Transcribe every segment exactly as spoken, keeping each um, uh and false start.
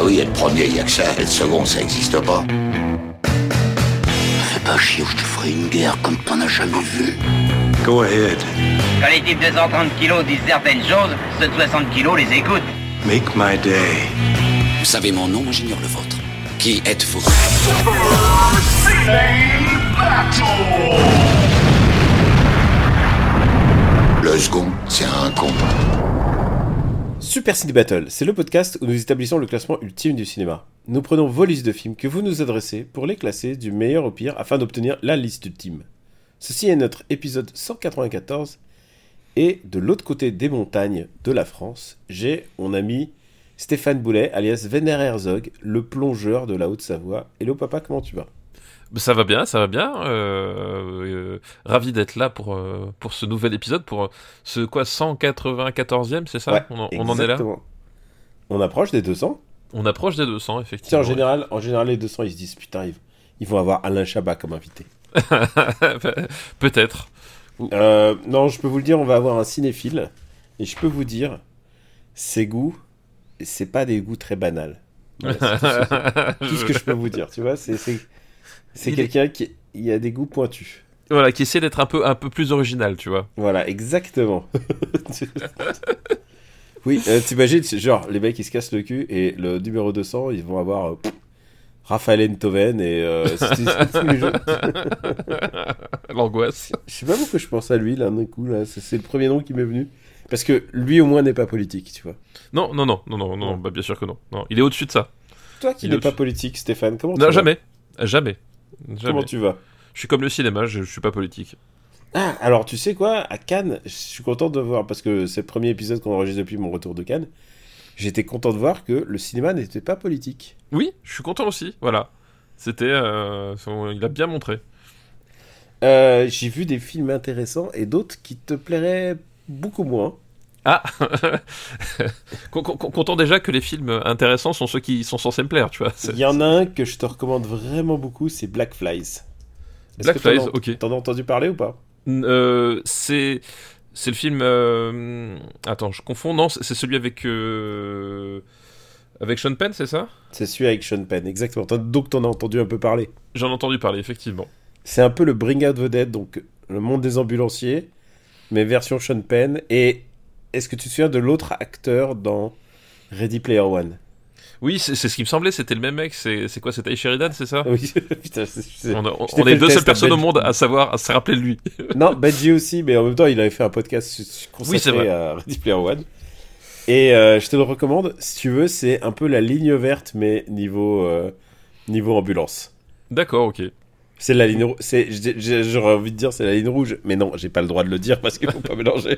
oui, être premier, il y a que ça. Être second, ça existe pas. Fais pas chier ou je te ferai une guerre comme t'en as jamais vu. Go ahead. Quand les types de cent trente kilos disent certaines choses, ceux de soixante kilos les écoutent. Make my day. Vous savez mon nom, j'ignore le vôtre. Qui êtes-vous? Le second, c'est un con. Super Ciné Battle, c'est le podcast où nous établissons le classement ultime du cinéma. Nous prenons vos listes de films que vous nous adressez pour les classer du meilleur au pire afin d'obtenir la liste ultime. Ceci est notre épisode cent quatre-vingt-quatorze et de l'autre côté des montagnes de la France, j'ai mon ami Stéphane Boulet alias Werner Herzog, le plongeur de la Haute-Savoie. Hello papa, comment tu vas? Ça va bien, ça va bien. Euh, euh, ravi d'être là pour, euh, pour ce nouvel épisode, pour ce quoi, cent quatre-vingt-quatorzième, c'est ça? Ouais, on, en, on en est là. On approche des deux cents. On approche des deux cents, effectivement. Tiens, en général, en général, les deux cents, ils se disent putain, ils, ils vont avoir Alain Chabat comme invité. Peut-être. Euh, non, je peux vous le dire, on va avoir un cinéphile. Et je peux vous dire, ses goûts, c'est pas des goûts très banals. Voilà, c'est tout, ce, tout ce que je peux vous dire, tu vois, c'est... c'est... C'est il quelqu'un est... qui il a des goûts pointus. Voilà, qui essaie d'être un peu, un peu plus original, tu vois. Voilà, exactement. Oui, euh, t'imagines, genre, les mecs, ils se cassent le cul, et le numéro deux cents, ils vont avoir euh, pff, Raphaël Enthoven, et euh, c'est, c'est tous les jeux. L'angoisse. Je sais pas pourquoi je pense à lui, là, d'un coup, là, c'est, c'est le premier nom qui m'est venu. Parce que lui, au moins, n'est pas politique, tu vois. Non, non, non, non, non, non, bah, bien sûr que non. non. Il est au-dessus de ça. Toi qui il n'es pas politique, Stéphane, comment tu vas? Non, jamais. Jamais. Jamais. Comment tu vas? Je suis comme le cinéma, je, je suis pas politique. Ah, alors tu sais quoi, à Cannes, je suis content de voir, parce que c'est le premier épisode qu'on enregistre depuis mon retour de Cannes, j'étais content de voir que le cinéma n'était pas politique. Oui, je suis content aussi, voilà. C'était... Euh, il a bien montré. Euh, j'ai vu des films intéressants et d'autres qui te plairaient beaucoup moins. Ah Content déjà que les films intéressants sont ceux qui sont censés me plaire, tu vois. Il y en a un que je te recommande vraiment beaucoup, c'est Black Flies. Est-ce Black Flies, t'en as, ok. T'en as entendu parler ou pas? euh, C'est... C'est le film... Euh... Attends, je confonds, non, c'est celui avec... Euh... Avec Sean Penn, c'est ça? C'est celui avec Sean Penn, exactement. Donc t'en as entendu un peu parler. J'en ai entendu parler, effectivement. C'est un peu le Bring Out the Dead, donc le monde des ambulanciers, mais version Sean Penn. Et est-ce que tu te souviens de l'autre acteur dans Ready Player One? Oui, c'est, c'est ce qui me semblait, c'était le même mec. C'est, c'est quoi, c'est Ty Sheridan, c'est ça? Oui, putain, c'est, c'est... On, a, on, on est deux seules personnes au monde à savoir, à se rappeler de lui. Non, Benji aussi, mais en même temps, il avait fait un podcast consacré oui, à Ready Player One. Et euh, je te le recommande, si tu veux, c'est un peu la ligne verte, mais niveau, euh, niveau ambulance. D'accord, ok. C'est la ligne rouge, c'est, j'ai, j'aurais envie de dire c'est la ligne rouge, mais non, j'ai pas le droit de le dire parce qu'il faut pas mélanger.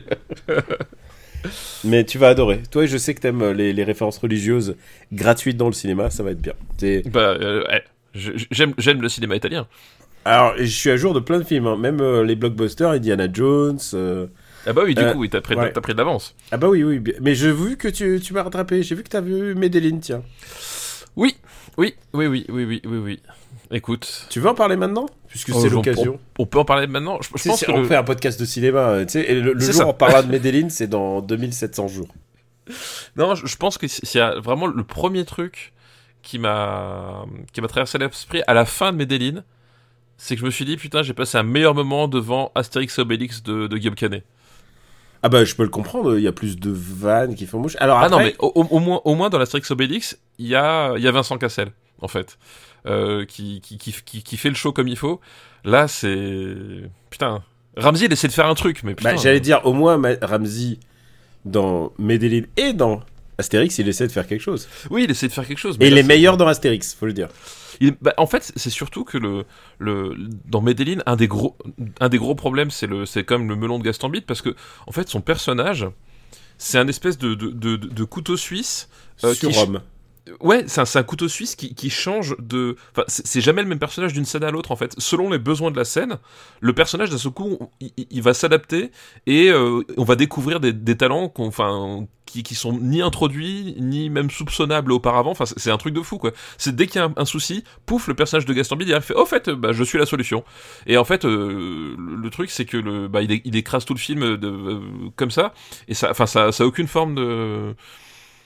Mais tu vas adorer. Toi, je sais que t'aimes les, les références religieuses gratuites dans le cinéma, ça va être bien. C'est... Bah, euh, ouais. je, j'aime, j'aime le cinéma italien. Alors, je suis à jour de plein de films, hein. Même euh, les blockbusters, Indiana Jones... Euh... Ah bah oui, du euh, coup, oui, t'as, pris, ouais. t'as pris de l'avance. Ah bah oui, oui. Mais j'ai vu que tu, tu m'as rattrapé. J'ai vu que t'as vu Medellin, tiens. Oui, oui, oui, oui, oui, oui, oui, oui. Écoute... Tu veux en parler maintenant? Puisque oh, c'est l'occasion. On, on peut en parler maintenant. Je, je pense c'est, que on le... fait un podcast de cinéma, tu sais, et le, le jour ça. où on parlera de Medellin, c'est dans deux mille sept cents jours. Non, je, je pense que c'est, c'est vraiment le premier truc qui m'a, qui m'a traversé l'esprit à la fin de Medellin, c'est que je me suis dit, putain, j'ai passé un meilleur moment devant Astérix et Obélix de, de Guillaume Canet. Ah bah, je peux le comprendre, il y a plus de vannes qui font mouche. Alors après... Ah non, mais au, au, moins, au moins dans l'Astérix Obélix, il y a, il y a Vincent Cassel, en fait, euh, qui, qui, qui, qui, qui fait le show comme il faut. Là, c'est... Putain, Ramsey, il essaie de faire un truc, mais putain... Bah, j'allais dire, au moins, Ma- Ramsey, dans Medellin et dans Astérix, il essaie de faire quelque chose. Oui, il essaie de faire quelque chose. Mais et il là, est meilleur dans Astérix, faut le dire. Il, bah, en fait, c'est surtout que le, le, dans Medellin, un des gros, un des gros problèmes, c'est, le, c'est comme le melon de Gaston Bide, parce que, en fait, son personnage, c'est un espèce de, de, de, de couteau suisse. Euh, Sur qui, Rome. Ouais, c'est un, c'est un couteau suisse qui, qui change de... Enfin, c'est, c'est jamais le même personnage d'une scène à l'autre, en fait. Selon les besoins de la scène, le personnage, d'un seul coup, il, il va s'adapter et euh, on va découvrir des, des talents qu'on, enfin, qui, qui sont ni introduits, ni même soupçonnables auparavant. Enfin, c'est, c'est un truc de fou, quoi. C'est dès qu'il y a un, un souci, pouf, le personnage de Gaston Bide, il fait « Oh, en fait, bah, je suis la solution ». Et en fait, euh, le, le truc, c'est que le, bah, il, il écrase tout le film de, euh, comme ça, et ça, enfin, ça, ça a aucune forme de...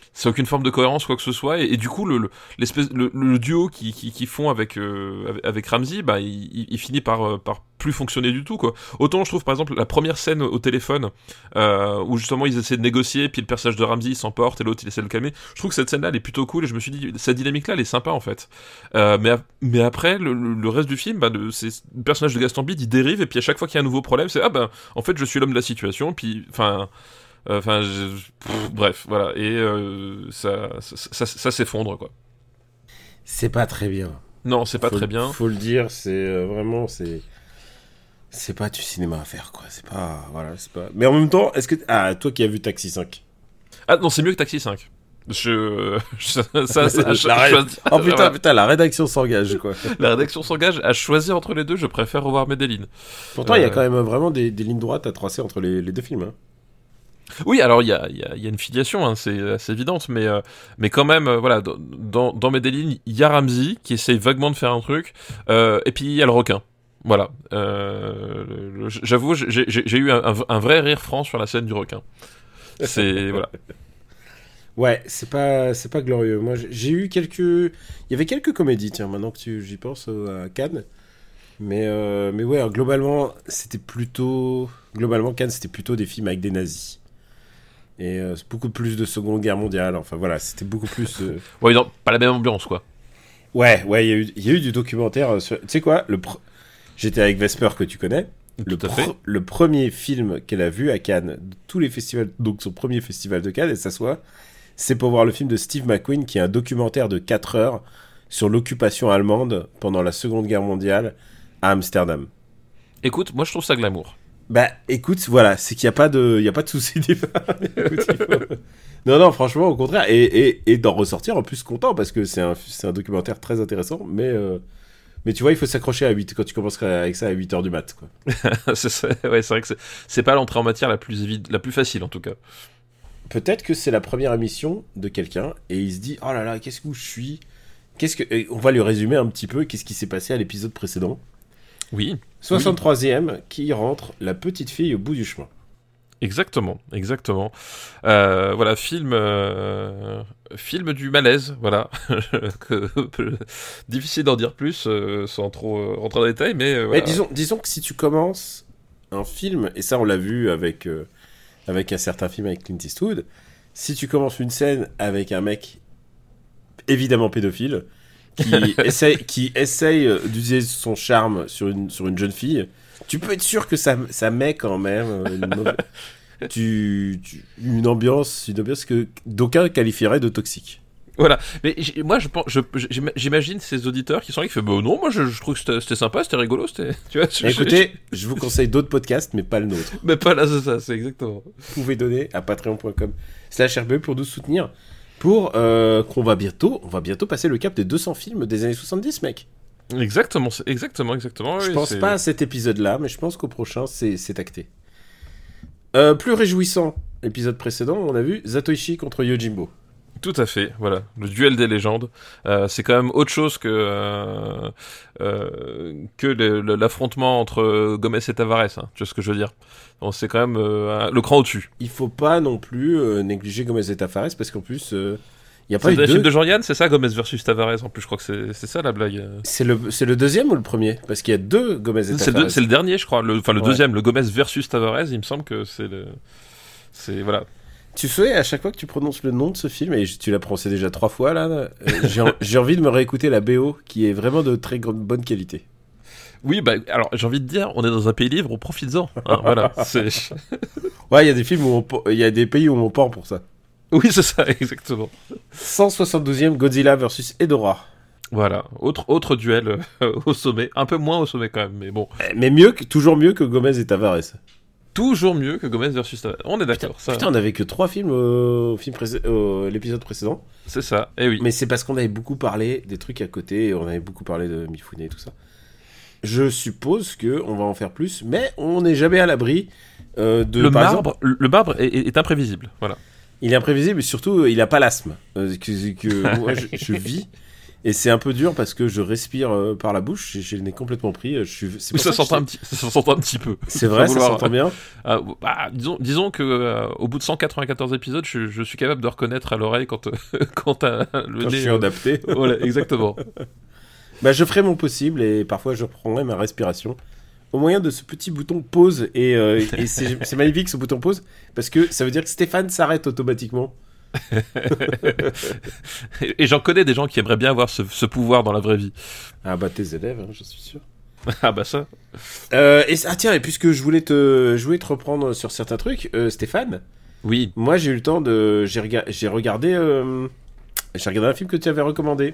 c'est aucune forme de cohérence quoi que ce soit, et, et du coup le, le l'espèce le, le duo qui qui, qui font avec euh, avec, avec Ramsey, bah il, il finit par par plus fonctionner du tout quoi. Autant je trouve par exemple la première scène au téléphone euh, où justement ils essaient de négocier, puis le personnage de Ramsey s'emporte et l'autre il essaie de le calmer. Je trouve que cette scène là elle est plutôt cool et je me suis dit cette dynamique là elle est sympa en fait. Euh, mais mais après le, le reste du film, bah le, c'est le personnage de Gaston Bide il dérive et puis à chaque fois qu'il y a un nouveau problème c'est ah ben en fait je suis l'homme de la situation, puis enfin Enfin, euh, bref, voilà, et euh, ça, ça, ça, ça s'effondre, quoi. C'est pas très bien. Non, c'est pas faut, très bien. Faut le dire, c'est euh, vraiment, c'est, c'est pas du cinéma à faire, quoi. C'est pas, voilà, c'est pas. Mais en même temps, est-ce que, ah, toi qui as vu Taxi cinq. Ah non, c'est mieux que Taxi cinq. Je, je ça, ça, la ré... Oh putain, ouais. putain, la rédaction s'engage, quoi. La rédaction s'engage à choisir entre les deux. Je préfère revoir Medellin. Pourtant, il euh... y a quand même vraiment des, des lignes droites à tracer entre les, les deux films, hein. Oui, alors il y a, y, a, y a une filiation, hein, c'est assez évidente, mais, euh, mais quand même, euh, voilà, dans, dans Medellin, il y a Ramsey qui essaye vaguement de faire un truc, euh, et puis il y a le requin. Voilà. Euh, le, j'avoue, j'ai, j'ai eu un, un vrai rire franc sur la scène du requin. C'est voilà. Ouais, c'est pas, c'est pas glorieux. Moi, j'ai eu quelques, il y avait quelques comédies, tiens, maintenant que tu, j'y pense, à Cannes. Mais, euh, mais ouais, globalement, c'était plutôt, globalement, Cannes, c'était plutôt des films avec des nazis. Et euh, beaucoup plus de Seconde Guerre mondiale. Enfin voilà, c'était beaucoup plus. Euh... ouais, non, pas la même ambiance quoi. Ouais, ouais, il y a eu, il y a eu du documentaire. Euh, sur... Tu sais quoi, le pr... j'étais avec Vesper que tu connais. Le, Tout à pr... fait. le premier film qu'elle a vu à Cannes, de tous les festivals, donc son premier festival de Cannes, elle s'assoit, c'est pour voir le film de Steve McQueen, qui est un documentaire de quatre heures sur l'occupation allemande pendant la Seconde Guerre mondiale à Amsterdam. Écoute, moi je trouve ça glamour. Bah, écoute, voilà, c'est qu'il n'y a pas de, il y a pas de souci débat. Écoute, faut... Non, non, franchement, au contraire, et, et, et d'en ressortir en plus content, parce que c'est un, c'est un documentaire très intéressant, mais, euh, mais tu vois, il faut s'accrocher à huit, quand tu commences avec ça à huit heures du mat, quoi. c'est, ça, ouais, c'est vrai que c'est, c'est pas l'entrée en matière la plus, évi- la plus facile, en tout cas. Peut-être que c'est la première émission de quelqu'un, et il se dit, oh là là, qu'est-ce que je suis, qu'est-ce que, et on va lui résumer un petit peu, qu'est-ce qui s'est passé à l'épisode précédent. Oui. soixante-troisième, oui. Qui rentre la petite fille au bout du chemin. Exactement, exactement. Euh, voilà, film, euh, film du malaise, voilà. que, difficile d'en dire plus euh, sans trop euh, rentrer dans les détails, mais, euh, voilà. mais disons, disons que si tu commences un film, et ça on l'a vu avec, euh, avec un certain film avec Clint Eastwood, si tu commences une scène avec un mec évidemment pédophile, qui essaye, qui essaye d'utiliser son charme sur une, sur une jeune fille, tu peux être sûr que ça, ça met quand même une, mauvaise, tu, tu, une ambiance, une ambiance que d'aucuns qualifieraient de toxique. Voilà, mais moi je pense, je, j'imagine ces auditeurs qui sont là qui font bah non, moi je, je trouve que c'était, c'était sympa, c'était rigolo, c'était. Tu vois, je, écoutez, je, je vous conseille d'autres podcasts, mais pas le nôtre. Mais pas là, c'est ça, c'est exactement. Vous pouvez donner à patreon point com slash R B E pour nous soutenir. Pour euh, qu'on va bientôt, on va bientôt passer le cap des deux cents films des années soixante-dix, mec. Exactement, exactement, exactement. Je oui, pense c'est... pas à cet épisode-là, mais je pense qu'au prochain, c'est, c'est acté. Euh, plus réjouissant, épisode précédent, on a vu Zatoichi contre Yojimbo. Tout à fait, voilà, le duel des légendes. Euh, c'est quand même autre chose que euh, euh, que le, le, l'affrontement entre Gomez et Tavares. Hein, tu vois ce que je veux dire? Donc c'est quand même euh, le cran au-dessus. Il faut pas non plus euh, négliger Gomez et Tavares parce qu'en plus, il euh, y a pas c'est eu deux. C'est le film de Jean-Yann, c'est ça, Gomez versus Tavares. En plus, je crois que c'est c'est ça la blague. C'est le c'est le deuxième ou le premier? Parce qu'il y a deux Gomez et c'est Tavares. Le, c'est le dernier, je crois. Le, enfin le ouais. deuxième, le Gomez versus Tavares. Il me semble que c'est le c'est voilà. Tu sais, à chaque fois que tu prononces le nom de ce film, et tu l'as prononcé déjà trois fois là, euh, j'ai, en, j'ai envie de me réécouter la B O qui est vraiment de très grande, bonne qualité. Oui, bah alors j'ai envie de dire, on est dans un pays libre, on profites-en. Hein, voilà. C'est... Ouais, il y a des films où il y a des pays où on pend pour ça. Oui, c'est ça, exactement. cent soixante-douzième Godzilla versus Hedorah. Voilà, autre autre duel euh, au sommet, un peu moins au sommet quand même, mais bon. Mais mieux, que, toujours mieux que Gomez et Tavares. Toujours mieux que Gomez versus Tavares. On est d'accord. Putain, ça... putain on n'avait que trois films au, film pré- au l'épisode précédent. C'est ça, et eh oui. Mais c'est parce qu'on avait beaucoup parlé des trucs à côté, et on avait beaucoup parlé de Mifune et tout ça. Je suppose qu'on va en faire plus, mais on n'est jamais à l'abri euh, de... Le par marbre, exemple, le marbre est, est, est imprévisible, voilà. Il est imprévisible, et surtout, il n'a pas l'asthme, euh, que, que moi je, je vis. Et c'est un peu dur parce que je respire euh, par la bouche, j'ai, j'ai le nez complètement pris. Je suis, c'est Oui, pour ça, ça que s'entend je- un petit, ça s'entend un petit peu. C'est vrai, Faut ça vouloir- s'entend bien. Ah, bah, disons, disons que euh, au bout de cent quatre-vingt-quatorze épisodes, je, je suis capable de reconnaître à l'oreille quand, euh, quand t'as le Quand je nez. suis euh, adapté. Voilà, exactement. Bah, je ferai mon possible et parfois je reprendrai ma respiration au moyen de ce petit bouton pause. Et, euh, et c'est, c'est magnifique ce bouton pause parce que ça veut dire que Stéphane s'arrête automatiquement. Et, et j'en connais des gens qui aimeraient bien avoir ce, ce pouvoir dans la vraie vie. Ah bah tes élèves, hein, je suis sûr. Ah bah ça. Euh, et, ah tiens, et puisque je voulais te, je voulais te reprendre sur certains trucs, euh, Stéphane, Oui. moi j'ai eu le temps de, j'ai, rega- j'ai regardé, euh, j'ai regardé un film que tu avais recommandé.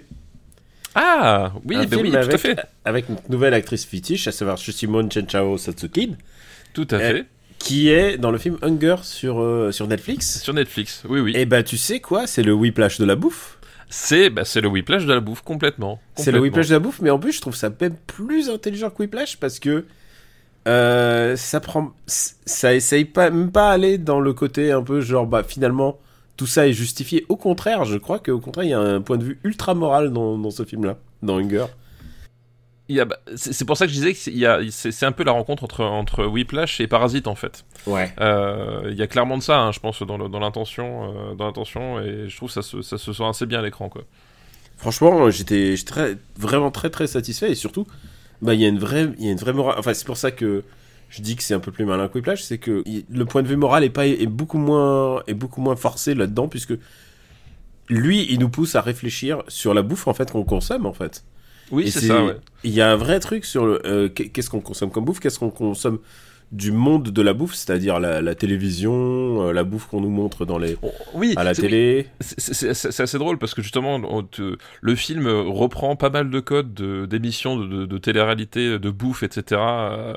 Ah oui, un bah film oui, avec, tout à fait. avec une nouvelle actrice fétiche, à savoir Shimon Chenchao Satsukin, Tout à Euh, fait. qui est dans le film Hunger sur, euh, sur Netflix. Sur Netflix, oui, oui. Et bah tu sais quoi, c'est le Whiplash de la bouffe. C'est, bah, c'est le Whiplash de la bouffe, complètement. C'est le Complètement. Whiplash de la bouffe, mais en plus je trouve ça même plus intelligent que Whiplash parce que euh, ça prend, ça essaye pas même pas aller dans le côté un peu genre bah finalement tout ça est justifié. Au contraire, je crois qu'au contraire il y a un point de vue ultra moral dans, dans ce film-là, dans Hunger. Il y a, bah, c'est, c'est pour ça que je disais que c'est, il y a, c'est, c'est un peu la rencontre entre, entre Whiplash et Parasite en fait. Ouais. Euh, il y a clairement de ça, hein, je pense, dans, le, dans l'intention, euh, dans l'intention, et je trouve que ça se, ça se sent assez bien à l'écran, quoi. Franchement, j'étais, j'étais très, vraiment très très satisfait et surtout, bah il y a une vraie, il y a une vraie morale. Enfin c'est pour ça que je dis que c'est un peu plus malin que Whiplash, c'est que il- le point de vue moral est pas est beaucoup moins est beaucoup moins forcé là-dedans puisque lui il nous pousse à réfléchir sur la bouffe en fait qu'on consomme en fait. Oui, Et c'est, ça, ouais. Il y a un vrai truc sur le euh, qu'est-ce qu'on consomme comme bouffe, qu'est-ce qu'on consomme du monde de la bouffe, c'est-à-dire la, la télévision, euh, la bouffe qu'on nous montre dans les Oh, oui, à la c'est- télé. C'est, c'est- c'est- c'est assez drôle parce que justement, on te- le film reprend pas mal de codes de, d'émissions de, de, de télé-réalité, de bouffe, et cetera. Euh,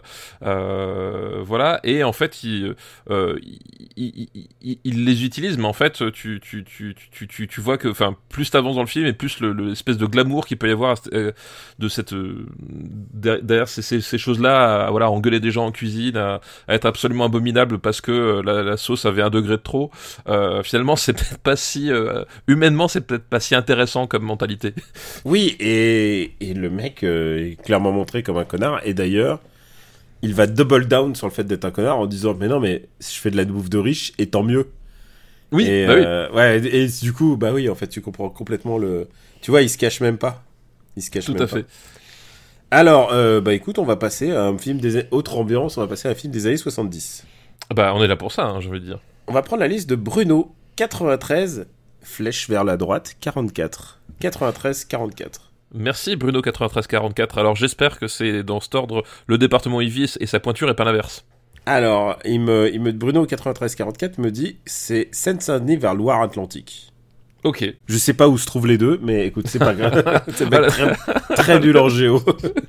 euh, voilà, et en fait, il, euh, il, il, il- il les utilise, mais en fait, tu, tu, tu, tu, tu, tu vois que, enfin, plus t'avances dans le film et plus le, le- l'espèce de glamour qu'il peut y avoir euh, de cette euh, derrière derrière ces, ces, ces choses-là, à, voilà, à engueuler des gens en cuisine, à, à être absolument abominable parce que euh, la, la sauce avait un degré de trop. Euh, finalement, c'est peut-être pas si euh, humainement, c'est peut-être pas si intéressant comme mentalité. Oui, et, et le mec euh, est clairement montré comme un connard. Et d'ailleurs, il va double down sur le fait d'être un connard en disant mais non mais je fais de la bouffe de riche et tant mieux. Oui, et, bah oui. euh, ouais, et, et du coup bah oui en fait tu comprends complètement le. Tu vois il se cache même pas. Il se cache Tout même à pas. fait. Alors euh, bah écoute on va passer à un film des autre ambiance, on va passer à un film des années soixante-dix. Bah, on est là pour ça, hein, je veux dire. On va prendre la liste de Bruno quatre-vingt-treize flèche vers la droite quarante-quatre quatre-vingt-treize quarante-quatre. Merci Bruno quatre-vingt-treize quarante-quatre. Alors j'espère que c'est dans cet ordre le département I V et sa pointure et pas l'inverse. Alors, il me, il me, Bruno quatre-vingt-treize quarante-quatre me dit c'est Seine-Saint-Denis vers Loire-Atlantique. Ok. Je sais pas où se trouvent les deux, mais écoute, c'est pas grave. C'est Voilà. très, très nul en géo.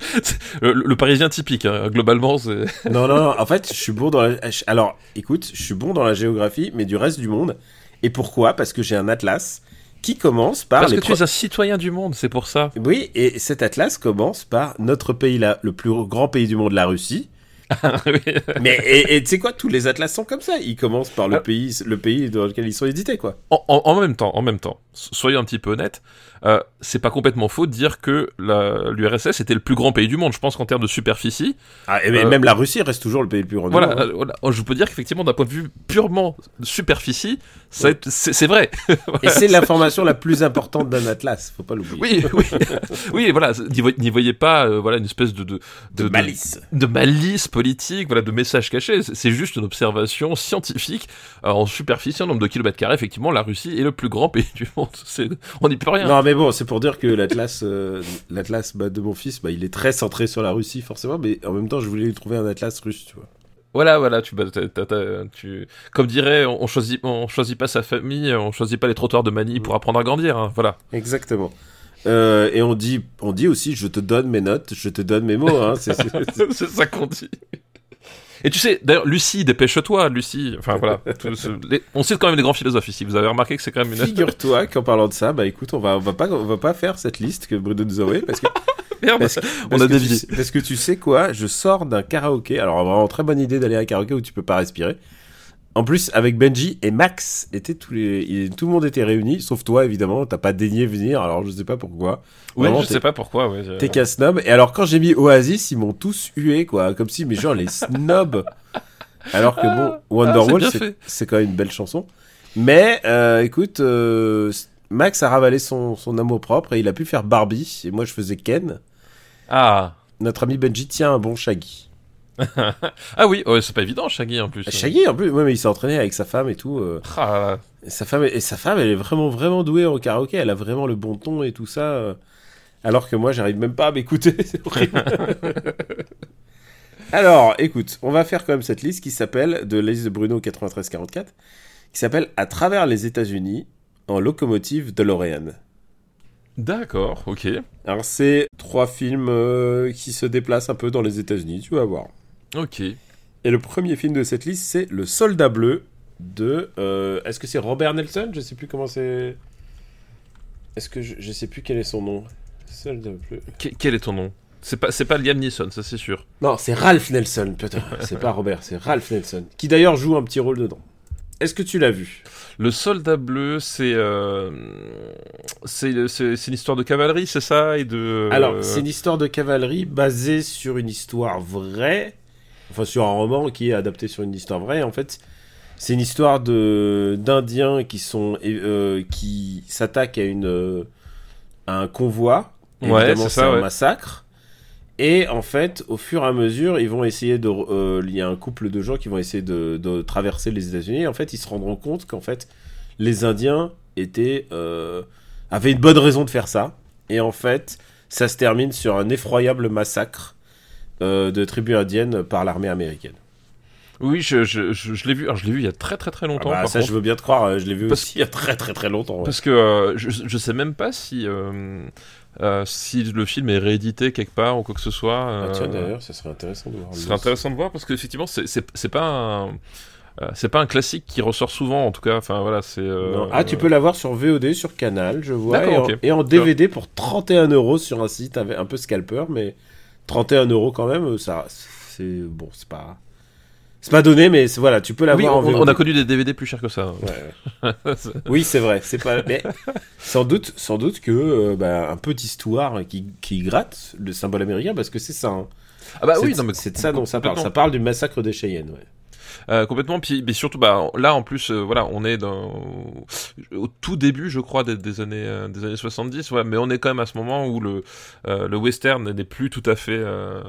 Le, le parisien typique, hein, globalement, c'est. Non, non, non, en fait, je suis bon dans la... Alors, écoute, je suis bon dans la géographie, mais du reste du monde. Et pourquoi ? Parce que j'ai un atlas qui commence par... Parce les que tu pro- es un citoyen du monde, c'est pour ça. Oui, et cet atlas commence par notre pays, là, le plus grand pays du monde, la Russie. Oui. Mais et et tu sais quoi, tous les atlas sont comme ça. Ils commenent par le Ah. pays, le pays dans lequel ils sont édités, quoi. En, en- en même temps, en même temps, soyons un petit peu honnêtes, euh, c'est pas complètement faux de dire que la- l'U R S S était le plus grand pays du monde. Je pense qu'en termes de superficie, Ah, et mais Euh, même la Russie reste toujours le pays le plus grand du voilà, monde, hein. euh, voilà, je peux dire qu'effectivement, d'un point de vue purement superficie, ça Ouais. est- c'est, c'est vrai. Et c'est l'information la plus importante d'un atlas, faut pas l'oublier. Oui, oui, oui, voilà, n'y, voy- n'y voyez pas, euh, voilà, une espèce de de, De malice. de, de malice politique, voilà, de messages cachés. C'est, c'est juste une observation scientifique euh, en superficie, en nombre de kilomètres carrés. Effectivement, la Russie est le plus grand pays du monde. C'est, on n'y peut rien. Non, mais bon, c'est pour dire que l'atlas, euh, l'atlas bah, de mon fils, bah, il est très centré sur la Russie, forcément, mais en même temps, je voulais lui trouver un atlas russe, tu vois. Voilà, voilà, tu, bah, t'as- t'as- t'as- tu, comme dirait, on choisit, on choisit pas sa famille, on choisit pas les trottoirs de Manille pour apprendre à grandir. Hein, voilà. Exactement. Euh, et on dit, on dit aussi, je te donne mes notes, je te donne mes mots. Hein, c'est, c'est- c'est- C'est ça qu'on dit. Et tu sais, d'ailleurs, Lucie, dépêche-toi, Lucie. Enfin voilà, tout ce- les- on cite quand même les grands philosophes ici. Vous avez remarqué que c'est quand même une. Figure-toi qu'en parlant de ça, bah écoute, on va, on va pas, on va pas faire cette liste que Bruno nous a envoyée parce que, Merde, parce que- on parce a que tu dévié. sais- parce que tu sais quoi, je sors d'un karaoké. Alors vraiment très bonne idée d'aller à un karaoké où tu peux pas respirer. En plus, avec Benji et Max, étaient tous les... tout le monde était réuni, sauf toi, évidemment. T'as pas daigné venir, alors je sais pas pourquoi. Oui, Vraiment, je t'es... sais pas pourquoi. Ouais, T'es qu'un snob. Et alors, quand j'ai mis Oasis, ils m'ont tous hué, quoi. Comme si, mais genre, les snobs. Alors que bon, Wonderwall, ah, c'est, c'est, c'est quand même une belle chanson. Mais, euh, écoute, euh, Max a ravalé son, son amour-propre et il a pu faire Barbie. Et moi, je faisais Ken. Ah. Notre ami Benji tient un bon Shaggy. ah oui, ouais, c'est pas évident, Shaggy en plus. Shaggy en plus, ouais, mais il s'est entraîné avec sa femme et tout. Euh, ah. et, sa femme, et sa femme, elle est vraiment, vraiment douée au karaoké. Elle a vraiment le bon ton et tout ça. Euh, alors que moi, j'arrive même pas à m'écouter. C'est horrible. Alors, écoute, on va faire quand même cette liste qui s'appelle, de la liste de Bruno quatre-vingt-treize quarante-quatre, qui s'appelle À travers les États-Unis en locomotive DeLorean. D'accord, ok. Alors, c'est trois films euh, qui se déplacent un peu dans les États-Unis, tu vas voir. Ok. Et le premier film de cette liste, c'est Le Soldat Bleu de... Euh, est-ce que c'est Robert Nelson ? Je sais plus comment c'est... Est-ce que je, je sais plus quel est son nom. Soldat Bleu. Qu- quel est ton nom ? C'est pas, c'est pas Liam Neeson, ça c'est sûr. Non, c'est Ralph Nelson, putain. C'est pas Robert, c'est Ralph Nelson. Qui d'ailleurs joue un petit rôle dedans. Est-ce que tu l'as vu ? Le Soldat Bleu, c'est, euh, c'est, c'est, c'est une histoire de cavalerie, c'est ça et de... Alors, c'est une histoire de cavalerie basée sur une histoire vraie. Enfin, sur un roman qui est adapté sur une histoire vraie. En fait, c'est une histoire de, d'Indiens qui, sont, euh, qui s'attaquent à, une, euh, à un convoi. Évidemment, ouais, c'est, c'est ça, un ouais. massacre. Et en fait, au fur et à mesure, ils vont essayer de... Euh, il y a un couple de gens qui vont essayer de, de traverser les États-Unis. Et en fait, ils se rendront compte qu'en fait, les Indiens étaient, euh, avaient une bonne raison de faire ça. Et en fait, ça se termine sur un effroyable massacre euh, de tribus indiennes par l'armée américaine. Oui, je, je, je, je l'ai vu. Alors, je l'ai vu il y a très très très longtemps. Ah bah, par ça, contre. je veux bien te croire. Je l'ai vu Parce... aussi il y a très très très longtemps. Ouais. Parce que euh, je, je sais même pas si... Euh... Euh, si le film est réédité quelque part ou quoi que ce soit. Euh, ah tiens, d'ailleurs, ça serait intéressant de voir. Ce serait intéressant de voir parce qu'effectivement, c'est, c'est, c'est pas un. Euh, c'est pas un classique qui ressort souvent, en tout cas. Enfin voilà, c'est. Euh, non. Ah, tu peux l'avoir sur V O D, sur Canal, je vois. D'accord, et, en, okay. et en D V D pour trente et un euros sur un site un peu scalper, mais trente et un euros quand même, ça, c'est bon, c'est pas. C'est pas donné, mais c'est, voilà, tu peux l'avoir oui, en V O D. On a connu des D V D plus chers que ça. Ouais, ouais. Oui, c'est vrai. C'est pas. Mais sans doute, sans doute que euh, bah, un peu d'histoire qui, qui gratte le symbole américain, parce que c'est ça. Hein. Ah bah c'est oui, de, non mais c'est de ça dont ça parle. Ça parle du massacre des Cheyennes. Ouais. Euh, complètement, puis mais surtout bah là en plus euh, voilà on est dans au tout début je crois des, des années euh, des années soixante-dix ouais, mais on est quand même à ce moment où le euh, le western n'est plus tout à fait euh,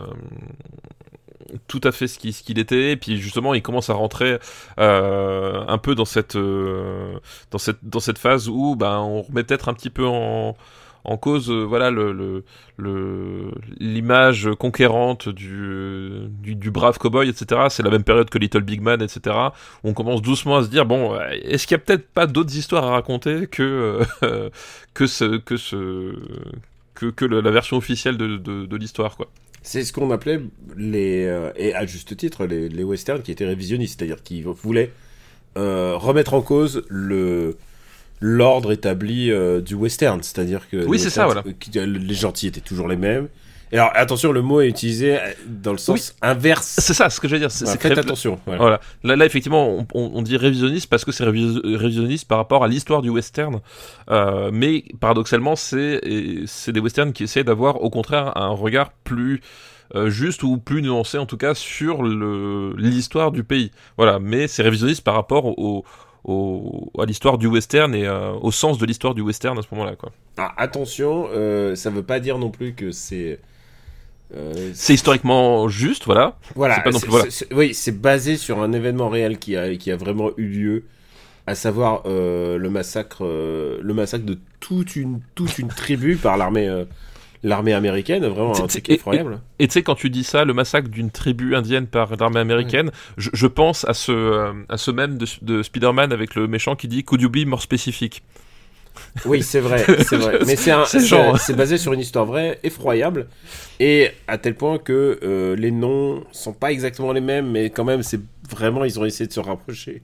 tout à fait ce qu'il, ce qu'il était, et puis justement il commence à rentrer euh, un peu dans cette euh, dans cette dans cette phase où bah on remet peut-être un petit peu en en cause euh, voilà le, le le l'image conquérante du, du du brave cowboy, etc. C'est la même période que Little Big Man, etc. On commence doucement à se dire bon, est-ce qu'il y a peut-être pas d'autres histoires à raconter que euh, que ce que ce que que le, la version officielle de de, de l'histoire, quoi. C'est ce qu'on appelait les euh, et à juste titre les les westerns qui étaient révisionnistes, c'est-à-dire qui voulaient euh, remettre en cause le l'ordre établi euh, du western, c'est-à-dire que oui, c'est ça, voilà. Les gentils étaient toujours les mêmes. Et alors attention, le mot est utilisé dans le sens oui. inverse. C'est ça, ce que je veux dire. C'est, voilà, c'est faites cré... attention. Voilà. voilà. Là, là, effectivement, on, on, on dit révisionniste parce que c'est révis... révisionniste par rapport à l'histoire du western. Euh, mais paradoxalement, c'est c'est des westerns qui essaient d'avoir, au contraire, un regard plus euh, juste ou plus nuancé, en tout cas, sur le l'histoire du pays. Voilà. Mais c'est révisionniste par rapport au Au, à l'histoire du western et euh, au sens de l'histoire du western à ce moment-là, quoi. Ah, attention, euh, ça veut pas dire non plus que c'est. Euh, c'est... c'est historiquement juste, voilà. Voilà. C'est pas non c'est, plus, voilà. C'est, c'est, oui, c'est basé sur un événement réel qui a qui a vraiment eu lieu, à savoir euh, le massacre, euh, le massacre de toute une toute une tribu par l'armée. Euh, L'armée américaine, vraiment un truc effroyable. Et tu sais, quand tu dis ça, le massacre d'une tribu indienne par l'armée américaine, ouais. je, je pense à ce, euh, à ce même de, de Spider-Man avec le méchant qui dit « Could you be more specific ?» Oui, c'est vrai, c'est vrai. Mais c'est, un, c'est, c'est, c'est basé sur une histoire vraie, effroyable, et à tel point que euh, les noms sont pas exactement les mêmes, mais quand même, c'est vraiment, ils ont essayé de se rapprocher,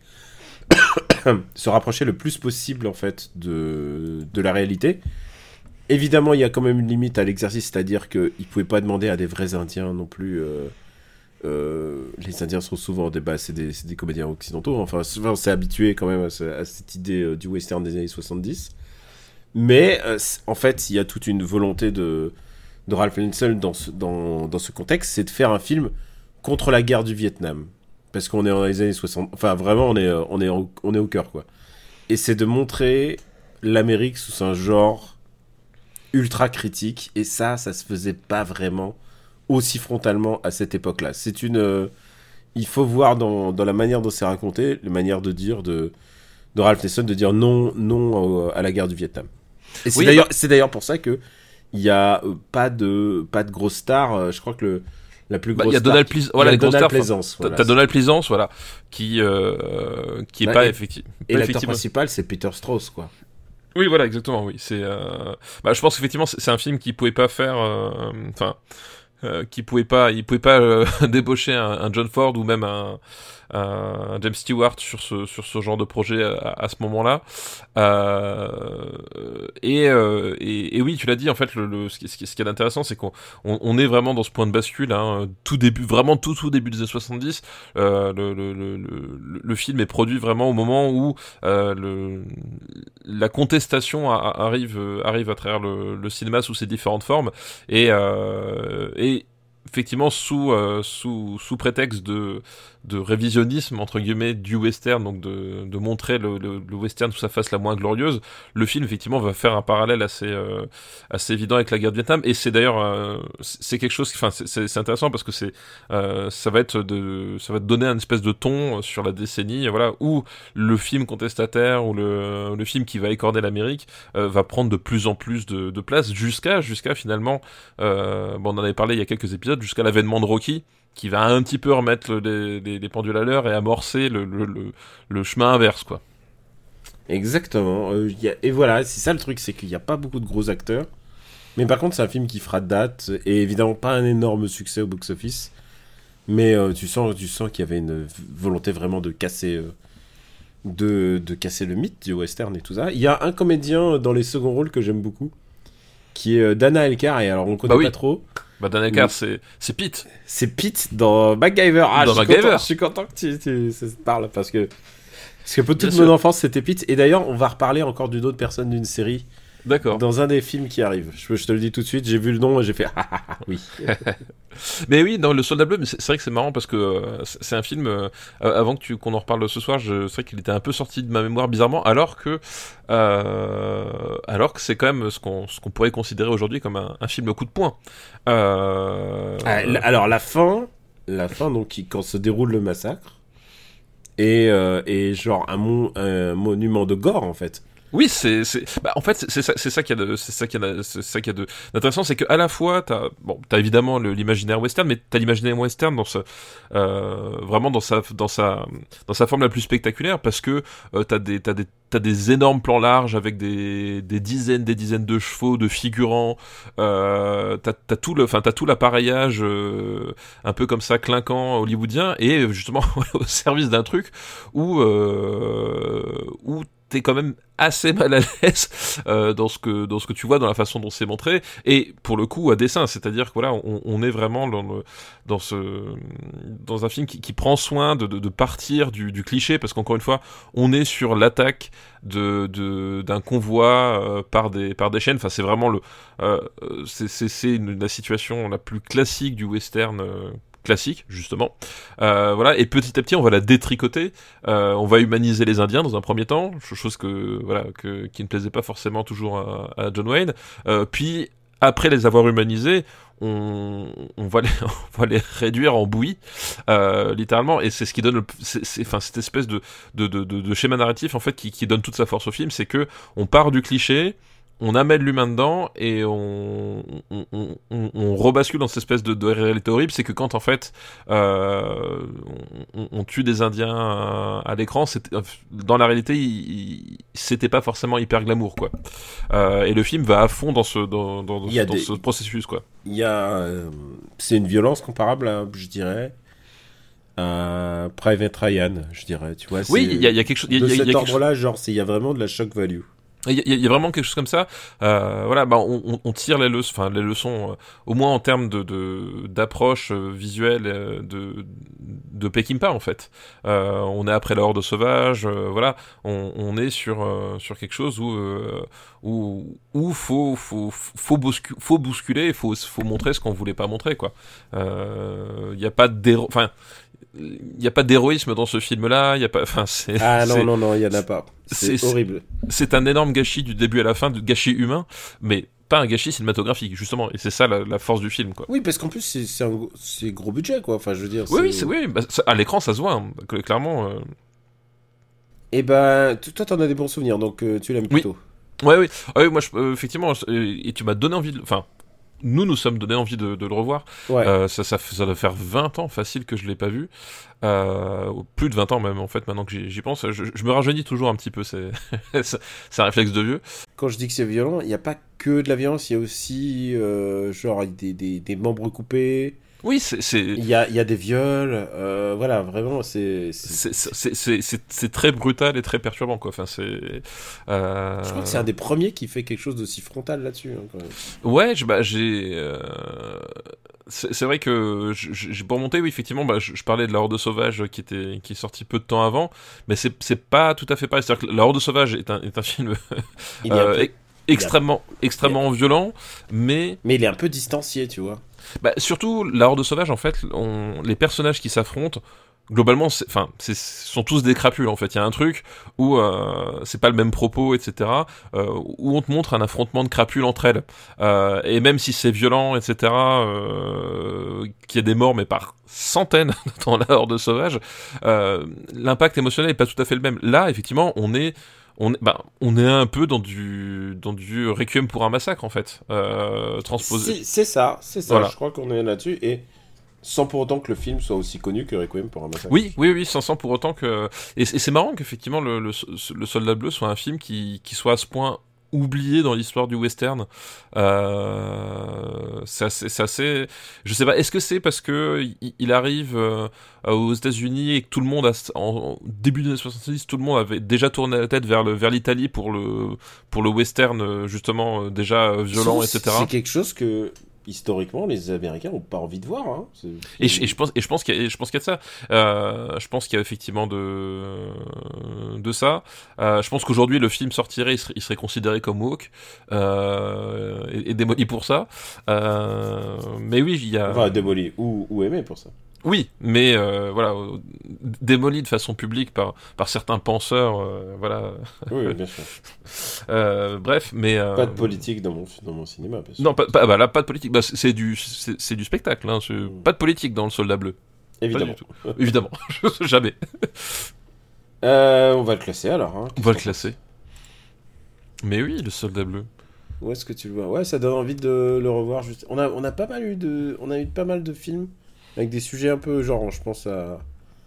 se rapprocher le plus possible, en fait, de, de la réalité. Évidemment, il y a quand même une limite à l'exercice, c'est-à-dire qu'ils ne pouvaient pas demander à des vrais Indiens non plus euh, Euh, les Indiens sont souvent des, bah, c'est des, c'est des comédiens occidentaux. Enfin, souvent, on s'est habitué quand même à, ce, à cette idée euh, du western des années soixante-dix. Mais euh, en fait, il y a toute une volonté de, de Ralph Linson dans ce, dans, dans ce contexte, c'est de faire un film contre la guerre du Vietnam. Parce qu'on est dans les années soixante. Enfin, vraiment, on est, on est, au, on est au cœur, quoi. Et c'est de montrer l'Amérique sous un genre ultra critique. Et ça, ça se faisait pas vraiment aussi frontalement à cette époque-là. C'est une... Euh, il faut voir dans, dans la manière dont c'est raconté, la manière de dire de, de Ralph Neeson, de dire non, non euh, à la guerre du Vietnam. Et c'est, oui, d'ailleurs, bah... c'est d'ailleurs pour ça qu'il n'y a euh, pas de, pas de grosse star. Euh, je crois que le, la plus grosse bah, y a star... Donald Pleasance, voilà, y a Donald star, Pleasance. T'as, Voilà, t'as Donald Pleasance, voilà, qui, euh, qui est bah, pas et, effectivement... Et l'acteur effectivement... principal, c'est Peter Strauss, quoi. Oui, voilà, exactement, oui. C'est, euh... bah, je pense qu'effectivement, c'est, c'est un film qui pouvait pas faire... Enfin... Euh, Euh, qui pouvait pas, il pouvait pas euh, débaucher un, un John Ford ou même un, un James Stewart sur ce sur ce genre de projet à, à ce moment-là. Euh, et, euh, et et oui, tu l'as dit en fait, le, le ce qui ce qui, ce qui est intéressant, c'est qu'on on, on est vraiment dans ce point de bascule, hein, tout début, vraiment tout tout début des années soixante-dix. Euh, le, le le le le film est produit vraiment au moment où euh, le la contestation a, a, arrive arrive à travers le, le cinéma sous ses différentes formes et euh, et Et effectivement, sous, euh, sous, sous prétexte de, de révisionnisme, entre guillemets, du western, donc de, de montrer le, le, le western sous sa face la moins glorieuse, le film, effectivement, va faire un parallèle assez, euh, assez évident avec la guerre du Vietnam. Et c'est d'ailleurs, euh, c'est quelque chose, enfin, c'est, c'est, c'est intéressant parce que c'est, euh, ça va être de, ça va te donner un espèce de ton sur la décennie, voilà, où le film contestataire ou le, le film qui va écorner l'Amérique euh, va prendre de plus en plus de, de place jusqu'à, jusqu'à finalement, euh, bon, on en avait parlé il y a quelques épisodes, jusqu'à l'avènement de Rocky, qui va un petit peu remettre les, les, les pendules à l'heure et amorcer le, le, le, le chemin inverse, quoi. Exactement. Euh, y a... Et voilà, c'est ça le truc, c'est qu'il n'y a pas beaucoup de gros acteurs. Mais par contre, c'est un film qui fera date, et évidemment pas un énorme succès au box-office. Mais euh, tu sens, tu sens qu'il y avait une volonté vraiment de casser, euh, de, de casser le mythe du western et tout ça. Il y a un comédien dans les seconds rôles que j'aime beaucoup, qui est euh, Dana Elkar, et alors on connaît bah oui. pas trop. Bah Dana Elkar, oui. c'est, c'est Pete. C'est Pete dans MacGyver. Ah, dans je, suis MacGyver. Content, je suis content que tu, tu ça te parle, parce que, parce que pour toute mon enfance, c'était Pete. Et d'ailleurs, on va reparler encore d'une autre personne d'une série. D'accord. Dans un des films qui arrive. Je, je te le dis tout de suite, j'ai vu le nom et j'ai fait ah ah ah oui. Mais oui, dans Le Soldat Bleu, mais c'est, c'est vrai que c'est marrant parce que euh, c'est un film, euh, avant que tu, qu'on en reparle ce soir, je, c'est vrai qu'il était un peu sorti de ma mémoire bizarrement, alors que, euh, alors que c'est quand même ce qu'on, ce qu'on pourrait considérer aujourd'hui comme un, un film coup de poing. Euh... Alors la fin, la fin donc qui, quand se déroule le massacre, est, euh, est genre un, mon, un monument de gore en fait. Oui, c'est c'est bah, en fait c'est, c'est ça c'est ça qu'il y a de c'est ça qu'il y a c'est ça qu'il y a de d'intéressant, c'est que à la fois t'as bon t'as évidemment le, l'imaginaire western, mais t'as l'imaginaire western dans ce euh, vraiment dans sa dans sa dans sa forme la plus spectaculaire, parce que euh, t'as des t'as des t'as des énormes plans larges avec des des dizaines des dizaines de chevaux, de figurants, euh, t'as t'as tout le enfin t'as tout l'appareillage euh, un peu comme ça clinquant hollywoodien, et justement au service d'un truc où euh, où t'es quand même assez mal à l'aise euh, dans ce que dans ce que tu vois, dans la façon dont c'est montré, et pour le coup à dessein, c'est-à-dire que voilà, on, on est vraiment dans le dans ce dans un film qui, qui prend soin de, de, de partir du, du cliché, parce qu'encore une fois, on est sur l'attaque de, de d'un convoi euh, par des par des chaînes. Enfin, c'est vraiment le euh, c'est c'est c'est une, la situation la plus classique du western. Euh, classique justement, euh, voilà, et petit à petit on va la détricoter, euh, on va humaniser les Indiens dans un premier temps, chose que voilà que qui ne plaisait pas forcément toujours à, à John Wayne, euh, puis après les avoir humanisés, on, on, va les, on va les réduire en bouillie, euh, littéralement, et c'est ce qui donne le, c'est, c'est, enfin, cette espèce de, de, de, de, de schéma narratif en fait qui, qui donne toute sa force au film, c'est que on part du cliché, on amène l'humain dedans, et on, on, on, on, on rebascule dans cette espèce de, de réalité horrible. C'est que quand en fait euh, on, on tue des Indiens à, à l'écran, c'était, dans la réalité il, il, c'était pas forcément hyper glamour, quoi. Euh, et le film va à fond dans ce, dans, dans, dans, dans des, ce processus, quoi. Il y a, euh, c'est une violence comparable à, je dirais, à Private Ryan, je dirais. Tu vois, oui, il y, y a quelque chose de y a, cet y a ordre-là, quelque... genre il y a vraiment de la shock value. Il y, a, il y a vraiment quelque chose comme ça. Euh, voilà, bah on, on tire les leçons, enfin les leçons, euh, au moins en termes de, de d'approche euh, visuelle, euh, de de Peckinpah en fait. Euh, on est après la Horde sauvage, euh, voilà, on, on est sur euh, sur quelque chose où euh, où où faut faut faut, bouscu- faut bousculer, faut faut montrer ce qu'on voulait pas montrer quoi. Il euh, y a pas d'éro, enfin. Il n'y a pas d'héroïsme dans ce film-là, il y a pas, enfin c'est. Ah non c'est, non non, il y en a pas. C'est, c'est horrible. C'est un énorme gâchis du début à la fin, du gâchis humain, mais pas un gâchis cinématographique justement, et c'est ça la, la force du film quoi. Oui, parce qu'en plus c'est c'est, un, c'est gros budget quoi. Enfin je veux dire. Oui c'est... oui c'est oui, bah, ça, à l'écran ça se voit hein, clairement. Euh... Et ben toi t'en as des bons souvenirs, donc euh, tu l'aimes plutôt. Oui. Ouais oui, ah, oui moi je, euh, effectivement, et tu m'as donné envie de, enfin. Nous nous sommes donné envie de, de le revoir. Ouais. Euh, ça, ça, ça doit faire vingt ans facile que je l'ai pas vu. Euh, plus de vingt ans même en fait maintenant que j'y, j'y pense. Je, je me rajeunis toujours un petit peu, c'est, c'est un réflexe de vieux. Quand je dis que c'est violent, il n'y a pas que de la violence, il y a aussi euh, genre des, des, des membres coupés. Oui, c'est... c'est... Il, y a, il y a des viols, euh, voilà, vraiment, c'est... C'est... C'est, c'est, c'est, c'est, c'est très brutal et très perturbant, quoi. Enfin, c'est... Euh... Je crois que c'est un des premiers qui fait quelque chose d'aussi frontal là-dessus. Hein, quand même. Ouais, je, bah, j'ai... Euh... C'est, c'est vrai que j'ai pour monter, oui, effectivement, bah, je, je parlais de La Horde sauvage qui, était, qui est sorti peu de temps avant, mais c'est, c'est pas tout à fait pareil. C'est-à-dire que La Horde sauvage est un, est un film il est euh, un peu... extrêmement, extrêmement mais... violent, mais... Mais il est un peu distancié, tu vois. Bah, surtout, la Horde sauvage, en fait, on... les personnages qui s'affrontent, globalement, c'est... Enfin, c'est... sont tous des crapules, en fait. Il y a un truc où euh, c'est pas le même propos, et cetera, euh, où on te montre un affrontement de crapules entre elles. Euh, et même si c'est violent, et cetera, euh, qu'il y a des morts, mais par centaines dans la Horde sauvage, euh, l'impact émotionnel est pas tout à fait le même. Là, effectivement, on est... On est, bah, on est un peu dans du, dans du Requiem pour un massacre, en fait, euh, transposé. C'est, c'est ça, c'est ça, voilà. Je crois qu'on est là-dessus, et sans pour autant que le film soit aussi connu que Requiem pour un massacre. Oui, oui, oui, sans, sans pour autant que... Et, et c'est marrant qu'effectivement, le, le, le Soldat Bleu soit un film qui, qui soit à ce point oublié dans l'histoire du western. Euh, c'est assez, c'est assez... Je sais pas, est-ce que c'est parce que il, il arrive euh, aux États-Unis et que tout le monde, a, en, en début des années soixante-dix, tout le monde avait déjà tourné la tête vers, le, vers l'Italie pour le, pour le western, justement, déjà violent, c'est, et cetera. C'est quelque chose que... historiquement, les Américains n'ont pas envie de voir. Hein. C'est, c'est... Et, je, et je pense, et je pense qu'il y a, je pense qu'il y a de ça. Euh, je pense qu'il y a effectivement de, de ça. Euh, je pense qu'aujourd'hui le film sortirait, il serait, il serait considéré comme woke euh, et, et démoli pour ça. Euh, mais oui, il y a. Enfin, démoli ou, ou aimé pour ça. Oui, mais euh, voilà, démoli de façon publique par, par certains penseurs, euh, voilà. Oui, bien sûr. euh, bref, mais euh, pas de politique dans mon dans mon cinéma. Bien sûr. Non, pas, pas bah là, pas de politique. Bah, c'est, c'est du c'est, c'est du spectacle. Hein, c'est, mmh. Pas de politique dans le Soldat Bleu. Évidemment. Évidemment, jamais. Euh, on va le classer alors. Hein. On va le classer. Mais oui, le Soldat Bleu. Où est-ce que tu le vois ? Ouais, ça donne envie de le revoir. Juste... On a on a pas mal eu de on a eu pas mal de films. Avec des sujets un peu, genre, je pense à...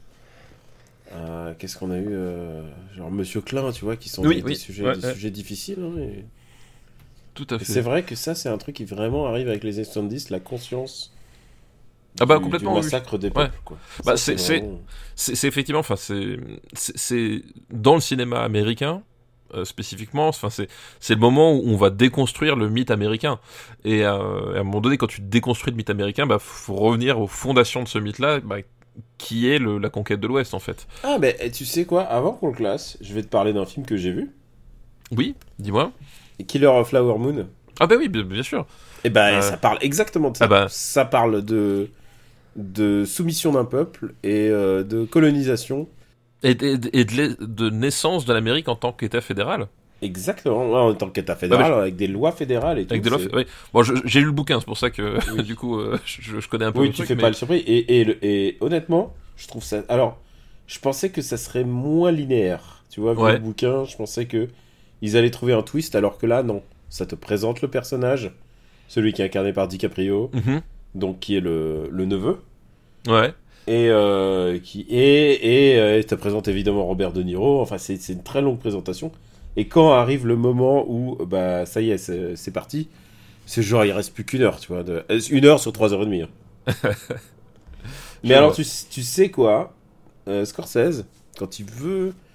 à qu'est-ce qu'on a eu euh, genre Monsieur Klein, tu vois, qui sont oui, des, oui. des, sujets, ouais, des ouais. sujets difficiles. Hein, et... Tout à fait. Et c'est vrai que ça, c'est un truc qui vraiment arrive avec les années soixante-dix, la conscience ah bah, du, complètement, du massacre oui. des peuples. Ouais. Quoi. Bah, ça, c'est, c'est, vraiment... c'est, c'est effectivement, enfin, c'est, c'est, c'est dans le cinéma américain, Euh, spécifiquement, enfin c'est c'est le moment où on va déconstruire le mythe américain et euh, à un moment donné quand tu déconstruis le mythe américain, bah faut revenir aux fondations de ce mythe-là, bah, qui est le, la conquête de l'Ouest en fait. Ah ben bah, tu sais quoi, avant qu'on le classe, je vais te parler d'un film que j'ai vu. Oui, dis-moi. Killer of Flower Moon. Ah bah oui, bien, bien sûr. Et bah euh... ça parle exactement de ça. Ah bah... Ça parle de de soumission d'un peuple et euh, de colonisation. Et, et, et de, de naissance de l'Amérique en tant qu'État fédéral. Exactement, en tant qu'État fédéral, ah, je... avec des lois fédérales et tout. Avec des lois, oui. Bon, je, j'ai lu le bouquin, c'est pour ça que oui. du coup, euh, je, je connais un peu oui, le truc. Oui, tu truc, fais mais... pas le surpris. Et, et, et honnêtement, je trouve ça... Alors, je pensais que ça serait moins linéaire. Tu vois, vu ouais. le bouquin, je pensais que ils allaient trouver un twist, alors que là, non. Ça te présente le personnage, celui qui est incarné par DiCaprio, mm-hmm. donc qui est le, le neveu. Ouais. Et euh, qui et, et euh, te présente évidemment Robert De Niro. Enfin, c'est, c'est une très longue présentation. Et quand arrive le moment où, bah, ça y est, c'est, c'est parti, c'est genre, il reste plus qu'une heure, tu vois. De, une heure sur trois heures et demie. Hein. Mais alors, tu, tu sais quoi, euh, Scorsese, quand il veut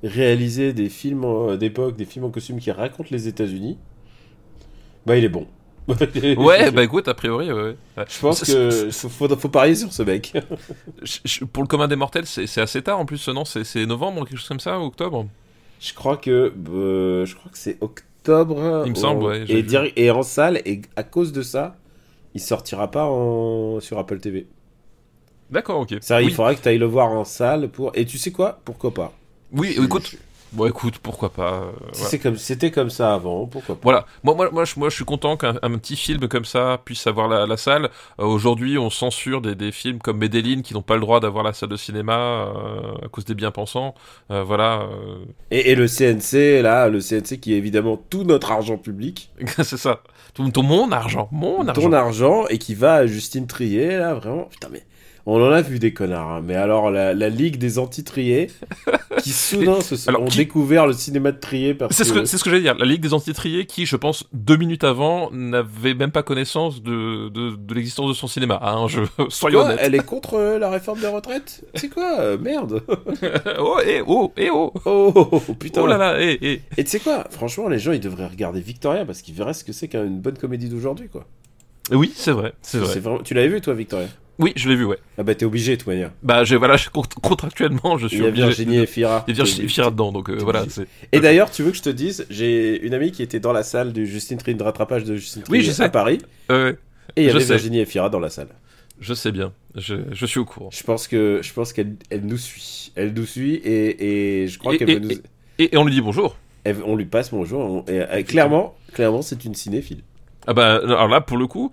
réaliser des films en- d'époque, des films en costume qui racontent les États-Unis, bah il est bon. Ouais, bah écoute, a priori, ouais. ouais. Je pense C'est- que c'est- faut, faut, faut parier sur ce mec. je- je- Pour le commun des mortels, c'est c'est assez tard en plus, non? C'est c'est novembre, quelque chose comme ça, ou octobre? Je crois que euh, je crois que c'est octobre. Il me semble, on- ouais, j'ai Et, vu. direct- et en salle, et à cause de ça, il sortira pas en... sur Apple T V. D'accord, ok. Ça, oui. il faudra que tu ailles le voir en salle pour. Et tu sais quoi? Pourquoi pas? Oui, Je- écoute, je- bon, écoute, pourquoi pas. euh, si voilà. c'est comme c'était comme ça avant, pourquoi pas? Voilà, moi, moi, moi, je, moi je suis content qu'un un petit film comme ça puisse avoir la, la salle. Euh, Aujourd'hui, on censure des, des films comme Medellin qui n'ont pas le droit d'avoir la salle de cinéma euh, à cause des bien-pensants. Euh, voilà, euh, Et, et le C N C, là, le C N C qui est évidemment tout notre argent public, c'est ça. Ton, ton- mon argent, mon argent. ton argent, et qui va à Justine Trier, là, vraiment. Putain, mais on en a vu des connards, hein. Mais alors, la, la Ligue des anti-triés, qui soudain se sont, alors, ont qui- découvert le cinéma de Trier parce C'est ce que. que, c'est ce que j'allais dire. La Ligue des Antitriés, qui, je pense, deux minutes avant, n'avait même pas connaissance de, de, de l'existence de son cinéma. Hein, je, soyons Quoi, honnêtes. elle est contre euh, la réforme des retraites? C'est quoi? euh, Merde. oh, eh, oh, eh, oh. Oh, oh, oh, putain. Oh là là, eh, eh. Et tu sais quoi? Franchement, les gens, ils devraient regarder Victoria parce qu'ils verraient ce que c'est qu'une bonne comédie d'aujourd'hui, quoi. Oui, c'est vrai, c'est vrai. vraiment... Tu l'avais vu, toi, Victoria? Oui, je l'ai vu, ouais. Ah bah, t'es obligé, de toute manière. Bah, j'ai, voilà, je- cont- contractuellement, je suis Il y a obligé. Virginie Efira. Il y a Virginie Efira dedans, donc euh, T'es voilà. obligé. c'est- Et d'ailleurs, tu veux que je te dise, j'ai une amie qui était dans la salle du Justine Trier, de rattrapage de Justine Oui, Trier je sais. à Paris, Euh, et il y Je avait sais. Virginie Efira dans la salle. je sais bien, je, je suis au courant. Je pense que je pense qu'elle elle nous suit, elle nous suit et, et je crois Et- qu'elle et- veut nous, Et, et on lui dit bonjour. elle- on lui passe bonjour. on- et, et clairement, clairement, c'est une cinéphile. Ah bah, alors là, pour le coup,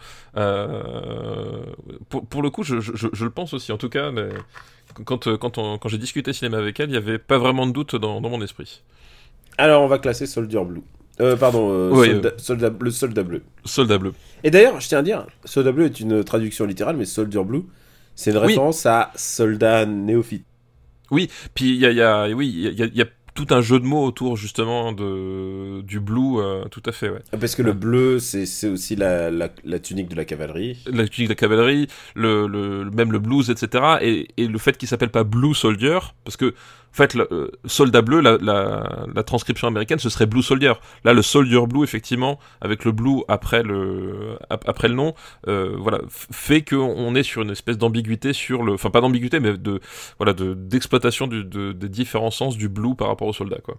euh, pour, pour le coup, je, je, je le pense aussi. En tout cas, mais quand, euh, quand, on- quand j'ai discuté cinéma avec elle, il n'y avait pas vraiment de doute dans, dans mon esprit. Alors, on va classer Soldier Blue. Euh, pardon, euh, Oui, soldat, soldat- le soldat bleu. Soldat bleu. Et d'ailleurs, je tiens à dire, soldat bleu est une traduction littérale, mais Soldier Blue, c'est une Oui. référence à soldat néophyte. Puis il y a, il y a- oui, il y a, il y a tout un jeu de mots autour justement de, du blue, euh, tout à fait, ouais. Parce que le bleu, c'est c'est aussi la, la, la tunique de la cavalerie. La tunique de la cavalerie, le, le, même le blues, et cetera. Et, et le fait qu'il s'appelle pas Blue Soldier, parce que, en fait, le, euh, soldat bleu, la, la, la transcription américaine, ce serait Blue Soldier. Là, le Soldier Blue, effectivement, avec le blue après le, ap- après le nom, euh, voilà, f- fait qu'on est sur une espèce d'ambiguïté sur le, enfin pas d'ambiguïté, mais de, voilà, de, d'exploitation du, de, des différents sens du blue par rapport au soldat, quoi.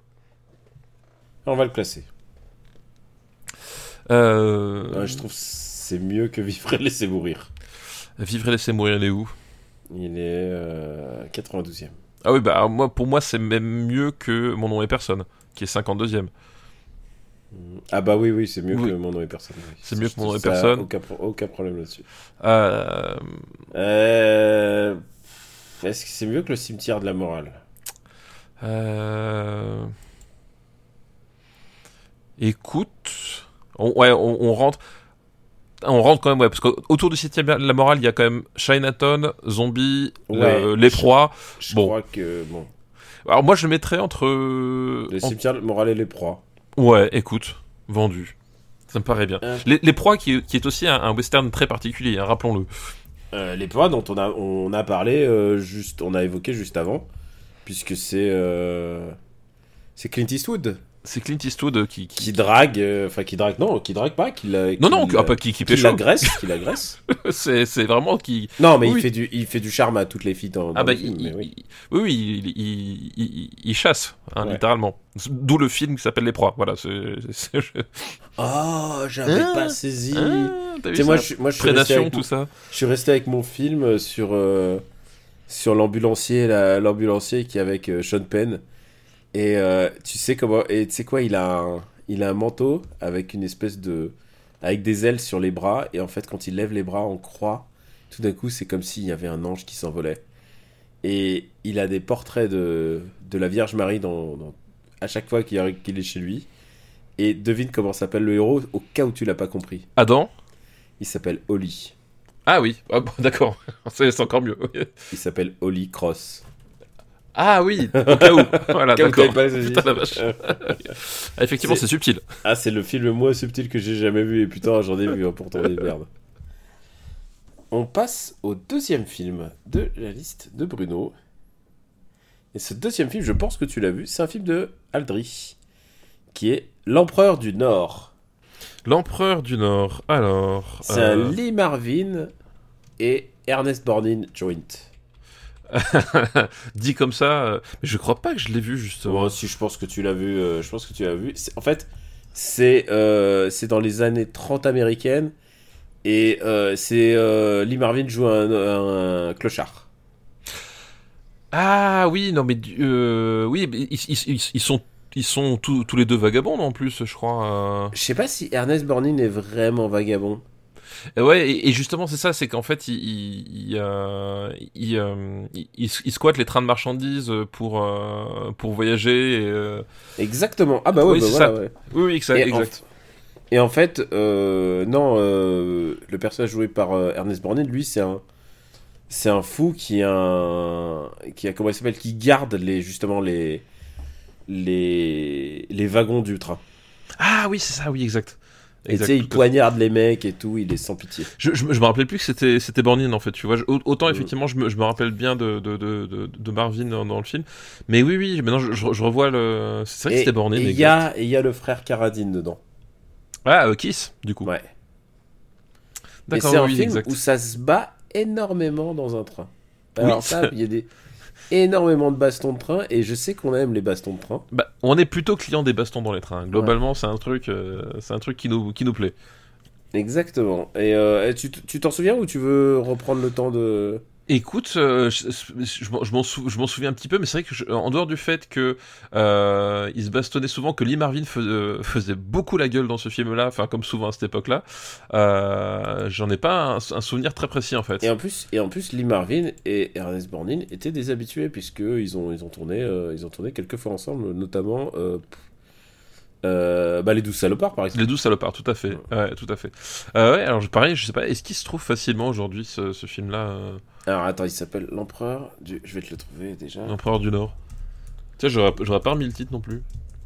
On va le classer. Euh, Ouais, je trouve que c'est mieux que Vivre et laisser mourir. Vivre et laisser mourir, il est où? Il est euh, quatre-vingt-douzième. Ah oui, bah alors moi, pour moi, c'est même mieux que Mon nom est personne, qui est cinquante-deuxième. Ah bah oui, oui, c'est mieux Oui. que Mon nom est personne. oui. C'est mieux que Mon nom est Ça, personne. Aucun, pro- aucun problème là-dessus. Euh... Euh... Est-ce que c'est mieux que Le cimetière de la morale? Euh... Écoute, on, ouais, on, on rentre, on rentre quand même, ouais, parce qu'autour du septième de la morale, il y a quand même Chinatown, Zombie, Ouais, le- Les Proies. Je Bon. crois que... Bon, Alors moi, je le mettrais entre. Le en- cimetière de la morale et les proies. Ouais, écoute, vendu. Ça me paraît bien. Euh. Les, Les Proies, qui, qui est aussi un, un western très particulier, hein, rappelons-le. Euh, les proies dont on a, on a parlé, euh, juste, on a évoqué juste avant, puisque c'est... euh, C'est Clint Eastwood C'est Clint Eastwood qui. qui... qui drague... euh, Enfin, qui drague... Non, qui drague pas, qui la... Non, non, qui, ah, pas qui, qui qui pécho. l'agresse, qui l'agresse. c'est, c'est vraiment qui. Non, mais Oui. il, fait du, il fait du charme à toutes les filles dans, dans Ah bah, le film, il, mais oui. il- oui, oui, il, il, il- il chasse, hein, Ouais. littéralement. D'où le film qui s'appelle Les Proies. Voilà, c'est. c'est- je- Oh, j'avais Ah, pas saisi. Ah, t'as vu Tu sais, moi, ça je, suis- moi, je suis resté Prédation, avec tout mon- ça. Je suis resté avec mon film euh, sur, euh, sur l'ambulancier, la- l'ambulancier qui est avec euh, Sean Penn. Et euh, tu sais comment, et tu sais quoi, il a un, il a un manteau avec une espèce de, avec des ailes sur les bras. Et en fait, quand il lève les bras en croix, tout d'un coup, c'est comme s'il y avait un ange qui s'envolait. Et il a des portraits de, de la Vierge Marie dans, dans- à chaque fois qu'il y a- qu'il est chez lui. Et devine comment s'appelle le héros, au cas où tu l'as pas compris. Adam. Il s'appelle Holly. Ah oui, ah, bon, d'accord. c'est, c'est encore mieux. Il s'appelle Holly Cross. Ah oui, au cas où. Voilà, Au cas où d'accord. t'avais pas saisi. Putain la vache. Ah, effectivement, C'est- c'est subtil. Ah, c'est le film le moins subtil que j'ai jamais vu, et putain, j'en ai vu hein, pour tourner de merde. On passe au deuxième film de la liste de Bruno, Et ce deuxième film, je pense que tu l'as vu, c'est un film de Aldrich, qui est L'Empereur du Nord. L'Empereur du Nord, alors... C'est euh... un Lee Marvin et Ernest Borgnine joint. Dit comme ça, euh... mais je crois pas que je l'ai vu, justement. Moi aussi, je pense que tu l'as vu. Euh, je pense que tu l'as vu. C'est, en fait, c'est, euh, c'est dans les années trente américaines, et euh, c'est euh, Lee Marvin joue un, un, un clochard. Ah oui, non mais euh, oui, ils, ils, ils, ils sont ils sont tous, tous les deux vagabonds en plus, je crois. Euh... Je sais pas si Ernest Borgnine est vraiment vagabond. Et ouais, et, et justement c'est ça, c'est qu'en fait il il il, euh, il, euh, il, il, il squatte les trains de marchandises pour euh, pour voyager. Et, euh... Exactement. Ah bah ouais, oui, bah c'est voilà, ça. ouais. Oui, oui, exact. Et exact. En, et en fait, euh, non, euh, le personnage joué par euh, Ernest Borgnine, lui, c'est un c'est un fou qui a un, qui a comment il s'appelle, qui garde les justement les les les wagons du train. Ah oui, c'est ça, oui, exact. Et tu sais, il poignarde les mecs et tout, il est sans pitié. Je, je, je me rappelais plus que c'était c'était Borgnine en fait, tu vois. Je, autant mmh. effectivement, je me, je me rappelle bien de, de, de, de, de Marvin dans, dans le film. Mais oui, oui, maintenant je, je, je revois le. C'est vrai que c'était Borgnine. Et il y, a, y a le frère Carradine dedans. Ah, euh, Kiss, du coup. Ouais. D'accord, et c'est oui, un film exact. où ça se bat énormément dans un train. Alors oui, ça, il y a des énormément de bastons de train, et je sais qu'on aime les bastons de train. Bah, on est plutôt client des bastons dans les trains. Globalement, ouais. c'est un truc, euh, c'est un truc qui nous, qui nous plaît. Exactement. Et, euh, et tu, tu t'en souviens ou tu veux reprendre le temps de... Écoute, euh, je, je, je, m'en sou, je m'en souviens un petit peu, mais c'est vrai que je, en dehors du fait que euh, il se bastonnait souvent, que Lee Marvin fais, faisait beaucoup la gueule dans ce film-là, enfin comme souvent à cette époque-là, euh, j'en ai pas un, un souvenir très précis en fait. Et en plus, et en plus, Lee Marvin et Ernest Borgnine étaient des habitués, puisque ils ont, ils ont tourné, euh, ils ont tourné quelques fois ensemble, notamment. Euh, Euh, bah les douze salopards par exemple. Les douze salopards, tout à fait. Ouais, ouais tout à fait. Euh, ouais, alors pareil, je sais pas, est-ce qu'il se trouve facilement aujourd'hui ce, ce film-là euh... Alors attends, il s'appelle L'Empereur du... Je vais te le trouver déjà. L'Empereur du Nord. Tiens, j'aurais, j'aurais pas remis le titre non plus.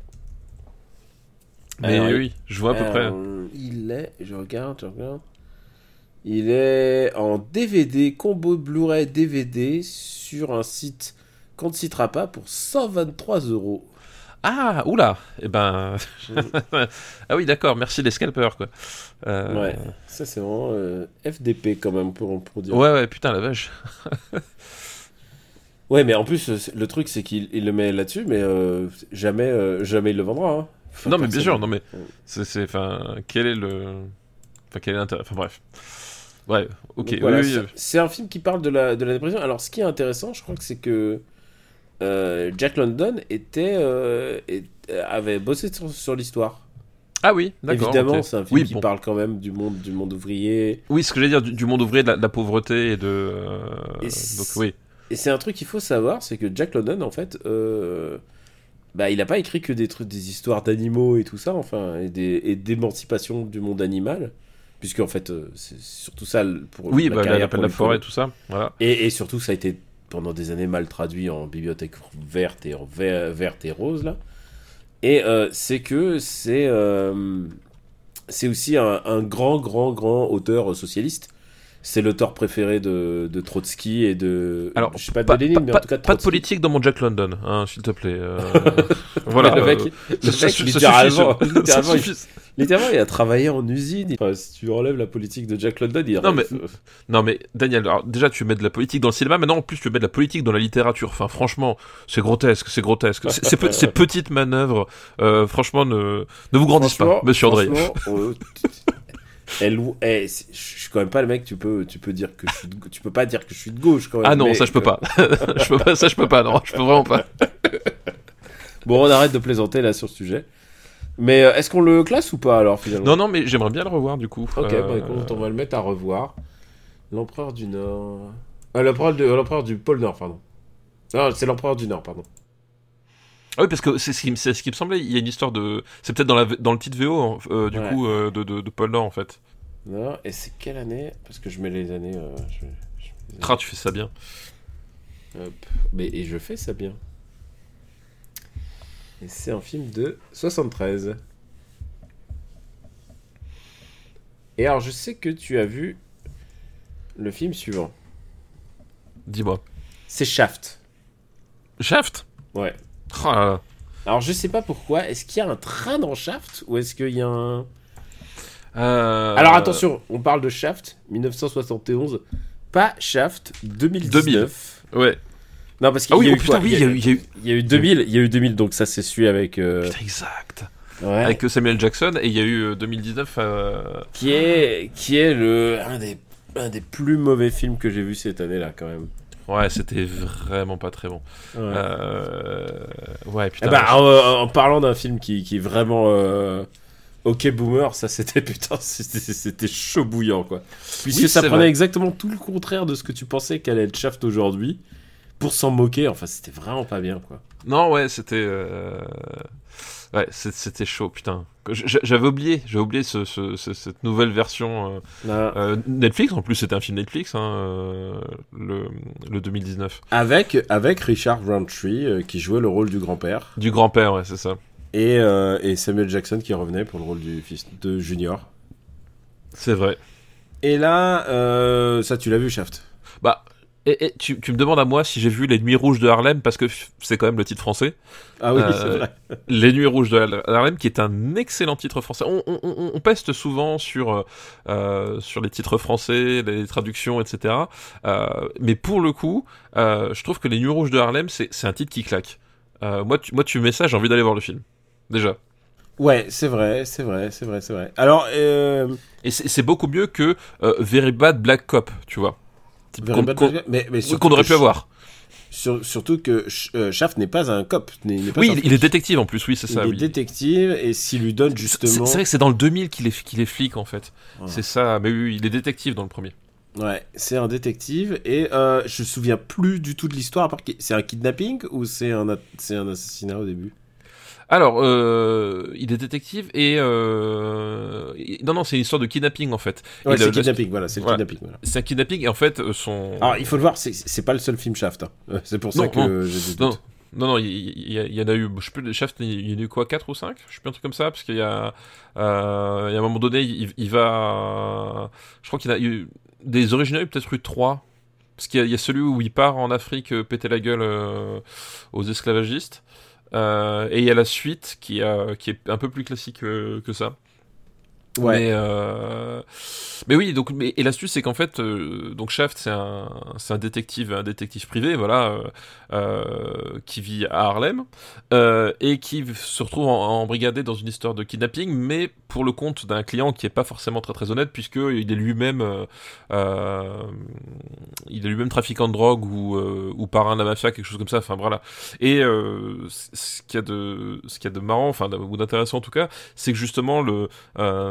Mais alors, oui, je vois à peu alors, près. Il est, je regarde, je regarde. Il est en D V D, combo Blu-ray D V D sur un site qu'on ne citera pas pour cent vingt-trois euros. Ah, oula, eh ben... ah oui, d'accord, merci les scalpers, quoi. Euh... Ouais, ça c'est vraiment euh, F D P quand même, pour, pour dire. Ouais, ouais, putain, la vache. Ouais, mais en plus, le truc c'est qu'il il le met là-dessus, mais euh, jamais, euh, jamais il le vendra. Hein. Enfin, non, mais bien sûr, non, mais... C'est, c'est, enfin, quel est le... Enfin, quel est l'intérêt... Enfin, bref. Ouais, ok. Donc, voilà, oui, c'est, oui. c'est un film qui parle de la, de la dépression. Alors, ce qui est intéressant, je crois que c'est que euh, Jack London était, euh, et, avait bossé sur, sur l'histoire. Ah oui, d'accord. Évidemment, okay. c'est un film oui, qui bon. parle quand même du monde, du monde ouvrier. Oui, ce que j'allais dire, du, du monde ouvrier, de la, de la pauvreté et de... Euh, et donc oui. Et c'est un truc qu'il faut savoir, c'est que Jack London, en fait, euh, bah, il n'a pas écrit que des trucs, des histoires d'animaux et tout ça, enfin, et, des, et d'émancipation du monde animal, puisque en fait, euh, c'est surtout ça pour oui, la bah, carrière l'appel de la forêt et tout ça, voilà. Et, et surtout, ça a été pendant des années mal traduit en bibliothèque verte et, verte et rose, là. Et euh, c'est que c'est, euh, c'est aussi un, un grand, grand, grand auteur socialiste. C'est l'auteur préféré de, de Trotsky et de... Alors, je sais pas de pas, Lénine, pas, mais en tout cas de pas de Trotsky. politique dans mon Jack London, hein, s'il te plaît. Euh... voilà. Le mec, euh, le ça, mec ça, littéralement, ça littéralement, suffit, il, littéralement, il a travaillé en usine. Enfin, si tu enlèves la politique de Jack London, il non, rêve. mais, non mais Daniel, alors, déjà tu mets de la politique dans le cinéma, maintenant en plus tu mets de la politique dans la littérature. Enfin franchement, c'est grotesque, c'est grotesque. C'est, c'est, ces petites manœuvres, euh, franchement, ne, ne vous grandissent pas, Monsieur André. Euh, Elle, eh, je suis quand même pas le mec. Tu peux, tu peux dire que je suis de, tu peux pas dire que je suis de gauche quand même. Ah non, mais, ça je peux pas. je peux pas. Ça je peux pas. Non, je peux vraiment pas. Bon, on arrête de plaisanter là sur ce sujet. Mais euh, est-ce qu'on le classe ou pas alors finalement? Non, non, mais j'aimerais bien le revoir du coup. Ok, euh... bah écoute, on va le mettre à revoir. L'empereur du Nord. Ah, l'empereur, de, l'empereur du pôle Nord, pardon. Non, c'est l'empereur du Nord, pardon. Ah oui, parce que c'est ce qui, c'est ce qui me semblait, il y a une histoire de... C'est peut-être dans, la, dans le titre V O, euh, du ouais. coup, euh, de, de, de Pôle Nord, en fait. Non, et c'est quelle année? Parce que je mets les années... Euh, je, je les années. Ah, tu fais ça bien. Hop. Mais, et je fais ça bien. Et c'est un film de soixante-treize. Et alors, je sais que tu as vu le film suivant. Dis-moi. C'est Shaft. Shaft. Ouais. Oh là là. Alors je sais pas pourquoi, est-ce qu'il y a un train dans Shaft ou est-ce qu'il y a un... Euh... Alors attention, on parle de Shaft, dix-neuf cent soixante et onze, pas Shaft, deux mille dix-neuf. deux mille. Ouais. Non, parce qu'il ah oui, y a oh eu putain, quoi oui, il y a, il y a eu... Il y a eu deux mille, il y a eu deux mille, donc ça c'est celui avec... Euh... Putain, exact. Ouais. Avec Samuel Jackson, et il y a eu deux mille dix-neuf... Euh... Qui est, qui est le, un, des, un des plus mauvais films que j'ai vu cette année-là, quand même. Ouais, c'était vraiment pas très bon. Ouais, euh... ouais putain. Eh bah, en, en parlant d'un film qui, qui est vraiment... Euh... Ok Boomer, ça c'était putain, c'était, c'était chaud bouillant quoi. Puisque oui, ça prenait vrai. exactement tout le contraire de ce que tu pensais qu'allait être Shaft aujourd'hui, pour s'en moquer, enfin c'était vraiment pas bien quoi. Non ouais, c'était... Euh... Ouais, c'était chaud, putain. J'avais oublié, j'avais oublié ce, ce, ce, cette nouvelle version euh, ah. euh, Netflix. En plus, c'était un film Netflix, hein, euh, le, le deux mille dix-neuf. Avec, avec Richard Roundtree, euh, qui jouait le rôle du grand-père. Du grand-père, ouais, c'est ça. Et, euh, et Samuel Jackson qui revenait pour le rôle du fils de Junior. C'est vrai. Et là, euh, ça, tu l'as vu, Shaft? Bah... Et, et tu, tu me demandes à moi si j'ai vu Les Nuits Rouges de Harlem, parce que c'est quand même le titre français. Ah oui, euh, c'est vrai. Les Nuits Rouges de Harlem, qui est un excellent titre français. On, on, on, on peste souvent sur, euh, sur les titres français, les traductions, et cetera. Euh, mais pour le coup, euh, je trouve que Les Nuits Rouges de Harlem, c'est, c'est un titre qui claque. Euh, moi, tu, moi, tu mets ça, j'ai envie d'aller voir le film. Déjà. Ouais, c'est vrai, c'est vrai, c'est vrai, c'est vrai. Alors, euh... Et c'est, c'est beaucoup mieux que euh, Very Bad Black Cop, tu vois. Qu'on, qu'on, mais, mais qu'on aurait pu avoir. Sur, surtout que euh, Shaft n'est pas un cop. N'est, n'est pas oui, un il, il est détective en plus, oui, c'est il ça. Il est oui. détective, et s'il lui donne justement... C'est, c'est vrai que c'est dans le deux mille qu'il est, qu'il est flic, en fait. Ah. C'est ça, mais oui, il est détective dans le premier. Ouais, c'est un détective, et euh, je me souviens plus du tout de l'histoire, à part que c'est un kidnapping, ou c'est un, c'est un assassinat au début? Alors, euh, il est détective et euh... non non c'est une histoire de kidnapping en fait. Ouais, et c'est le, kidnapping, voilà, c'est le voilà. kidnapping. Voilà. C'est un kidnapping et en fait son. Alors il faut le voir, c'est, c'est pas le seul film Shaft. Hein. C'est pour ça non, que non, j'ai des doutes. Non. Non, non, il y, y, y en a eu, je sais plus, Shaft, il y en a eu quoi, quatre ou cinq? Je sais plus, un truc comme ça, parce qu'il y a, euh, il y a un moment donné, il, il va, je crois qu'il y a eu, des originaux, il y a peut-être eu trois, parce qu'il y a, il y a celui où il part en Afrique euh, péter la gueule euh, aux esclavagistes. Euh, et il y a la suite qui, a, qui est un peu plus classique que, que ça. Ouais. Mais, euh... mais oui, donc, mais, et l'astuce, c'est qu'en fait, euh, donc Shaft, c'est un, c'est un détective, un détective privé, voilà, euh, euh, qui vit à Harlem, euh, et qui se retrouve en, embrigadé dans une histoire de kidnapping, mais pour le compte d'un client qui est pas forcément très très honnête, puisque il est lui-même, euh, euh, il est lui-même trafiquant de drogue ou, euh, ou parrain de la mafia, quelque chose comme ça. Enfin voilà. Et euh, ce qu'il y a de, ce qu'il y a de marrant, enfin ou d'intéressant en tout cas, c'est que justement le euh,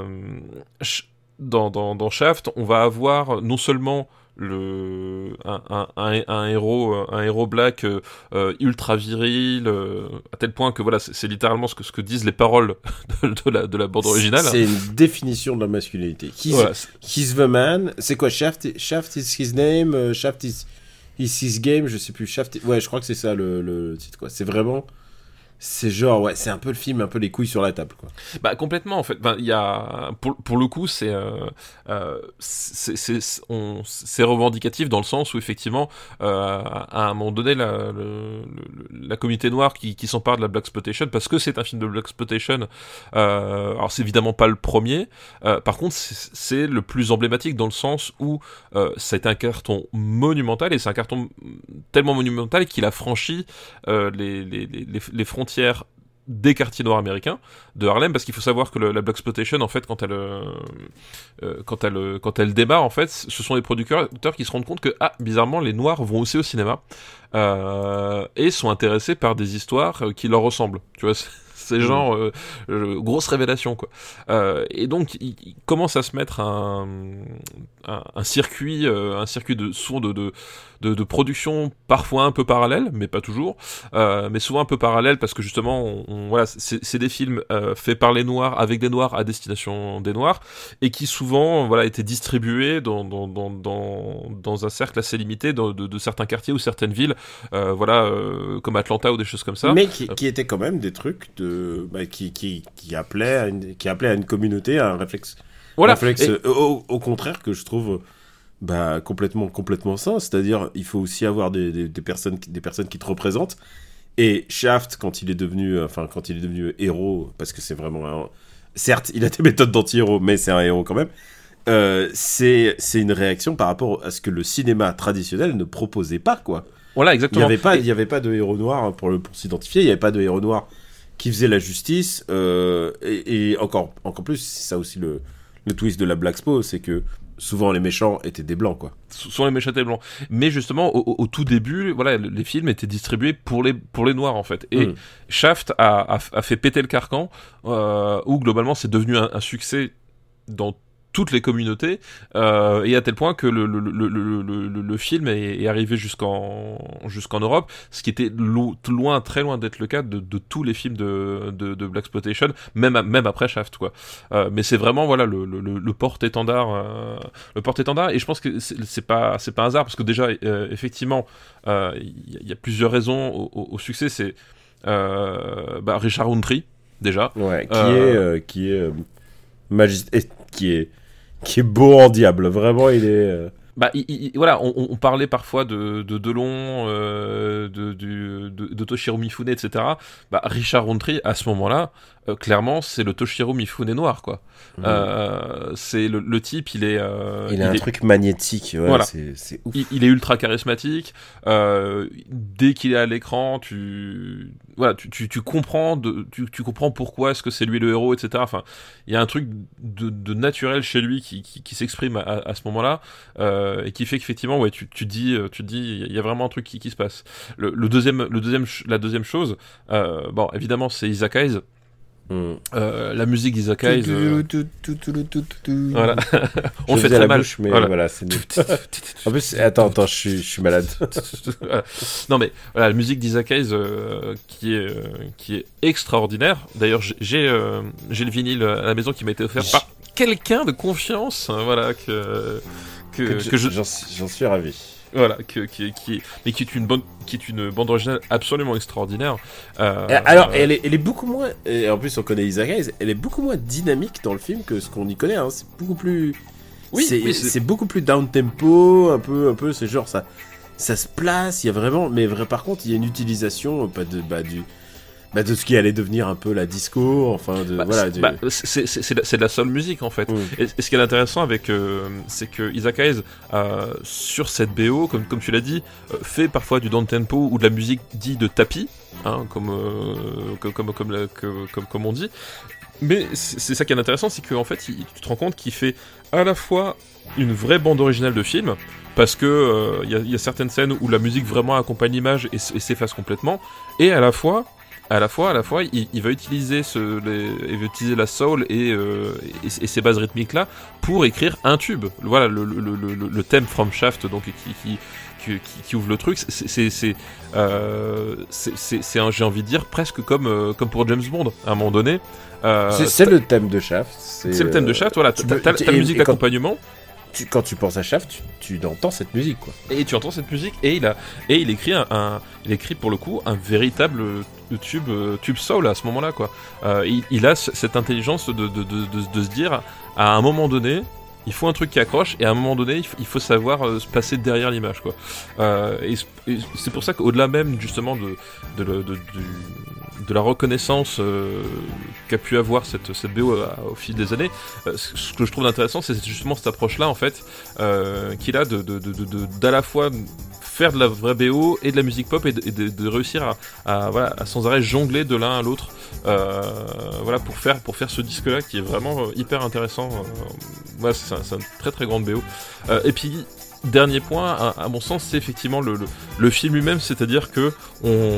Dans, dans, dans Shaft, on va avoir non seulement le un, un, un, un héros un héros black euh, ultra viril euh, à tel point que voilà c'est, c'est littéralement ce que ce que disent les paroles de, de la de la bande originale. C'est une définition de la masculinité. He's, voilà. He's the man. C'est quoi Shaft? Shaft is his name. Uh, Shaft is is his game. Je sais plus. Shaft. Ouais, je crois que c'est ça le, le titre quoi. C'est vraiment. C'est genre, ouais, c'est un peu le film, un peu les couilles sur la table, quoi. Bah, complètement, en fait. Ben, il y a, pour, pour le coup, c'est, euh, euh, c'est, c'est, on, c'est revendicatif dans le sens où, effectivement, euh, à un moment donné, la, le, le, la communauté noire qui, qui s'empare de la blaxploitation, parce que c'est un film de blaxploitation, euh, alors c'est évidemment pas le premier, euh, par contre, c'est, c'est le plus emblématique dans le sens où euh, ça a été un carton monumental, et c'est un carton tellement monumental qu'il a franchi euh, les, les, les, les frontières des quartiers noirs américains de Harlem, parce qu'il faut savoir que le, la blaxploitation, en fait, quand elle euh, quand elle quand elle démarre, en fait, ce sont les producteurs qui se rendent compte que ah bizarrement les noirs vont aussi au cinéma euh, et sont intéressés par des histoires qui leur ressemblent, tu vois. C'est genre euh, euh, grosse révélation quoi. Euh, et donc il, il commence à se mettre un, un, un circuit, euh, un circuit de son de, de de de production parfois un peu parallèle, mais pas toujours, euh, mais souvent un peu parallèle parce que justement on, on, voilà c'est, c'est des films euh, faits par les noirs avec des noirs à destination des noirs et qui souvent voilà étaient distribués dans dans dans dans, dans un cercle assez limité de, de, de certains quartiers ou certaines villes, euh, voilà euh, comme Atlanta ou des choses comme ça. Mais qui, qui étaient quand même des trucs de Bah, qui, qui, qui, appelait à une, qui appelait à une communauté, à un réflexe, voilà. réflexe et... au, au contraire que je trouve bah, complètement, complètement sain. C'est-à-dire, il faut aussi avoir des, des, des, personnes, des personnes qui te représentent. Et Shaft, quand il est devenu, enfin, quand il est devenu héros, parce que c'est vraiment un... Certes, il a des méthodes d'anti-héros, mais c'est un héros quand même. Euh, c'est, c'est une réaction par rapport à ce que le cinéma traditionnel ne proposait pas, quoi. Voilà, exactement. Il n'y avait pas, et... il y avait pas de héros noir pour, le, pour s'identifier, il n'y avait pas de héros noir qui faisait la justice, euh, et, et encore, encore plus, c'est ça aussi le, le twist de la Blaxpo, c'est que souvent les méchants étaient des blancs, quoi. Souvent les méchants étaient blancs. Mais justement, au, au tout début, voilà, les films étaient distribués pour les, pour les noirs, en fait. Et mmh. Shaft a, a, a fait péter le carcan, euh, où globalement c'est devenu un, un succès dans toutes les communautés, euh, et à tel point que le, le, le, le, le, le film est, est arrivé jusqu'en, jusqu'en Europe, ce qui était lo, loin, très loin d'être le cas de, de tous les films de, de, de Blaxploitation, même, même après Shaft, quoi. Euh, mais c'est vraiment, voilà, le, le, le porte-étendard, euh, le porte-étendard, et je pense que c'est, c'est pas, c'est pas un hasard, parce que déjà, euh, effectivement, il euh, y, y a plusieurs raisons au, au, au succès, c'est euh, bah, Richard Roundtree, déjà. Ouais, qui euh, est, euh, qui est, euh, magist- qui est, qui est beau en diable, vraiment, il est... Euh... Bah, il, il, voilà, on, on parlait parfois de, de Delon, euh, de, de, de, de Toshiro Mifune, et cetera. Bah, Richard Roundtree, à ce moment-là, euh, clairement, c'est le Toshiro Mifune noir, quoi. Mmh. Euh, c'est le, le type, il est... Euh, il a il un est... truc magnétique, ouais, voilà. c'est, c'est ouf. Il, il est ultra charismatique. Euh, dès qu'il est à l'écran, tu... Voilà, tu, tu, tu comprends, de, tu, tu comprends pourquoi est-ce que c'est lui le héros, et cetera. Enfin, il y a un truc de, de naturel chez lui qui, qui, qui s'exprime à, à ce moment-là, euh, et qui fait qu'effectivement, ouais, tu, tu dis, tu dis, il y a vraiment un truc qui, qui se passe. Le, le deuxième, le deuxième, la deuxième chose, euh, bon, évidemment, c'est Isaac Hayes. Mm. Euh, la musique d'Isaac Hayes. Euh... Voilà. On je fait très la mal. Bouche, mais voilà, voilà c'est en plus, attends, attends, je suis, je suis malade. Non mais voilà, la musique d'Isaac Hayes euh, qui est, euh, qui est extraordinaire. D'ailleurs, j'ai, euh, j'ai le vinyle à la maison qui m'a été offert J... par quelqu'un de confiance. Hein, voilà que que, que, que je, j'en, j'en suis ravi. Voilà, que, qui, qui, mais qui est une bande, qui est une bande originale absolument extraordinaire. Euh, Alors, elle est, elle est beaucoup moins. Et en plus, on connaît Isaac Hayes. Elle est beaucoup moins dynamique dans le film que ce qu'on y connaît. Hein. C'est beaucoup plus. Oui, c'est, oui, c'est... c'est beaucoup plus down tempo, un peu, un peu. C'est genre ça, ça se place. Il y a vraiment, mais vrai. Par contre, il y a une utilisation, pas de, bah, du. Bah de ce qui allait devenir un peu la disco, enfin de bah, voilà. C'est, du... bah, c'est, c'est, c'est, de, c'est de la soul music en fait. Mm. Et, et ce qui est intéressant avec, euh, c'est que Isaac Hayes euh, sur cette B O, comme comme tu l'as dit, euh, fait parfois du down tempo ou de la musique dit de tapis, hein, comme, euh, comme comme comme, la, que, comme comme on dit. Mais c'est, c'est ça qui est intéressant, c'est qu'en fait, il, tu te rends compte qu'il fait à la fois une vraie bande originale de film, parce que il euh, y, y a certaines scènes où la musique vraiment accompagne l'image et, et s'efface complètement, et à la fois À la fois, à la fois, il, il va utiliser ce, les, il va utiliser la soul et, euh, et, et ces bases rythmiques là pour écrire un tube. Voilà le, le, le, le, le thème From Shaft, donc qui, qui, qui, qui ouvre le truc. C'est, c'est, c'est, euh, c'est, c'est, c'est un, j'ai envie de dire presque comme, euh, comme pour James Bond à un moment donné. Euh, c'est, c'est le thème de Shaft. C'est, c'est le thème de Shaft. Voilà, t'as, t'as, t'as la musique d'accompagnement. Tu, quand tu penses à Shaft, tu, tu entends cette musique, quoi. Et tu entends cette musique, et il a, et il écrit un, un il écrit pour le coup un véritable tube, tube soul à ce moment-là, quoi. Euh, il, il a cette intelligence de, de, de, de, de se dire, à un moment donné, il faut un truc qui accroche, et à un moment donné, il faut savoir se passer derrière l'image, quoi. Euh, et, et c'est pour ça qu'au-delà même, justement, de, de, de, de, de la reconnaissance euh, qu'a pu avoir cette, cette B O au, au fil des années, euh, ce que je trouve intéressant, c'est justement cette approche-là, en fait, euh, qu'il a de, de, de, de, de, d'à la fois faire de la vraie B O et de la musique pop, et de, et de, de réussir à, à, voilà, à sans arrêt jongler de l'un à l'autre, euh, voilà, pour faire, pour faire ce disque-là qui est vraiment hyper intéressant. Euh, voilà, c'est, un, c'est une très très grande B O. Euh, et puis, dernier point, à, à mon sens, c'est effectivement le, le, le film lui-même, c'est-à-dire que on...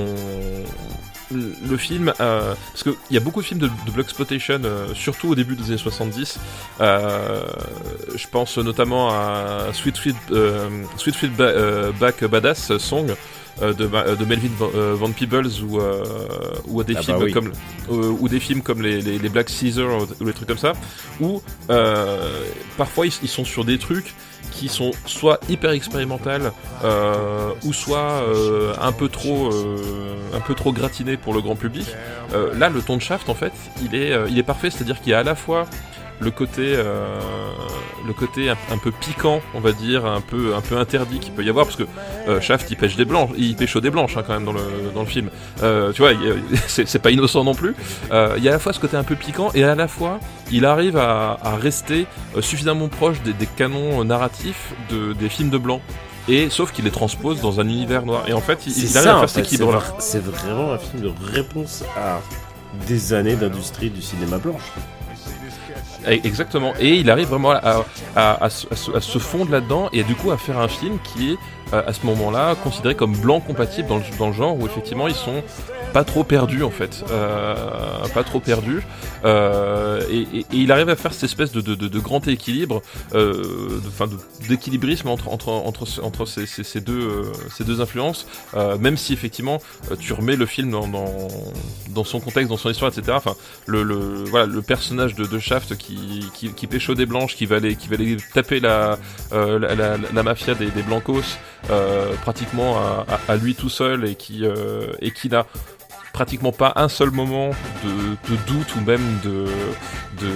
Le film, euh, parce qu'il y a beaucoup de films de, de Blaxploitation, euh, surtout au début des années soixante-dix. Euh, je pense notamment à Sweet Sweet, euh, Sweet, Sweet ba- euh, Back Badass Song euh, de, de Melvin Van, euh, Van Peebles, ou, euh, ou à des ah films bah oui. comme euh, ou des films comme les, les, les Black Caesar ou les trucs comme ça, où euh, parfois ils, ils sont sur des trucs qui sont soit hyper expérimentales, euh, ou soit euh, un peu trop euh, un peu trop gratinés pour le grand public. Euh, là, le ton de Shaft, en fait, il est euh, il est parfait, c'est-à-dire qu'il y a à la fois le côté, euh, le côté un, un peu piquant, on va dire, un peu, un peu interdit qu'il peut y avoir, parce que euh, Shaft il pêche des blanches, il pêche des blanches hein, quand même dans le dans le film. Euh, tu vois, il, c'est, c'est pas innocent non plus. Euh, il y a à la fois ce côté un peu piquant et à la fois il arrive à, à rester euh, suffisamment proche des, des canons narratifs de, des films de blanc. Et sauf qu'il les transpose dans un univers noir. Et en fait, il, il arrive à faire cet équilibre-là. C'est vraiment un film de réponse à des années d'industrie du cinéma blanc. Exactement. Et il arrive vraiment à, à, à, à, se, à se fondre là-dedans et du coup à faire un film qui est à ce moment-là considéré comme blanc compatible dans le, dans le genre où effectivement ils sont pas trop perdus en fait, euh, pas trop perdus, euh, et, et, et il arrive à faire cette espèce de, de, de, de grand équilibre, euh, de, fin de, d'équilibrisme entre, entre, entre, entre ces, ces, ces, deux, euh, ces deux influences, euh, même si effectivement tu remets le film dans, dans, dans son contexte, dans son histoire, et cetera. Enfin, le, le, voilà, le personnage de, de Shaft qui, qui, qui pécho des blanches, qui va aller, qui va aller taper la, euh, la, la, la mafia des, des blancos, euh, pratiquement à, à, à lui tout seul, et qui, euh, et qui n'a pratiquement pas un seul moment de, de doute ou même de, de,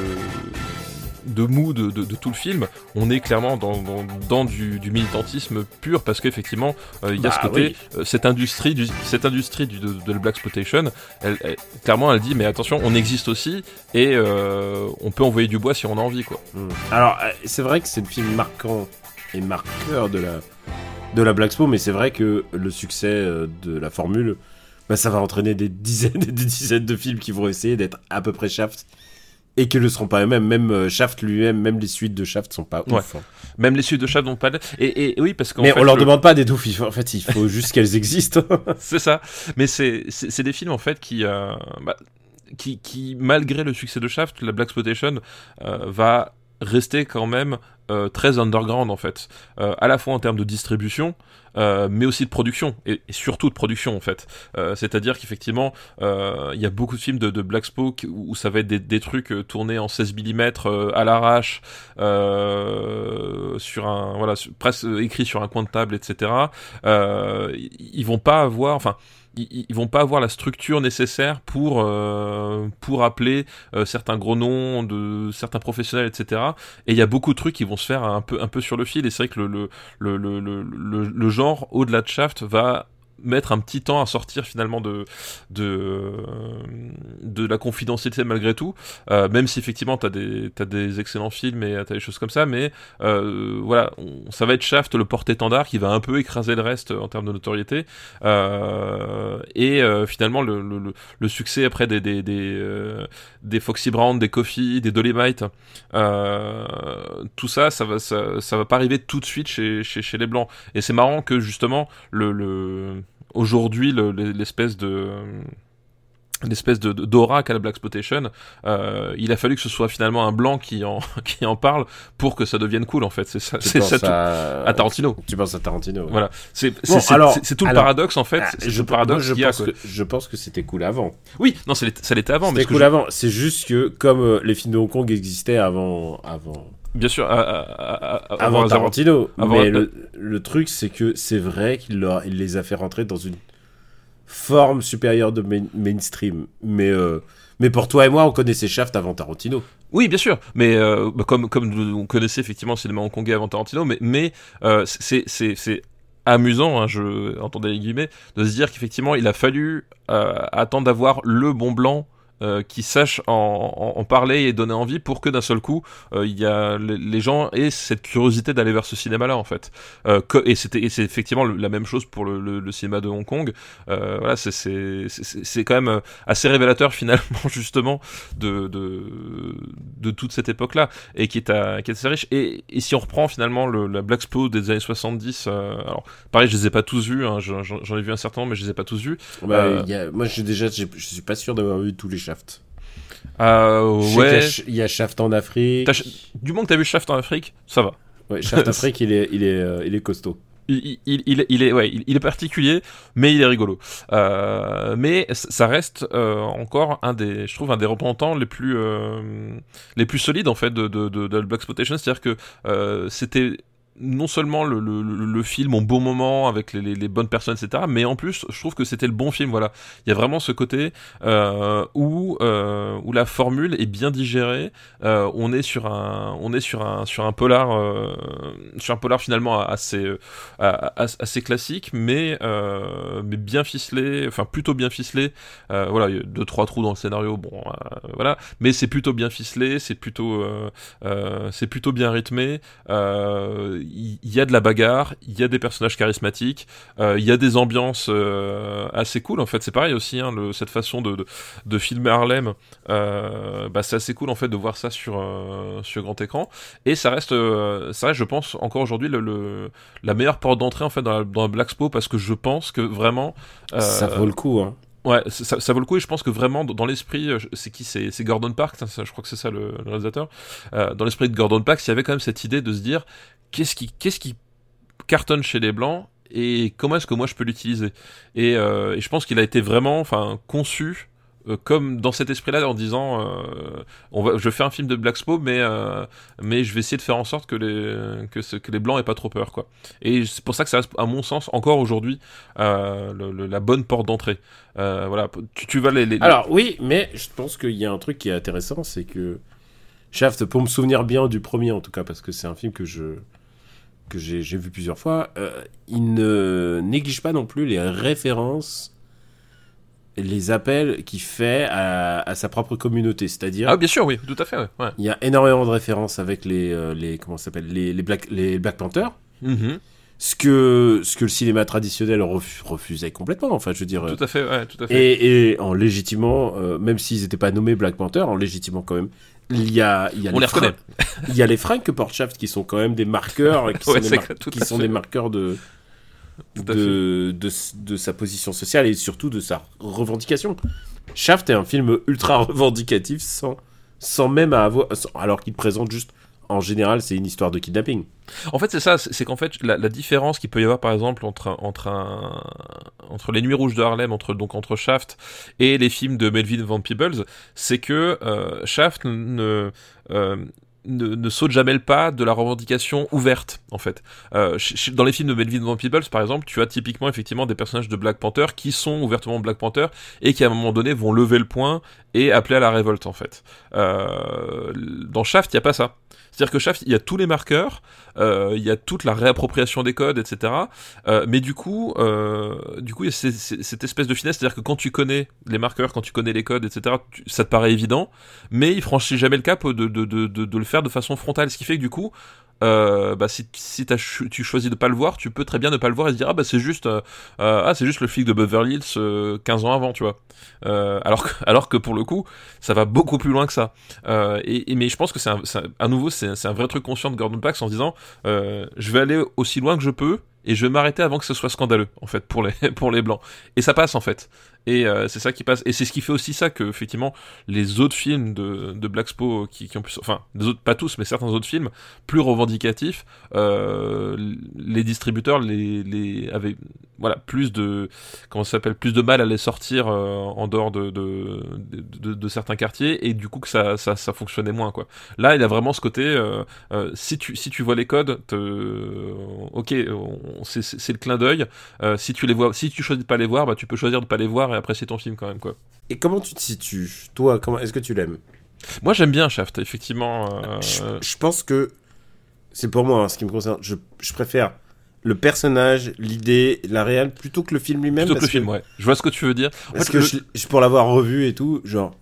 de mou de, de, de tout le film. On est clairement dans, dans, dans du, du militantisme pur, parce qu'effectivement il euh, y a bah, ce côté, oui. euh, cette industrie du, cette industrie du, de, de la blaxploitation, elle, elle, clairement elle dit mais attention, on existe aussi et euh, on peut envoyer du bois si on a envie quoi. Mmh. Alors c'est vrai que c'est le film marquant et marqueur de la, de la Blaxpo, mais c'est vrai que le succès de la formule, bah, ça va entraîner des dizaines et des dizaines de films qui vont essayer d'être à peu près Shaft et qui ne le seront pas eux-mêmes. Même Shaft lui-même, même les suites de Shaft sont pas ouais. ouf. Hein. Même les suites de Shaft n'ont pas. Et, et oui, parce qu'en mais fait, on leur le... demande pas d'être ouf. En fait, il faut juste qu'elles existent. C'est ça. Mais c'est, c'est, c'est des films en fait qui, euh, bah, qui, qui, malgré le succès de Shaft, la blaxploitation euh, va rester quand même euh, très underground en fait, euh, à la fois en termes de distribution, euh, mais aussi de production, et, et surtout de production en fait. Euh, c'est-à-dire qu'effectivement, il euh, y a beaucoup de films de, de Blaxpo où, où ça va être des, des trucs euh, tournés en seize millimètres euh, à l'arrache, euh, sur un voilà, sur, presque écrit sur un coin de table, et cetera. Euh, ils vont pas avoir, enfin. Ils, ils vont pas avoir la structure nécessaire pour euh, pour appeler euh, certains gros noms de certains professionnels, et cetera. Et il y a beaucoup de trucs qui vont se faire un peu un peu sur le fil. Et c'est vrai que le le le le le, le genre au-delà de Shaft va mettre un petit temps à sortir finalement de de de la confidentialité malgré tout, euh, même si effectivement t'as des t'as des excellents films et t'as des choses comme ça, mais euh, voilà, on, ça va être Shaft le porte-étendard qui va un peu écraser le reste en termes de notoriété, euh, et euh, finalement le, le le succès après des des des, euh, des Foxy Brown, des Coffy, des Dolomite, euh, tout ça ça va ça, ça va pas arriver tout de suite chez chez chez les blancs. Et c'est marrant que justement le le aujourd'hui, le, l'espèce de l'espèce de d'aura qu'a la blaxploitation, euh, il a fallu que ce soit finalement un blanc qui en qui en parle pour que ça devienne cool en fait. C'est ça, c'est ça à... tout. À Tarantino. Tu penses à Tarantino. Ouais. Voilà. C'est c'est, bon, c'est, alors, c'est, c'est tout le alors, paradoxe en fait. Ah, c'est je, tout le paradoxe. Moi, je, pense a, que, je pense que c'était cool avant. Oui, non, ça l'était, ça l'était avant. C'était mais cool je... avant. C'est juste que comme euh, les films de Hong Kong existaient avant avant. Bien sûr, à, à, à, à, avant Tarantino. Avant... Mais le, le truc, c'est que c'est vrai qu'il leur, il les a fait rentrer dans une forme supérieure de main, mainstream. Mais, euh, mais pour toi et moi, on connaissait Shaft avant Tarantino. Oui, bien sûr. Mais euh, bah, comme, comme on connaissait effectivement le cinéma hongkongais avant Tarantino, mais, mais euh, c'est, c'est, c'est amusant, hein, je entendais les guillemets, de se dire qu'effectivement, il a fallu euh, attendre d'avoir le bon blanc Euh, qui sache en, en, en parler et donner envie pour que d'un seul coup il euh, y a les, les gens aient cette curiosité d'aller vers ce cinéma-là en fait. Euh, que, et c'était et c'est effectivement le, la même chose pour le, le, le cinéma de Hong Kong. Euh, voilà, c'est, c'est c'est c'est quand même assez révélateur finalement justement de de de toute cette époque-là et qui est à, qui est assez riche. Et, et si on reprend finalement le, la Blaxpo des années soixante-dix, euh, alors pareil, je les ai pas tous vus, hein, j'en, j'en ai vu un certain nombre, mais je les ai pas tous vus. Bah, euh, y a, moi, j'ai déjà, j'ai, je suis pas sûr d'avoir vu tous les Shaft. Euh, ouais. Il y a Shaft en Afrique. T'as, du moment que t'as vu Shaft en Afrique, ça va. Ouais, Shaft en Afrique, il est, il est, euh, il est costaud. Il, il, il, il est, ouais, il, il est particulier, mais il est rigolo. Euh, mais ça reste euh, encore un des, je trouve, un des représentants les plus, euh, les plus solides en fait de de de, de la blaxploitation. C'est-à-dire que euh, c'était non seulement le, le, le film au bon moment avec les, les, les bonnes personnes, et cetera, mais en plus, je trouve que c'était le bon film. Voilà, il y a vraiment ce côté euh, où euh, où la formule est bien digérée. Euh, on est sur un on est sur un sur un polar euh, sur un polar finalement assez euh, assez classique, mais euh, mais bien ficelé, enfin plutôt bien ficelé. Euh, voilà, il y a deux trois trous dans le scénario, bon, euh, voilà, mais c'est plutôt bien ficelé, c'est plutôt euh, euh, c'est plutôt bien rythmé. Euh, il y, y a de la bagarre, il y a des personnages charismatiques, il euh, y a des ambiances euh, assez cool. En fait, c'est pareil aussi, hein, le, cette façon de, de, de filmer Harlem, euh, bah, c'est assez cool en fait de voir ça sur euh, sur grand écran. Et ça reste, euh, ça reste, je pense, encore aujourd'hui le, le la meilleure porte d'entrée en fait dans la, dans la Blaxpo, parce que je pense que vraiment euh, ça vaut le coup, hein. Ouais, ça, ça vaut le coup, et je pense que vraiment dans l'esprit, c'est qui, c'est, c'est Gordon Parks, ça, ça, je crois que c'est ça le, le réalisateur. Euh, dans l'esprit de Gordon Parks, il y avait quand même cette idée de se dire qu'est-ce qui, qu'est-ce qui cartonne chez les blancs et comment est-ce que moi je peux l'utiliser. Et, euh, et je pense qu'il a été vraiment, enfin, conçu euh, comme dans cet esprit-là, en disant, euh, on va, je fais un film de Blaxpo, mais euh, mais je vais essayer de faire en sorte que les que, ce, que les blancs aient pas trop peur, quoi. Et c'est pour ça que ça reste, à mon sens, encore aujourd'hui, euh, le, le, la bonne porte d'entrée. Euh, voilà, tu, tu vas les, les... Alors oui, mais je pense qu'il y a un truc qui est intéressant, c'est que Shaft, pour me souvenir bien du premier en tout cas, parce que c'est un film que je que j'ai, j'ai vu plusieurs fois, euh, il ne néglige pas non plus les références, les appels qu'il fait à, à sa propre communauté, c'est-à-dire... Ah bien sûr, oui, tout à fait, ouais. Ouais. Il y a énormément de références avec les, euh, les comment ça s'appelle, les, les, Black, les Black Panthers, mm-hmm. ce, que, ce que le cinéma traditionnel ref, refusait complètement, enfin je veux dire... Tout à fait, ouais, tout à fait. Et, et en légitimant, euh, même s'ils n'étaient pas nommés Black Panther, en légitimant quand même, il y a, il y a on les reconnaît. Il y a les fringues que porte Shaft qui sont quand même des marqueurs, qui ouais, sont, des, mar- qui sont des marqueurs de, de, de, de sa position sociale et surtout de sa revendication. Shaft est un film ultra revendicatif sans, sans même avoir, alors qu'il présente juste, en général, c'est une histoire de kidnapping. En fait, c'est ça, c'est, c'est qu'en fait, la, la différence qu'il peut y avoir, par exemple, entre, entre, un, entre Les Nuits Rouges de Harlem, entre, donc, entre Shaft et les films de Melvin Van Peebles, c'est que euh, Shaft ne... Euh, Ne, ne saute jamais le pas de la revendication ouverte, en fait. Euh, ch- dans les films de Melvin Van Peebles, par exemple, tu as typiquement effectivement des personnages de Black Panther qui sont ouvertement Black Panther et qui à un moment donné vont lever le poing et appeler à la révolte, en fait. Euh, dans Shaft, il n'y a pas ça. C'est-à-dire que Shaft, il y a tous les marqueurs, euh, il y a toute la réappropriation des codes, et cetera. Euh, mais du coup, euh, du coup, il y a c- c- cette espèce de finesse, c'est-à-dire que quand tu connais les marqueurs, quand tu connais les codes, et cetera, tu, ça te paraît évident, mais il franchit jamais le cap de, de, de, de, de le faire de façon frontale, ce qui fait que du coup, euh, bah si, si t'as ch- tu choisis de pas le voir, tu peux très bien ne pas le voir et se dire ah bah c'est juste euh, euh, ah c'est juste le flic de Beverly Hills euh, quinze ans avant, tu vois. Euh, alors que alors que pour le coup, ça va beaucoup plus loin que ça. Euh, et, et mais je pense que c'est, un, c'est un, à nouveau c'est, c'est un vrai truc conscient de Gordon Parks en se disant euh, je vais aller aussi loin que je peux et je vais m'arrêter avant que ce soit scandaleux en fait pour les pour les blancs. Et ça passe en fait. Et euh, c'est ça qui passe, et c'est ce qui fait aussi ça que effectivement les autres films de de Blaxpo qui, qui ont pu, enfin les autres pas tous mais certains autres films plus revendicatifs, euh, les distributeurs les les avaient voilà plus de comment ça s'appelle plus de mal à les sortir euh, en dehors de de, de de de certains quartiers, et du coup que ça ça ça fonctionnait moins, quoi. Là il a vraiment ce côté euh, euh, si tu si tu vois les codes, te, ok on, c'est c'est le clin d'œil. Euh, si tu les vois, si tu choisis de pas les voir, bah tu peux choisir de pas les voir et apprécier ton film quand même, quoi. Et comment tu te situes, toi, comment est-ce que tu l'aimes? Moi j'aime bien Shaft, effectivement. Euh... Je, je pense que c'est pour moi, hein, ce qui me concerne, je, je préfère le personnage, l'idée, la réelle, plutôt que le film lui-même. Plutôt que le que, film, ouais. Je vois ce que tu veux dire. Parce fait, que le... je, je, pour l'avoir revu et tout, genre,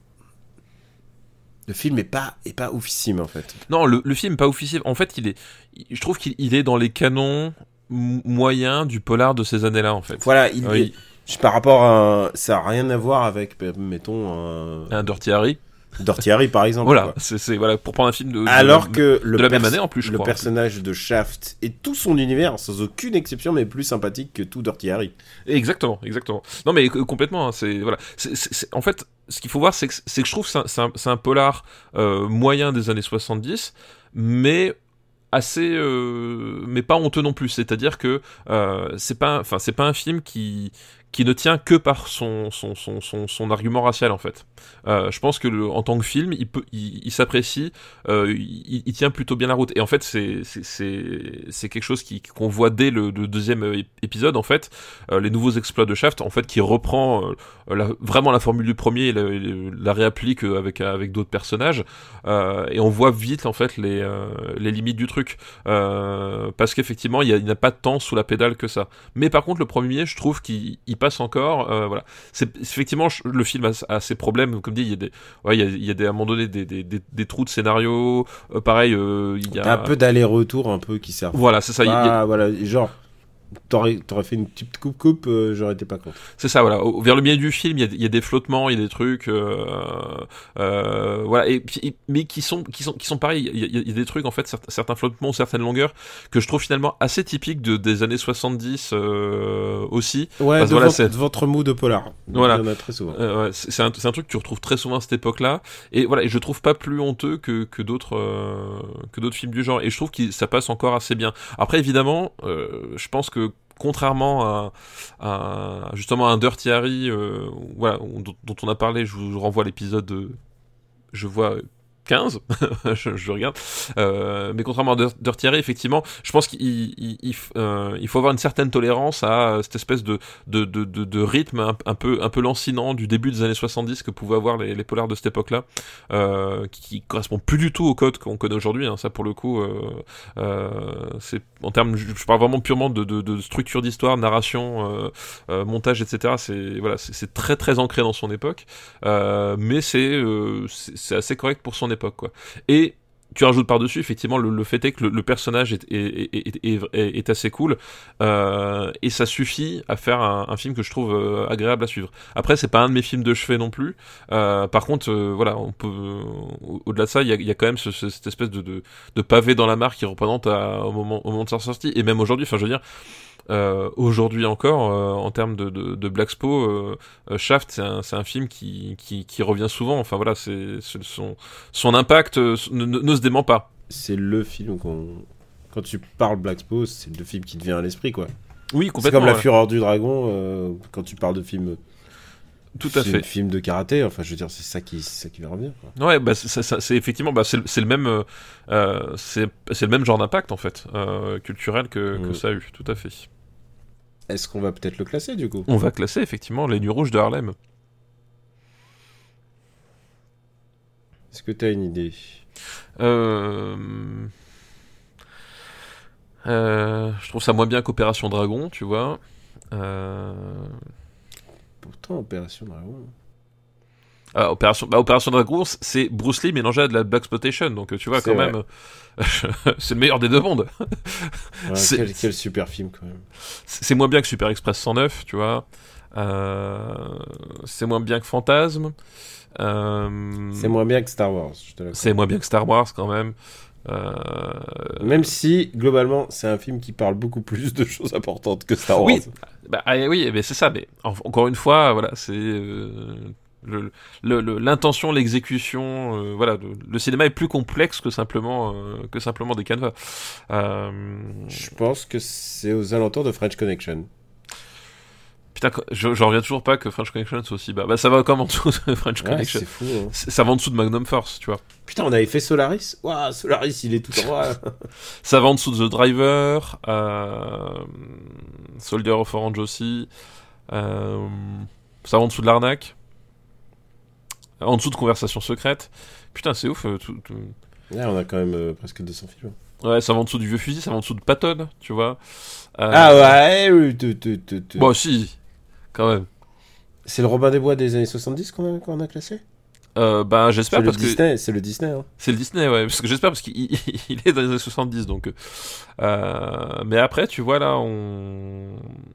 le film est pas est pas oufissime en fait. Non, le, le film est pas oufissime. En fait, il est, je trouve qu'il il est dans les canons m- moyens du polar de ces années-là, en fait. Voilà, il oui. est, par rapport à, un, ça a rien à voir avec, mettons, un, un Dirty Harry. Dirty Harry par exemple. Voilà, quoi. c'est, c'est voilà pour prendre un film de. Alors de, que le de la pers- même année en plus, je le crois. personnage de Shaft et tout son univers, sans aucune exception, mais plus sympathique que tout Dirty Harry. Exactement, exactement. Non mais euh, complètement. Hein, c'est voilà. C'est, c'est, c'est, en fait, ce qu'il faut voir, c'est que, c'est que je trouve que c'est un, c'est un, c'est un polar euh, moyen des années soixante-dix, mais assez euh, mais pas honteux non plus, c'est-à-dire que euh, c'est pas enfin c'est pas un film qui qui ne tient que par son, son, son, son, son argument racial, en fait. Euh, je pense que le, en tant que film, il, peut, il, il s'apprécie, euh, il, il tient plutôt bien la route. Et en fait, c'est, c'est, c'est, c'est quelque chose qui, qu'on voit dès le, le deuxième épisode, en fait, euh, les nouveaux exploits de Shaft, en fait, qui reprend euh, la, vraiment la formule du premier et la, la réapplique avec, avec d'autres personnages. Euh, et on voit vite, en fait, les, euh, les limites du truc. Euh, parce qu'effectivement, il, y a, il n'y a pas de temps sous la pédale que ça. Mais par contre, le premier, je trouve qu'il il passe encore. Euh, voilà. C'est, effectivement, le film a, a ses problèmes. Comme dit, il y a des, ouais, il y a, il y a des, à un moment donné des, des, des, des trous de scénario. Euh, pareil, euh, il y a un peu d'aller-retour un peu qui servent. Voilà, c'est ça. Ah, il y a... voilà, genre. T'aurais, t'aurais fait une petite coupe-coupe, euh, j'aurais été pas contre. C'est ça, voilà. Au, vers le milieu du film, il y a, il y a des flottements, il y a des trucs, euh, euh, voilà. Et puis, mais qui sont, qui sont, qui sont pareils. Il y, a, il y a des trucs en fait, certains, certains flottements, certaines longueurs que je trouve finalement assez typiques de des années soixante-dix euh, aussi. Ouais, Parce, de, voilà, ventre, c'est... de ventre mou de polar. Voilà. Il y en a très souvent. Euh, ouais, c'est, c'est, un, c'est un truc que tu retrouves très souvent à cette époque-là. Et voilà, et je trouve pas plus honteux que que d'autres euh, que d'autres films du genre. Et je trouve que ça passe encore assez bien. Après, évidemment, euh, je pense que contrairement à, à justement à un Dirty Harry, euh, voilà, dont, dont on a parlé, je vous renvoie à l'épisode, de, je vois quinze, je, je regarde, euh, mais contrairement à Dirty Harry, effectivement, je pense qu'il il, il, euh, il faut avoir une certaine tolérance à cette espèce de, de, de, de, de rythme un, un, peu, un peu lancinant du début des années soixante-dix que pouvaient avoir les, les polars de cette époque-là, euh, qui, qui correspond plus du tout au code qu'on connaît aujourd'hui, hein, ça pour le coup, euh, euh, c'est en termes, je, je parle vraiment purement de, de, de structure d'histoire, narration, euh, euh, montage, et cetera. C'est, voilà, c'est, c'est très très ancré dans son époque, euh, mais c'est, euh, c'est, c'est assez correct pour son époque. Quoi. Et tu rajoutes par-dessus, effectivement, le, le fait est que le, le personnage est, est, est, est, est, est assez cool, euh, et ça suffit à faire un, un film que je trouve euh, agréable à suivre. Après, c'est pas un de mes films de chevet non plus. Euh, par contre, euh, voilà, on peut, au- au-delà de ça, il y a, il y a quand même ce, ce- cette espèce de, de, de pavé dans la mare qui représente à, au, moment, au moment de sa sortie, et même aujourd'hui, enfin, je veux dire, Euh, aujourd'hui encore, euh, en termes de, de, de Blaxpo, euh, euh, Shaft, c'est un, c'est un film qui, qui, qui revient souvent. Enfin voilà, c'est, c'est son, son impact euh, ne, ne, ne se dément pas. C'est le film qu'on. Quand tu parles Blaxpo, c'est le film qui te vient à l'esprit, quoi. Oui, C'est complètement. comme La ouais. Fureur du Dragon, euh, quand tu parles de film. Tout à fait. Film de karaté, enfin, je veux dire, c'est ça qui, c'est ça qui va revenir, quoi. Ouais, bah c'est, c'est, c'est effectivement, bah c'est, le- c'est le même, euh, euh, c'est, c'est le même genre d'impact en fait, euh, culturel que, que Mm. ça a eu. Tout à fait. Est-ce qu'on va peut-être le classer, du coup? On va classer effectivement Les Nuits Rouges de Harlem. Est-ce que t'as une idée? Euh... Euh, je trouve ça moins bien qu'Opération Dragon, tu vois. Euh... Pourtant, Opération Dragon. Ah, Opération, bah, Opération Dragon, c'est Bruce Lee mélangé à de la Blaxploitation, donc tu vois, C'est quand vrai. même, c'est le meilleur des deux mondes. Ouais, C'est- quel, quel super film, quand même. C'est moins bien que Super Express cent neuf, tu vois. Euh, c'est moins bien que Fantasme. Euh, C'est moins bien que Star Wars, je te l'accorde. c'est moins bien que Star Wars, quand même. Euh, Même si, globalement, c'est un film qui parle beaucoup plus de choses importantes que Star Wars. Oui, bah, ah, oui, mais c'est ça. Mais en- encore une fois, voilà, c'est euh, le, le- le- l'intention, l'exécution. euh, voilà, le, le cinéma est plus complexe que simplement euh, que simplement des canevas. Euh, Je pense que c'est aux alentours de French Connection. putain, je, j'en reviens toujours pas que French Connection soit aussi bas. Bah, ça va comme en dessous de French Ouais, Connection. c'est fou, hein. C'est- Ça va en dessous de Magnum Force, tu vois. Putain, on avait fait Solaris. Waouh, Solaris, il est tout droit. Ça va en dessous de The Driver, euh, Soldier of Orange aussi. Euh, ça va en dessous de l'Arnaque. En dessous de Conversation secrète. Putain, c'est ouf. euh, Tout, tout- Ouais, on a quand même euh, presque deux cents films. Ouais, ça va en dessous du Vieux Fusil, ça va en dessous de Patton, tu vois. Euh, Ah ouais, oui, tu- tu- tu- tu- Bon, si, quand même. C'est le Robin des Bois des années soixante-dix qu'on a, qu'on a classé. Euh, bah, j'espère C'est le parce que Disney, c'est le Disney. Hein. c'est le Disney, ouais. Parce que j'espère parce qu'il il- il est dans les années soixante-dix, donc. Euh, mais après, tu vois, là, on.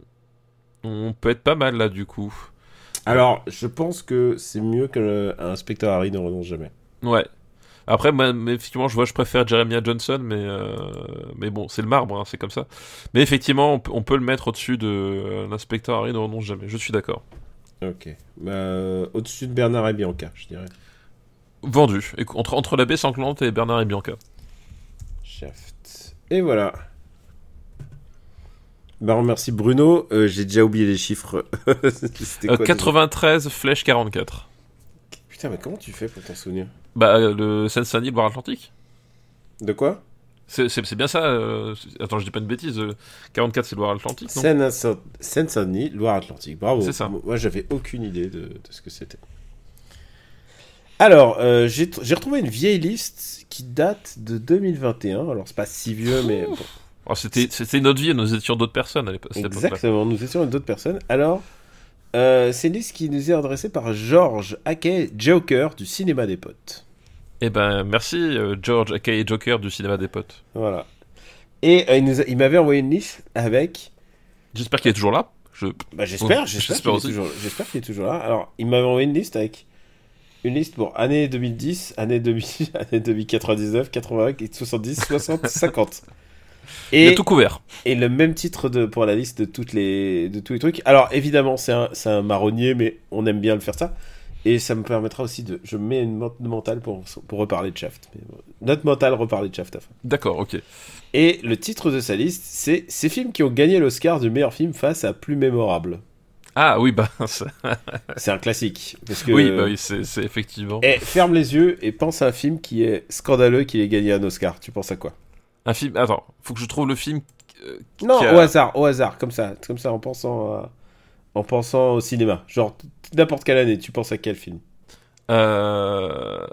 On peut être pas mal, là, du coup. Alors, je pense que c'est mieux que Inspecteur Harry ne renonce jamais. Ouais. Après, moi, mais effectivement, je vois, je préfère Jeremiah Johnson, mais euh, mais bon, c'est le marbre, hein, c'est comme ça. Mais effectivement, on peut, on peut le mettre au-dessus de euh, l'inspecteur Harry ne renonce jamais. Je suis d'accord. Ok. Bah, euh, au-dessus de Bernard et Bianca, je dirais. Vendu. Et entre entre la baie sanglante et Bernard et Bianca. Shaft. Et voilà. Bah, merci Bruno, euh, j'ai déjà oublié les chiffres. C'était quoi, euh, quatre-vingt-treize, Flèche quarante-quatre. Putain, mais comment tu fais pour t'en souvenir? Bah, le Seine-Saint-Denis, le Loire-Atlantique. De quoi? C'est, c'est, c'est bien ça. Euh... Attends, je dis pas une bêtise. Euh... quarante-quatre, c'est Loire-Atlantique, non? Seine-Saint-Denis, Loire-Atlantique. Bravo. C'est ça. Moi, j'avais aucune idée de, de ce que c'était. Alors, euh, j'ai, t- j'ai retrouvé une vieille liste qui date de deux mille vingt et un. Alors, c'est pas si vieux, mais... Bon. Alors, c'était, c'était notre vie, nous étions d'autres personnes à l'époque. Exactement, nous étions d'autres personnes. Alors, euh, c'est une liste qui nous est adressée par George aka Joker du Cinéma des Potes. Eh ben, merci euh, George aka Joker du Cinéma des Potes. Voilà. Et euh, il, nous a, il m'avait envoyé une liste avec... J'espère qu'il est toujours là. Je... Bah, j'espère, oh, j'espère, j'espère, qu'il est toujours, j'espère qu'il est toujours là. Alors, il m'avait envoyé une liste avec une liste pour année deux mille dix, année deux mille, année deux mille quatre-vingt-dix-neuf, quatre-vingts, soixante-dix, soixante, cinquante. Et, il a tout couvert. Et le même titre de, pour la liste de, toutes les, de tous les trucs. Alors, évidemment, c'est un, c'est un marronnier, mais on aime bien le faire ça. Et ça me permettra aussi de... Je mets une note mentale pour, pour reparler de Shaft. Mais, note mentale, reparler de Shaft. Enfin. D'accord, ok. Et le titre de sa liste, c'est « Ces films qui ont gagné l'Oscar du meilleur film face à plus mémorable ». Ah oui, bah... Ça... c'est un classique. Parce que, oui, bah oui, c'est, c'est effectivement... Et ferme les yeux et pense à un film qui est scandaleux qu'il ait gagné un Oscar. Tu penses à quoi? Un film... Attends, faut que je trouve le film... Euh, non, a... au hasard, au hasard, comme ça. Comme ça, en pensant, à... en pensant au cinéma. Genre, n'importe quelle année, tu penses à quel film? Euh...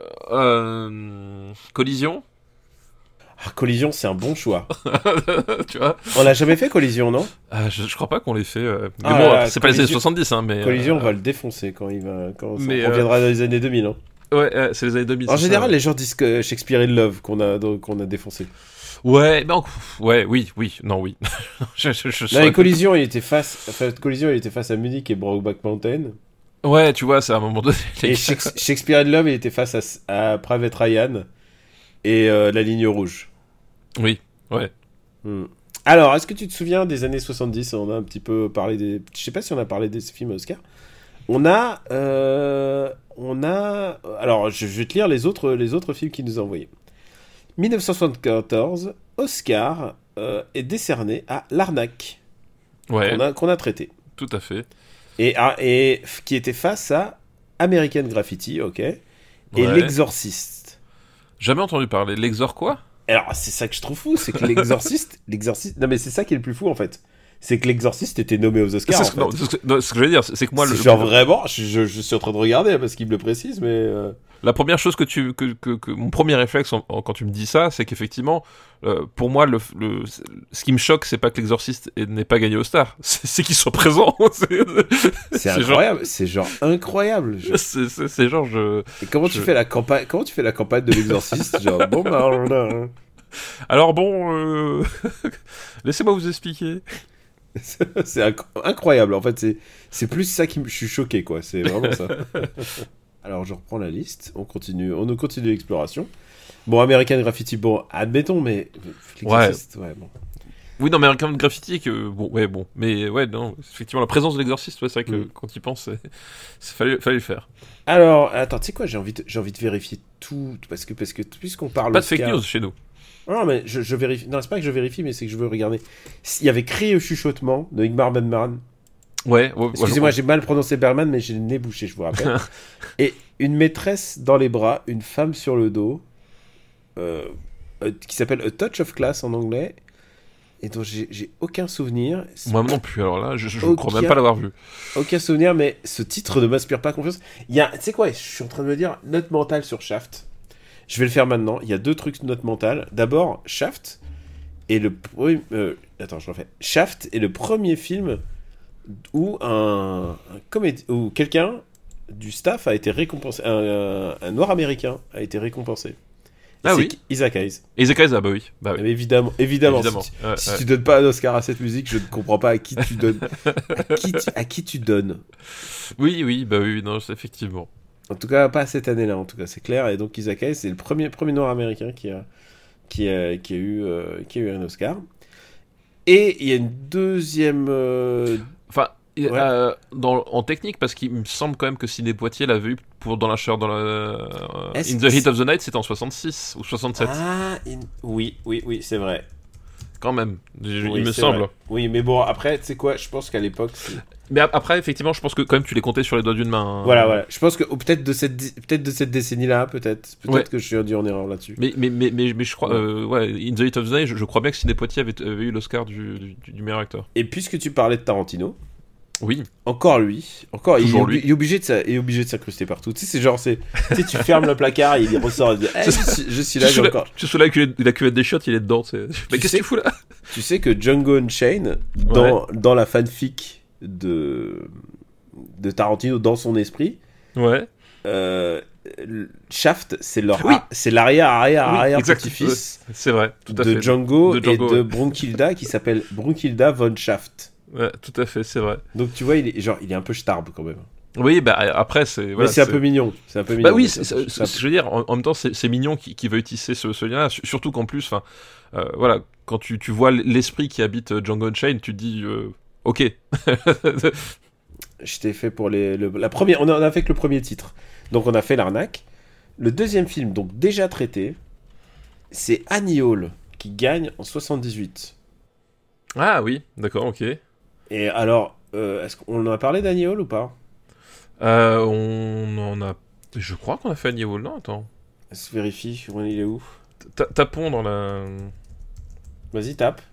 Euh... Collision. Ah, Collision, c'est un bon choix. Tu vois, on l'a jamais fait, Collision, non? ah, je, je crois pas qu'on l'ait fait. Euh... Mais ah, bon, là, c'est pas les années soixante-dix, hein, mais... Collision, euh... on va le défoncer quand il va... Quand mais, on reviendra euh... dans les années deux mille, hein. Ouais, euh, c'est les années deux mille. En général, ça, ouais. Les gens disent que Shakespeare in Love, qu'on a, qu'on a défoncé. Ouais, non, ouais, oui, oui, non, oui. je, je, je non, mais Collision, il était face... Enfin, Collision, il était face à Munich et Brokeback Mountain. Ouais, tu vois, c'est à un moment donné... Et Shakespeare in Love, il était face à, à Private Ryan et euh, La Ligne Rouge. Oui, ouais. Hmm. Alors, est-ce que tu te souviens des années soixante-dix? On a un petit peu parlé des... Je sais pas si on a parlé des films Oscar. On a... Euh, on a... Alors, je vais te lire les autres, les autres films qu'il nous a envoyés. dix-neuf cent soixante-quatorze, Oscar euh, est décerné à L'Arnaque. Ouais. Qu'on a, qu'on a traité. Tout à fait. Et, et qui était face à American Graffiti, ok. Et ouais. L'Exorciste. Jamais entendu parler. L'Exor quoi? Alors, c'est ça que je trouve fou, c'est que l'Exorciste... l'exorciste... Non, mais c'est ça qui est le plus fou, en fait. C'est que l'Exorciste était nommé aux Oscars, c'est ce, en fait. non, ce, non, ce que je veux dire, c'est que moi... C'est le, genre le... vraiment, je, je, je suis en train de regarder, parce qu'il me le précise, mais... Euh... La première chose que tu... Que, que, que, mon premier réflexe en, en, quand tu me dis ça, c'est qu'effectivement, euh, pour moi, le, le, ce qui me choque, c'est pas que l'Exorciste n'ait pas gagné au Star, c'est, c'est qu'il soit présent. c'est c'est, c'est incroyable, genre... c'est genre incroyable. Je... C'est, c'est, c'est genre, je... Et comment, je... Tu fais la campagne, comment tu fais la campagne de l'Exorciste? Genre, bon, bah... On a... Alors bon, euh... laissez-moi vous expliquer. C'est inc- incroyable, en fait, c'est, c'est plus ça qui me... Je suis choqué, quoi, c'est vraiment ça. Alors, je reprends la liste, on continue, on continue l'exploration. Bon, American Graffiti, bon, admettons, mais... Ouais. ouais bon. Oui, non, mais American Graffiti, que... bon, ouais, bon, mais ouais, non, effectivement, la présence de l'exorciste, ouais, c'est vrai que mm. quand il pense, c'est... c'est... Fallait... fallait le faire. Alors, attends, tu sais quoi, j'ai envie, de... j'ai envie de vérifier tout, parce que, parce que puisqu'on parle... Pas de Oscar... fake news chez nous. Non, mais je, je vérifie. Non, c'est pas que je vérifie, mais c'est que je veux regarder. Il y avait Cri au chuchotement de Ingmar Bergman. Ouais, ouais. Excusez-moi, ouais, j'ai mal prononcé Bergman, mais j'ai le nez bouché, je vous rappelle. Et Une maîtresse dans les bras, une femme sur le dos, euh, euh, qui s'appelle A Touch of Class en anglais, et dont j'ai, j'ai aucun souvenir. Moi non plus, alors là, je, je aucun, crois même pas l'avoir vu. Aucun souvenir, mais ce titre ne m'inspire pas confiance. Il y a, tu sais quoi, je suis en train de me dire, note mentale sur Shaft. Je vais le faire maintenant. Il y a deux trucs de note mentale. D'abord, Shaft est le premier... Euh, attends, je refais. Shaft est le premier film où un, un comédien, où quelqu'un du staff a été récompensé, un, un, un noir américain a été récompensé. Ah c'est oui. Isaac Hayes. Isaac Hayes, ah bah oui. Bah oui. Évidemment, évidemment. évidemment. Si, ouais, si ouais. tu donnes pas un Oscar à cette musique, je ne comprends pas à qui tu donnes. à, qui tu, à qui tu donnes. Oui, oui, bah oui, non, c'est effectivement. En tout cas, pas cette année-là, en tout cas, c'est clair. Et donc, Isaac Hayes, c'est le premier, premier noir américain qui a, qui a, qui a, eu, euh, qui a eu un Oscar. Et il y a une deuxième... Euh... Enfin, ouais. euh, dans, en technique, parce qu'il me semble quand même que Sidney Poitier l'avait eu pour Dans la chair, dans la... Euh, In the Heat of the Night, c'était en soixante-six ou soixante-sept. Ah, in... oui, oui, oui, c'est vrai. quand même. Je, Oui, il me c'est semble. vrai. Oui, mais bon, après, tu sais quoi, je pense qu'à l'époque. C'est... Mais après, effectivement, je pense que quand même tu les comptais sur les doigts d'une main. Hein. Voilà, voilà. Je pense que oh, peut-être de cette, peut-être de cette décennie-là, peut-être, peut-être Ouais. que je suis induit en erreur là-dessus. Mais, mais, mais, mais, mais je crois, Ouais. euh, ouais, In the Heat of the Night, je, je crois bien que Sidney Poitier avait, avait eu l'Oscar du, du, du meilleur acteur. Et puisque tu parlais de Tarantino, Oui. encore lui, encore il est, Toujours obli- lui. il est obligé de, s'a- il est obligé de s'incruster partout. Tu sais, c'est genre, c'est, tu sais, tu fermes le placard et il ressort. Et il dit, Eh, je, suis, je suis là, Tu j'ai sous encore. la, tu sous la, cuvette, la cuvette des chiottes, il est dedans. C'est... Mais qu'est-ce sais- que tu fous là? Tu sais que Django Unchained, dans, dans la fanfic de, de Tarantino, dans son esprit, Ouais. euh, Shaft, c'est leur, Oui. ah, c'est l'arrière, arrière, Oui, arrière exact. petit-fils C'est vrai, tout à de fait. Django, De Django, et de ouais. Brunhilda qui s'appelle Brunhilda von Shaft. Ouais, tout à fait, c'est vrai. Donc tu vois, il est genre, il est un peu starbe quand même. Oui, bah après, c'est. Mais Voilà, c'est un peu mignon. C'est un peu mignon. Bah oui, c'est c'est, un peu- c'est- c'est un c'est- je veux dire, en, en même temps, c'est, c'est mignon qui, qui veuille tisser ce, ce lien-là, su- surtout qu'en plus, enfin, euh, voilà, quand tu, tu vois l'esprit qui habite euh, Django Unchained, tu te dis, euh, ok. peu- Je t'ai fait pour les, le- la première. On a, on a fait que le premier titre. Donc on a fait l'arnaque. Le deuxième film, donc déjà traité, c'est Annie Hall qui gagne en soixante-dix-huit. Ah oui, d'accord, ok. Et alors, euh, est-ce qu'on en a parlé d'Annie Hall ou pas? Euh, on en a. Je crois qu'on a fait Annie Hall, non? Attends. Se vérifie, il est où? Ta- Tapons dans la. Vas-y, tape.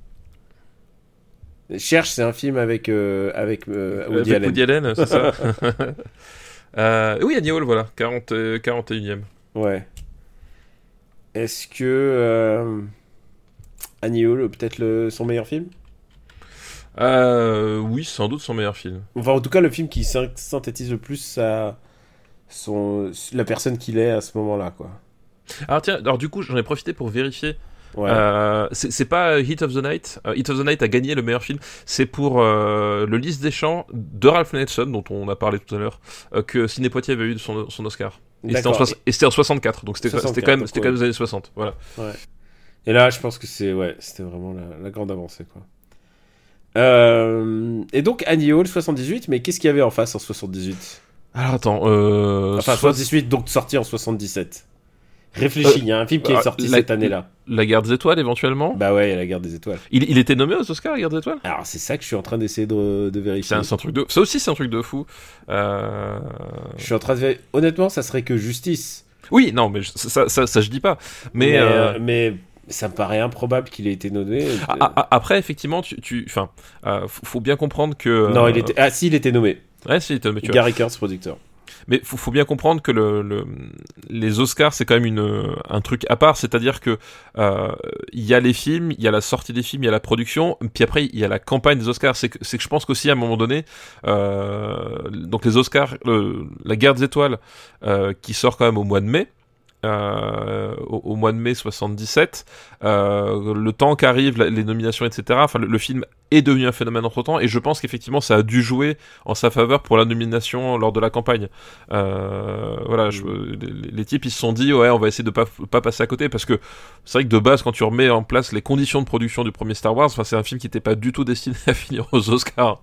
Cherche, c'est un film avec, euh, avec euh, Woody Avec Allen. Woody Allen, c'est ça. euh, oui, Annie Hall, voilà, quarante, quarante et unième. Ouais. Est-ce que euh, Annie Hall, peut-être le, son meilleur film? Euh, oui, sans doute son meilleur film. Enfin, en tout cas, le film qui syn- synthétise le plus sa, son, la personne qu'il est à ce moment-là, quoi. Alors tiens, alors du coup, j'en ai profité pour vérifier. Ouais. Euh, c'est, c'est pas Heat of the Night. Uh, Heat of the Night a gagné le meilleur film. C'est pour euh, le Lys des Champs de Ralph Nelson, dont on a parlé tout à l'heure, euh, que Sidney Poitier avait eu son, son Oscar. Et c'était, en D'accord. soix- et c'était en soixante-quatre, donc c'était, soixante-quatre, c'était quand même, donc c'était ouais. quand même les années soixante. Voilà. Et là, je pense que c'est, ouais, c'était vraiment la, la grande avancée, quoi. Euh, et donc, Annie Hall, soixante-dix-huit, mais qu'est-ce qu'il y avait en face en soixante-dix-huit? Alors attends, euh, Enfin, soix- soixante-dix-huit, donc sorti en soixante-dix-sept. Réfléchis, il y a un film qui euh, est sorti la- cette année-là. La Guerre des Étoiles éventuellement. Bah ouais, il y a la guerre des étoiles. Il, il était nommé aux Oscars, la Guerre des Étoiles. Alors, c'est ça que je suis en train d'essayer de, de vérifier. C'est un, c'est un truc de. Ça aussi, c'est un truc de fou. Euh... Je suis en train de vérifier. Honnêtement, ça serait que Justice. Oui, non, mais je- ça, ça, ça, je dis pas. Mais, Mais, euh, euh, mais ça me paraît improbable qu'il ait été nommé. a- a- après, effectivement, tu, tu, enfin, euh, faut, faut bien comprendre que. Non, euh, il était. Ah, si, il était nommé. Ouais, si, t'as- mais tu vois. Gary Kurtz, producteur. Mais faut, faut bien comprendre que le, le, les Oscars, c'est quand même une, un truc à part. C'est-à-dire que euh, il y a les films, il y a la sortie des films, il y a la production, puis après il y a la campagne des Oscars. C'est que, c'est que je pense qu'aussi à un moment donné, euh, donc les Oscars, le, la Guerre des Étoiles, euh, qui sort quand même au mois de mai. Euh, au, au mois de mai soixante-dix-sept, euh, le temps qu'arrivent la- les nominations, et cetera. Enfin, le, le film est devenu un phénomène entre temps, et je pense qu'effectivement, ça a dû jouer en sa faveur pour la nomination lors de la campagne. Euh, voilà, je, les, les types ils se sont dit ouais, on va essayer de pas pas passer à côté parce que c'est vrai que de base, quand tu remets en place les conditions de production du premier Star Wars, enfin, c'est un film qui n'était pas du tout destiné à finir aux Oscars.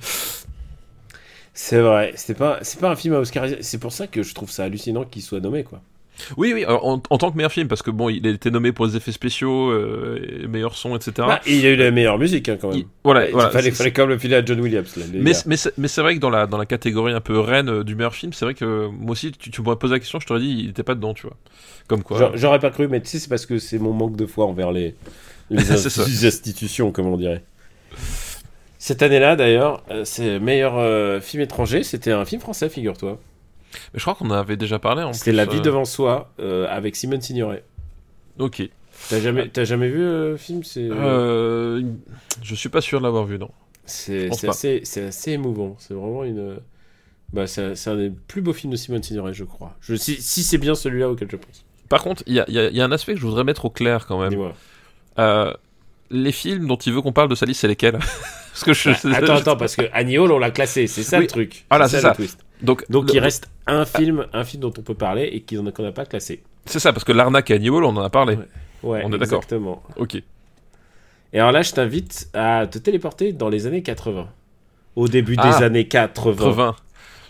C'est vrai. C'était pas, c'est pas un film à Oscariser. C'est pour ça que je trouve ça hallucinant qu'il soit nommé, quoi. Oui, oui, en, en tant que meilleur film, parce que bon, il a été nommé pour les effets spéciaux, euh, et meilleur son, et cetera. Bah, et il a eu la meilleure musique, hein, quand même. Il- voilà, Il voilà, fallait, c'est- fallait quand même le filer à John Williams, là, les Mais, gars. mais, c'est, mais c'est vrai que dans la, dans la catégorie un peu reine euh, du meilleur film, c'est vrai que moi aussi, tu, tu m'aurais posé la question, je t'aurais dit, il était pas dedans, tu vois. Comme quoi. J'a- J'aurais pas cru, mais tu sais, c'est parce que c'est mon manque de foi envers les, les, C'est ça. insti- les institutions, comme on dirait. Cette année-là, d'ailleurs, euh, c'est meilleur euh, film étranger. C'était un film français, figure-toi. Mais je crois qu'on en avait déjà parlé en C'était plus, La vie euh, devant soi, euh, avec Simone Signoret. Ok. T'as jamais, t'as jamais vu le film? C'est, Euh, je suis pas sûr de l'avoir vu, non. c'est, pense c'est pas. assez, c'est assez émouvant. C'est vraiment une. Bah, c'est, c'est un des plus beaux films de Simone Signoret, je crois. Je, si, si c'est bien celui-là auquel je pense. Par contre, il y a, il y a- il y a un aspect que je voudrais mettre au clair quand même. Dis-moi. Euh, les films dont il veut qu'on parle de sa liste, c'est lesquels? Parce que je, Bah, attends, attends, parce que Annie Hall, on l'a classé. C'est ça Oui. le truc. Voilà, c'est le ça. twist. Donc, Donc le- il reste un film, un film dont on peut parler et qu'on n'a qu'on n'a pas classé. c'est ça, parce que l'arnaque à Annie Hall, on en a parlé. Ouais. Ouais, On est d'accord. exactement. Ok. Et alors là, je t'invite à te téléporter dans les années quatre-vingts. Au début Ah, des années quatre-vingts. quatre-vingts.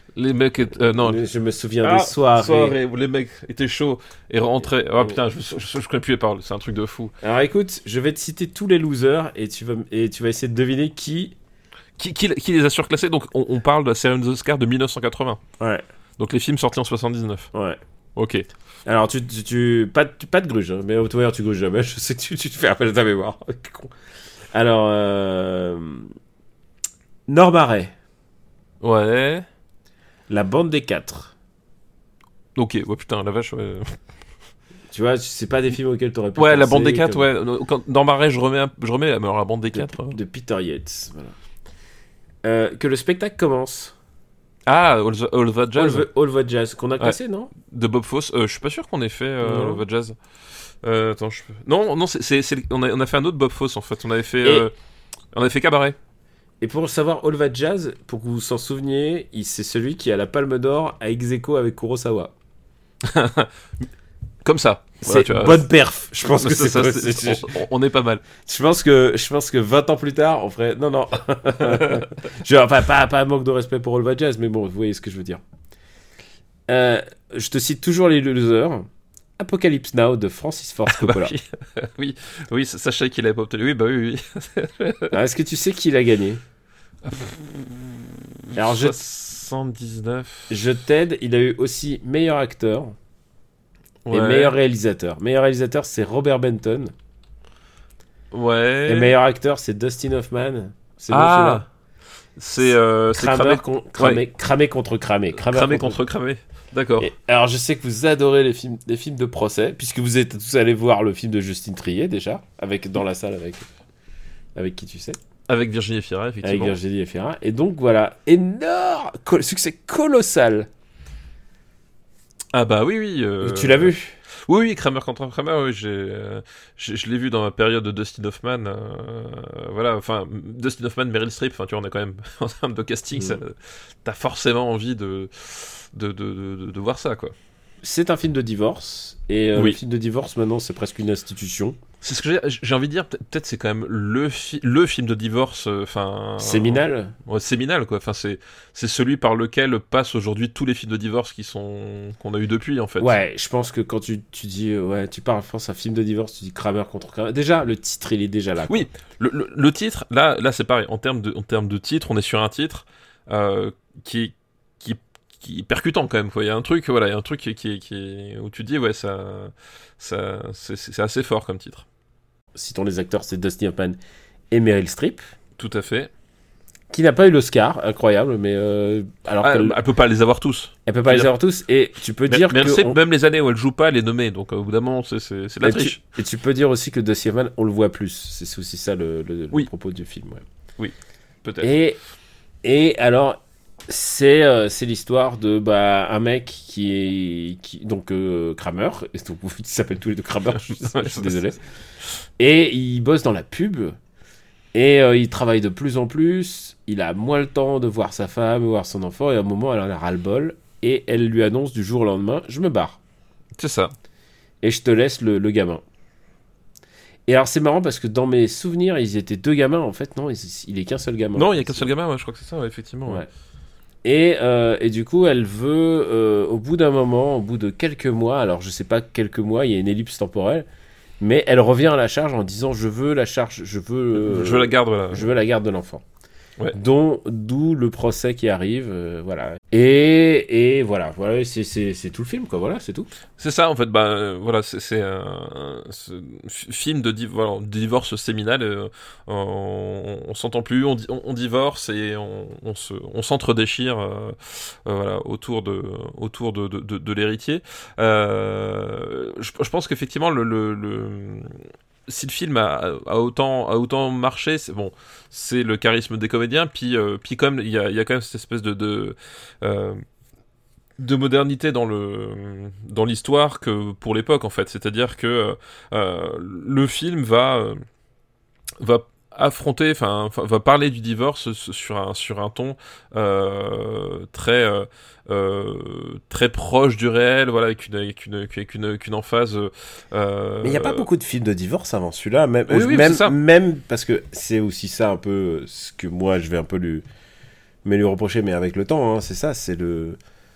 Les mecs, étaient- euh, non. Je me souviens Ah, des soirées. soirées où les mecs étaient chauds et rentraient. Oh putain, je, je, je, je connais plus les paroles, c'est un truc de fou. Alors écoute, je vais te citer tous les losers et tu vas, et tu vas essayer de deviner qui. Qui, qui, qui les a surclassés? Donc on, on parle de la série des Oscars de mille neuf cent quatre-vingts. Ouais, Donc les films sortis en soixante-dix-neuf. ouais. Ok. Alors tu, tu, tu pas, de- pas de gruge, hein, mais au tout tu gruges jamais. Je sais que tu, tu te fais appel à ta mémoire. Con. Alors, euh... Norma Ray, Ouais. La Bande des Quatre. Ok, ouais putain, la vache, ouais. Tu vois, c'est pas des films auxquels t'aurais pu Ouais, la penser, bande des quatre, comme- ouais. Quand, dans Marais, je remets, un- je remets alors, la bande des de, quatre. hein. de Peter Yates. Voilà. Euh, que le spectacle commence. Ah, All the, All the Jazz All the, All the Jazz, qu'on a classé, non? de Bob Fosse. Euh, je suis pas sûr qu'on ait fait euh, Non. All the Jazz. Euh, attends, je... Non, non, c'est, c'est, c'est- On, a, on a fait un autre Bob Fosse en fait. On avait fait, Et- euh, on avait fait Cabaret. Et pour savoir All the Jazz, pour que vous vous en souveniez, il- c'est celui qui a la Palme d'Or à ex aequo avec Kurosawa. Comme ça. Voilà, C'est tu vois. bonne perf. Je pense que Ça, c'est, ça, quoi, c'est- c'est- on, on est pas mal. Je pense que je pense que vingt ans plus tard, on ferait non non. je, enfin pas pas un manque de respect pour All the Jazz, mais bon, vous voyez ce que je veux dire. Euh, je te cite toujours les losers. Apocalypse Now de Francis Ford Bah Coppola. oui, oui, oui, ça- sachez qu'il avait pas obtenu. Oui, bah oui, oui. Alors, est-ce que tu sais qui l'a gagné? Alors je, soixante-dix-neuf. je t'aide. Il a eu aussi meilleur acteur et Ouais. meilleur réalisateur. Meilleur réalisateur c'est Robert Benton Ouais. et meilleur acteur c'est Dustin Hoffman. C'est bon, Ah, c'est euh, c'est celui-là. cramé, Kramer, con- cramé, cramé contre cramé. Kramer cramé contre- contre cramé. D'accord. Et alors je sais que vous adorez les films, les films de procès, puisque vous êtes tous allés voir le film de Justine Triet déjà, avec dans la salle avec avec qui tu sais, Avec Virginie Efira, avec effectivement. Virginie Efira. Et donc voilà, énorme co- succès colossal. Ah bah oui, oui. euh, Tu l'as vu? Oui, oui, Kramer contre Kramer, oui, j'ai, euh, j'ai- je l'ai vu dans ma période de Dustin Hoffman. euh, voilà, enfin, Dustin Hoffman, Meryl Streep, enfin, tu vois, on est quand même, en termes de casting, Mm. ça- t'as forcément envie de, de, de, de, de voir ça, quoi. C'est un film de divorce et euh, Oui. le film de divorce maintenant c'est presque une institution. C'est ce que j'ai, j'ai envie de dire, peut- peut-être c'est quand même le, fi- le film de divorce, enfin... Séminal. Ouais, séminal, quoi. Enfin, c'est, c'est celui par lequel passent aujourd'hui tous les films de divorce qui sont, qu'on a eu depuis, en fait. Ouais, je pense que quand tu, tu dis euh, ouais, tu parles, je pense un film de divorce, tu dis Kramer contre Kramer. Déjà le titre il est déjà là. quoi. Oui, le, le, le titre, là, là c'est pareil. En termes de, en termes de titre, on est sur un titre euh, qui, qui, qui est percutant quand même. Quoi. Il y a un truc, voilà, il y a un truc qui, qui, qui, où tu te dis ouais, ça, ça, c'est, c'est assez fort comme titre. Citons les acteurs, c'est Dustin Hoffman et Meryl Streep, Tout à fait. qui n'a pas eu l'Oscar, incroyable, mais euh, alors Ah, qu'elle elle peut pas les avoir tous. elle peut pas les dire- avoir tous. Et tu peux Mais, dire mais elle que sait, on- même les années où elle joue pas, elle est nommée. Donc au bout d'un moment, c'est, c'est, c'est de la et, triche. tu, et tu peux dire aussi que Dustin Hoffman, on le voit plus. C'est c'est aussi ça le, le- le Oui. propos du film. Ouais. Peut-être. Et et alors. C'est euh, c'est l'histoire de bah, un mec qui est qui, donc euh, Kramer, et donc ils s'appellent tous les deux Kramer, je, je suis désolé. Et il bosse dans la pub et euh, il travaille de plus en plus. Il a moins le temps de voir sa femme, voir son enfant, et à un moment elle en a ras le bol et elle lui annonce du jour au lendemain, je me barre C'est ça. et je te laisse le, le gamin. Et alors c'est marrant parce que dans mes souvenirs ils étaient deux gamins en fait, non, il, il est qu'un seul gamin. Non, il y a qu'un seul gamin. Ouais, je crois que c'est ça, ouais, effectivement. ouais. Ouais. Et, euh, et du coup, elle veut, euh, au bout d'un moment, au bout de quelques mois, alors je sais pas quelques mois, il y a une ellipse temporelle, mais elle revient à la charge en disant je veux la charge, je veux, euh, Je veux la garde, voilà. je veux la garde de l'enfant. Ouais. Dont, d'où le procès qui arrive, euh, voilà. Et, et voilà, voilà, c'est, c'est, c'est tout le film, quoi. Voilà, c'est tout. C'est ça, en fait, bah, euh, voilà, c'est, c'est un, un ce f- film de, div- voilà, de divorce séminal. euh, on, on s'entend plus, on, di- on, on divorce et on, on se, on s'entre-déchire, euh, euh, voilà, autour de, autour de, de, de, de l'héritier. Euh, je, je pense qu'effectivement, le, le, le si le film a, a autant a autant marché, c'est bon, c'est le charisme des comédiens, puis euh, puis comme il y a il y a quand même cette espèce de de euh, de modernité dans le dans l'histoire que pour l'époque en fait, c'est-à-dire que euh, le film va euh, va affronter, enfin va parler du divorce sur un sur un ton euh, très euh, euh, très proche du réel, voilà, avec une avec une avec une, avec une emphase. Euh, Mais il n'y a pas beaucoup de films de divorce avant celui-là, même, Oui, oui, même, c'est ça. même parce que c'est aussi ça un peu ce que moi je vais un peu lui, mais lui reprocher, mais avec le temps, hein, c'est ça, c'est le,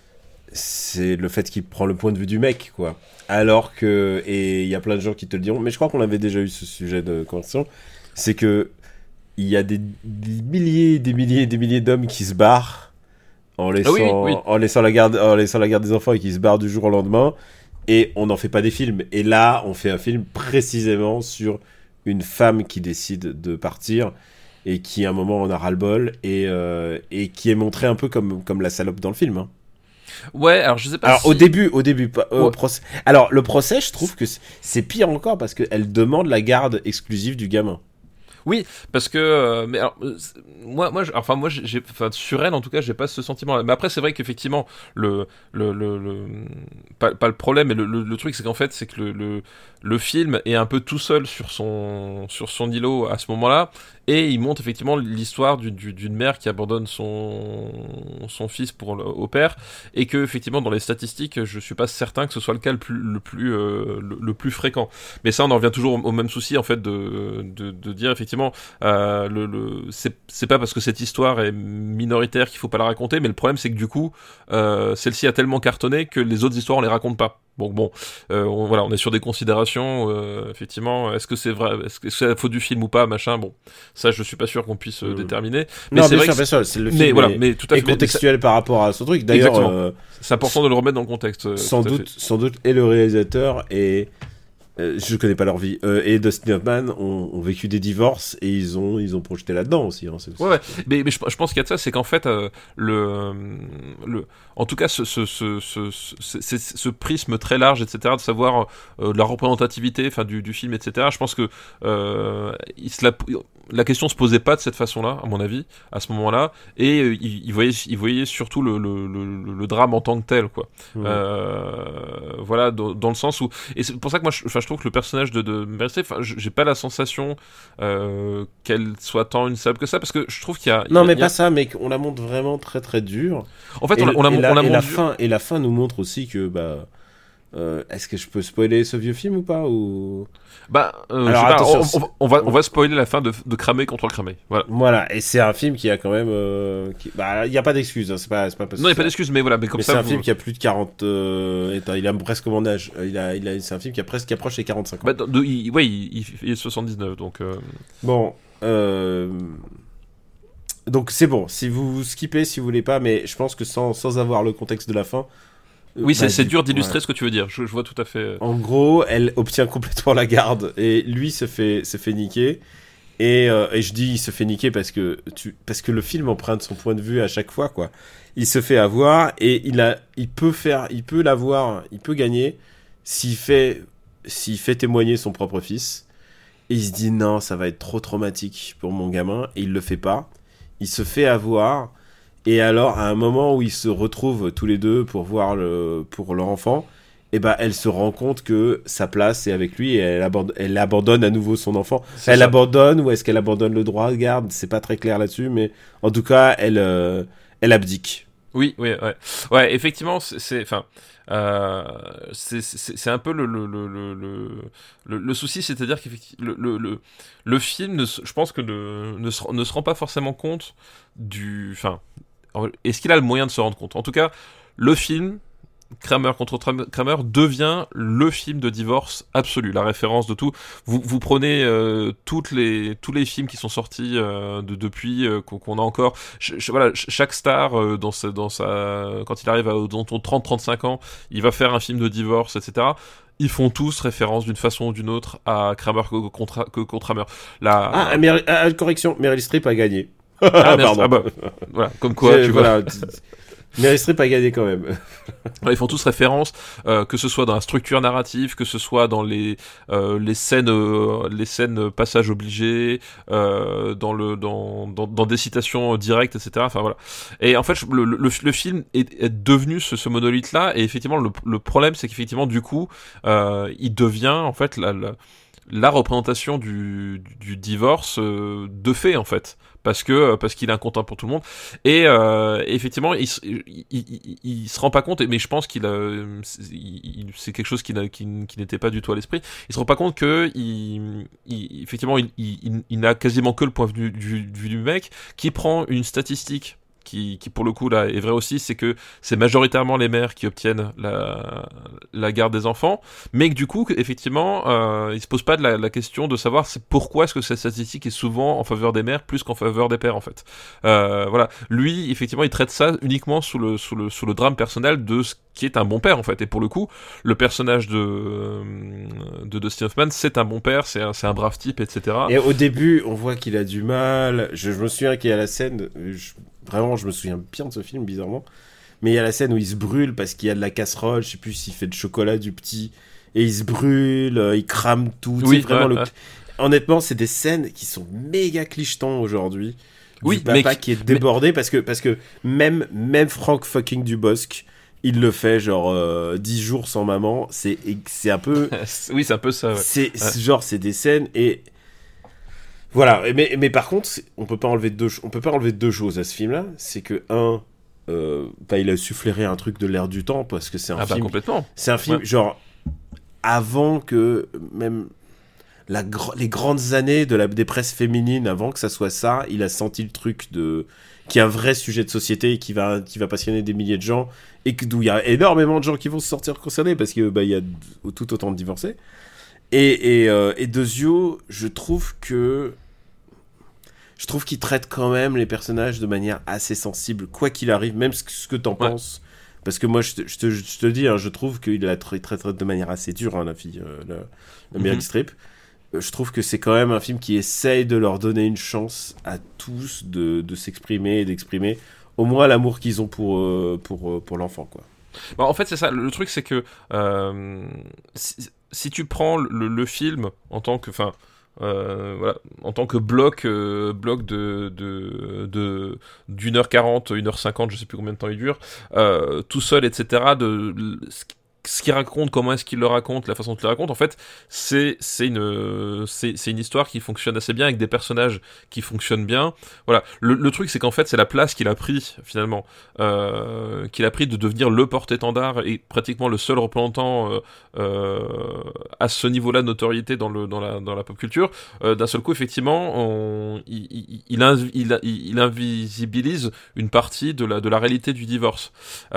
c'est le fait qu'il prend le point de vue du mec, quoi. Alors que, et il y a plein de gens qui te le diront, mais je crois qu'on avait déjà eu ce sujet de conversation, c'est que il y a des, des milliers, des milliers, des milliers d'hommes qui se barrent en laissant, ah oui, oui, oui. en laissant la garde, en laissant la garde des enfants et qui se barrent du jour au lendemain. Et on n'en fait pas des films. Et là, on fait un film précisément sur une femme qui décide de partir et qui, à un moment, en a ras-le-bol et, euh, et qui est montrée un peu comme, comme la salope dans le film. Hein. Ouais, alors je sais pas. Alors si... au début, au début, pas, euh, ouais. au procès. Alors le procès, je trouve que c'est, c'est pire encore parce qu'elle demande la garde exclusive du gamin. Oui, parce que euh, mais alors euh, moi moi je, enfin moi j'ai enfin sur elle en tout cas j'ai pas ce sentiment là. Mais après c'est vrai qu'effectivement le le le, le pas, pas le problème mais le, le, le truc c'est qu'en fait c'est que le, le le film est un peu tout seul sur son sur son îlot à ce moment-là et il montre effectivement l'histoire du, du, d'une mère qui abandonne son son fils pour le, au père et que effectivement dans les statistiques je suis pas certain que ce soit le cas le plus le plus euh, le, le plus fréquent. Mais ça on en revient toujours au, au même souci en fait de de, de dire effectivement Euh, le, le, c'est, c'est pas parce que cette histoire est minoritaire qu'il faut pas la raconter, mais le problème c'est que du coup, euh, celle-ci a tellement cartonné que les autres histoires on les raconte pas. Bon, bon, euh, on, voilà, on est sur des considérations. Euh, effectivement, est-ce que c'est vrai, est-ce que c'est la faute du film ou pas, machin. Bon, ça, je suis pas sûr qu'on puisse euh, mmh. déterminer. Mais non, c'est bien vrai sûr, bien sûr, c'est le film. Mais est, voilà, mais tout à fait contextuel mais, par rapport à ce truc. D'ailleurs, euh, c'est important de le remettre dans le contexte. Euh, sans doute, fait. sans doute, et le réalisateur et Euh, je connais pas leur vie. Euh, et Dustin Hoffman ont, ont vécu des divorces et ils ont ils ont projeté là-dedans aussi. Hein, c'est aussi... Ouais, ouais. Mais, mais je, je pense qu'il y a de ça, c'est qu'en fait euh, le le en tout cas ce ce ce ce, ce, ce, ce prisme très large, et cetera, de savoir euh, la représentativité, enfin du du film, et cetera. Je pense que euh, il se la la question se posait pas de cette façon-là, à mon avis, à ce moment-là, et euh, il, il voyait, il voyait surtout le, le, le, le drame en tant que tel, quoi. Mmh. Euh, voilà, dans, dans le sens où, et c'est pour ça que moi, je, je trouve que le personnage de, de Meryl Streep, enfin, j'ai pas la sensation euh, qu'elle soit tant une salope que ça, parce que je trouve qu'il y a. Non, il y a, mais il y a... pas ça, mais on la montre vraiment très très dure. En fait, et on a, on a, et on la, a et la mondu... fin et la fin nous montre aussi que bah. Euh, est-ce que je peux spoiler ce vieux film ou pas ou... Bah, euh, Alors, pas, attention, on, on, on, va, on va spoiler la fin de, de Cramer contre le Cramer. Voilà. Voilà, et c'est un film qui a quand même. Euh, qui... Bah, il n'y a pas d'excuse, hein, c'est pas, c'est pas possible. Non, il n'y a pas d'excuse, mais voilà, mais comme mais ça. C'est un vous... film qui a plus de quarante. Euh... Attends, il a presque mon âge. Il a, il a... C'est un film qui a presque qui approche les quarante-cinq ans. Bah, de, il, ouais, il, il, il est soixante-dix-neuf, donc. Euh... Bon. Euh... Donc c'est bon, si vous skippez, si vous voulez pas, mais je pense que sans, sans avoir le contexte de la fin. Oui, c'est, bah, c'est du... dur d'illustrer ouais. ce que tu veux dire. Je, je vois tout à fait. En gros, elle obtient complètement la garde et lui se fait, se fait niquer. Et, euh, et je dis il se fait niquer parce que, tu, parce que le film emprunte son point de vue à chaque fois, quoi. Il se fait avoir et il, a, il peut faire, il peut l'avoir, il peut gagner s'il fait, s'il fait témoigner son propre fils. Et il se dit non, ça va être trop traumatique pour mon gamin. Et il le fait pas. Il se fait avoir. Et alors, à un moment où ils se retrouvent tous les deux pour voir le, pour leur enfant, eh ben, elle se rend compte que sa place est avec lui et elle abandonne, elle abandonne à nouveau son enfant. C'est elle ça. abandonne ou est-ce qu'elle abandonne le droit de garde ? C'est pas très clair là-dessus, mais en tout cas, elle, euh, elle abdique. Oui, oui, ouais, ouais. Effectivement, c'est, enfin, euh, c'est, c'est, c'est un peu le le le le le, le souci, c'est-à-dire que le le le, le film, ne, je pense que ne ne se, ne se rend pas forcément compte du, enfin. Est-ce qu'il a le moyen de se rendre compte ? En tout cas, le film, Kramer contre Kramer, devient le film de divorce absolu, la référence de tout. Vous, vous prenez euh, toutes les, tous les films qui sont sortis euh, de, depuis, euh, qu'on, qu'on a encore. Ch- ch- voilà, ch- chaque star, euh, dans, sa, dans sa, quand il arrive à dans trente à trente-cinq ans, il va faire un film de divorce, et cetera. Ils font tous référence d'une façon ou d'une autre à Kramer contre, contre Kramer. La... Ah, Mer- ah, correction, Meryl Streep a gagné. Ah, merde, ah bah, voilà, comme quoi, J'ai, tu voilà, vois. Meryl Streep a gagné quand même. Ils font tous référence, euh, que ce soit dans la structure narrative, que ce soit dans les euh, les scènes, euh, les scènes passages obligés, euh, dans le dans, dans dans des citations directes, et cetera. Enfin voilà. Et en fait, le le, le film est, est devenu ce, ce monolithe là. Et effectivement, le le problème, c'est qu'effectivement, du coup, euh, il devient en fait la, la la représentation du, du divorce euh, de fait en fait, parce que parce qu'il est incontent pour tout le monde et euh, effectivement il, il, il, il se rend pas compte, mais je pense qu'il a, il, c'est quelque chose qui, n'a, qui, qui n'était pas du tout à l'esprit. Il se rend pas compte que il, il, effectivement il, il, il n'a quasiment que le point de vue du, du, du mec qui prend une statistique qui, qui pour le coup là est vrai aussi, c'est que c'est majoritairement les mères qui obtiennent la, la garde des enfants, mais que du coup effectivement euh, il se pose pas de la, la question de savoir c'est pourquoi est-ce que cette statistique est souvent en faveur des mères plus qu'en faveur des pères en fait. Euh, voilà, lui effectivement il traite ça uniquement sous le sous le sous le drame personnel de ce qui est un bon père en fait, et pour le coup le personnage de de Dustin Hoffman c'est un bon père, c'est un, c'est un brave type, etc. Et au début on voit qu'il a du mal, je, je me souviens qu'il y a la scène, je, vraiment je me souviens bien de ce film bizarrement, mais il y a la scène où il se brûle parce qu'il y a de la casserole, je sais plus s'il fait de chocolat du petit, et il se brûle, euh, il crame tout, oui, vraiment ouais, le... ouais. Honnêtement c'est des scènes qui sont méga clichetons aujourd'hui, oui, du papa mais... qui est débordé, mais... parce que, parce que même, même Franck fucking Dubosc il le fait genre euh, dix jours sans maman, c'est, c'est un peu... oui, c'est un peu ça, ouais. C'est, ouais. c'est genre, c'est des scènes et... Voilà, mais, mais par contre, on peut pas enlever deux, on peut pas enlever deux choses à ce film-là, c'est que, un, euh, bah, il a su flairer un truc de l'air du temps, parce que c'est un ah film... bah complètement. C'est un film, ouais. genre, avant que même... La, les grandes années de la, des presses féminines, avant que ça soit ça, il a senti le truc de... qui est un vrai sujet de société et qui va, qui va passionner des milliers de gens, et que, d'où il y a énormément de gens qui vont se sortir concernés, parce qu'il bah, y a tout autant de divorcés. Et, et, euh, et Dezio, je trouve que... Je trouve qu'il traite quand même les personnages de manière assez sensible, quoi qu'il arrive, même ce que, ce que t'en ouais. penses. Parce que moi, je te, je te, je te dis, hein, je trouve qu'il la traite, traite de manière assez dure, hein, la fille, euh, la, la Meryl mm-hmm. Streep. Je trouve que c'est quand même un film qui essaye de leur donner une chance à tous de, de s'exprimer et d'exprimer au moins l'amour qu'ils ont pour, euh, pour, pour l'enfant, quoi. Bon, en fait, c'est ça. Le, le truc, c'est que euh, si, si tu prends le, le film en tant que... Enfin, euh, voilà, en tant que bloc, euh, bloc de, de, de, d'une heure quarante, une heure cinquante, je sais plus combien de temps il dure, euh, tout seul, et cetera, de... ce qu'il raconte, comment est-ce qu'il le raconte, la façon dont il le raconte, en fait, c'est, c'est, une, c'est, c'est une histoire qui fonctionne assez bien, avec des personnages qui fonctionnent bien. Voilà. Le, le truc, c'est qu'en fait, c'est la place qu'il a pris, finalement, euh, qu'il a pris de devenir le porte-étendard et pratiquement le seul représentant euh, euh, à ce niveau-là de notoriété dans, le, dans, la, dans la pop culture. Euh, d'un seul coup, effectivement, on, il, il, il, inv, il, il invisibilise une partie de la, de la réalité du divorce.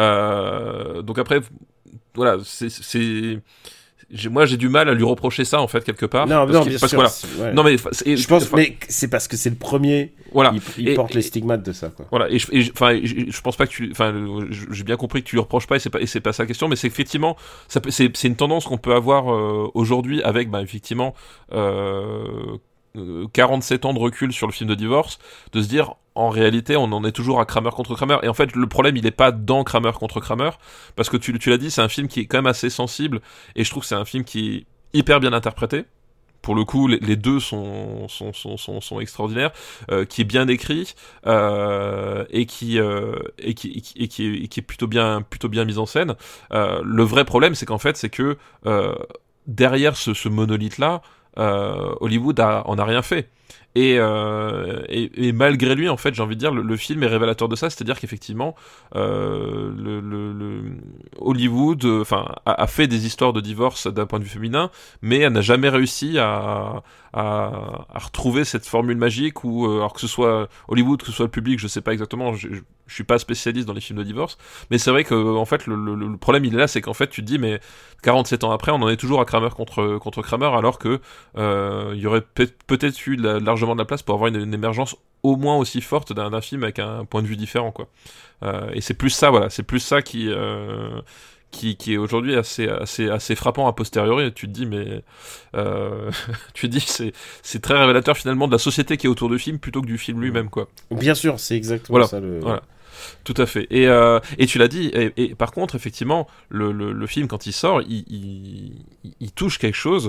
Euh, donc après... Voilà, c'est, c'est... J'ai, moi j'ai du mal à lui reprocher ça en fait quelque part. Non, parce non, que, bien parce sûr. Que, voilà. C'est, ouais. Non mais c'est, je pense, enfin, mais c'est parce que c'est le premier. Voilà. Il, il et, porte et, les stigmates de ça, quoi. Voilà. Et je, et, enfin, je, je pense pas que tu, enfin, j'ai bien compris que tu lui reproches pas et c'est pas, et c'est pas sa question, mais c'est effectivement, ça peut, c'est, c'est une tendance qu'on peut avoir euh, aujourd'hui avec, bah, effectivement, euh, quarante-sept ans de recul sur le film de divorce, de se dire. En réalité, on en est toujours à Kramer contre Kramer. Et en fait, le problème, il est pas dans Kramer contre Kramer. Parce que tu, tu l'as dit, c'est un film qui est quand même assez sensible. Et je trouve que c'est un film qui est hyper bien interprété. Pour le coup, les, les deux sont, sont, sont, sont, sont extraordinaires. Euh, qui est bien écrit. Euh, et, qui, euh, et, qui, et, qui, et, qui est, et qui est plutôt bien, plutôt bien mis en scène. Euh, le vrai problème, c'est qu'en fait, c'est que euh, derrière ce, ce monolithe-là, euh, Hollywood a, en a rien fait. Et, euh, et, et malgré lui, en fait, j'ai envie de dire, le, le film est révélateur de ça, c'est-à-dire qu'effectivement, euh, le, le, le Hollywood, enfin, a, a fait des histoires de divorce d'un point de vue féminin, mais elle n'a jamais réussi à, à, à retrouver cette formule magique où, alors que ce soit Hollywood, que ce soit le public, je sais pas exactement, je, je, je suis pas spécialiste dans les films de divorce, mais c'est vrai que, en fait, le, le, le problème il est là, c'est qu'en fait, tu te dis, mais quarante-sept ans après, on en est toujours à Kramer contre contre Kramer, alors que euh, il y aurait pe- peut-être eu de la, largement de la place pour avoir une, une émergence au moins aussi forte d'un, d'un film avec un point de vue différent, quoi. Euh, et c'est plus ça, voilà, c'est plus ça qui euh, qui, qui est aujourd'hui assez assez assez frappant a posteriori. Tu te dis, mais euh, tu te dis, c'est c'est très révélateur finalement de la société qui est autour du film plutôt que du film lui-même, quoi. Bien sûr, c'est exactement voilà. ça le. Voilà. Tout à fait. Et, euh, et tu l'as dit, et, et par contre, effectivement, le, le, le film, quand il sort, il, il, il touche quelque chose.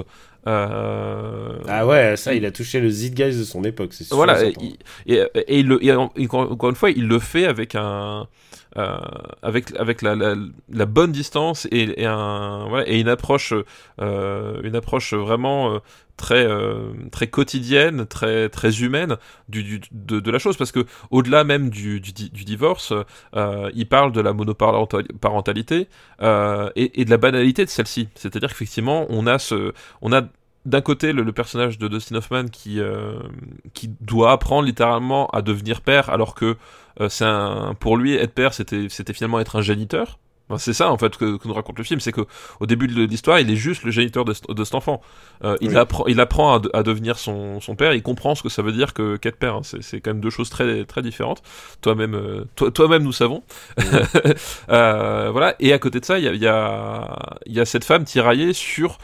Euh... Ah ouais, ça, il a touché le zeitgeist de son époque, c'est sûr. Voilà, et, et, et, il le, et encore une fois, il le fait avec un... Euh, avec avec la, la, la bonne distance et, et un voilà, et une approche euh, une approche vraiment euh, très euh, très quotidienne, très très humaine du, du de, de la chose, parce que au-delà même du du, du divorce, euh, il parle de la monoparentalité euh, et, et de la banalité de celle-ci. C'est-à-dire qu'effectivement, on a ce on a d'un côté le, le personnage de Dustin Hoffman qui euh, qui doit apprendre littéralement à devenir père, alors que euh, c'est un, pour lui être père, c'était, c'était finalement être un géniteur. Enfin, c'est ça en fait que, que nous raconte le film, c'est que au début de l'histoire, il est juste le géniteur de, de cet enfant. Euh, il, oui. apprend, il apprend à, à devenir son, son père, il comprend ce que ça veut dire que qu'être père. Hein. C'est, c'est quand même deux choses très très différentes. Toi-même, euh, toi, toi-même, nous savons. Oui. euh, voilà. Et à côté de ça, il y a il y a il y a cette femme tiraillée sur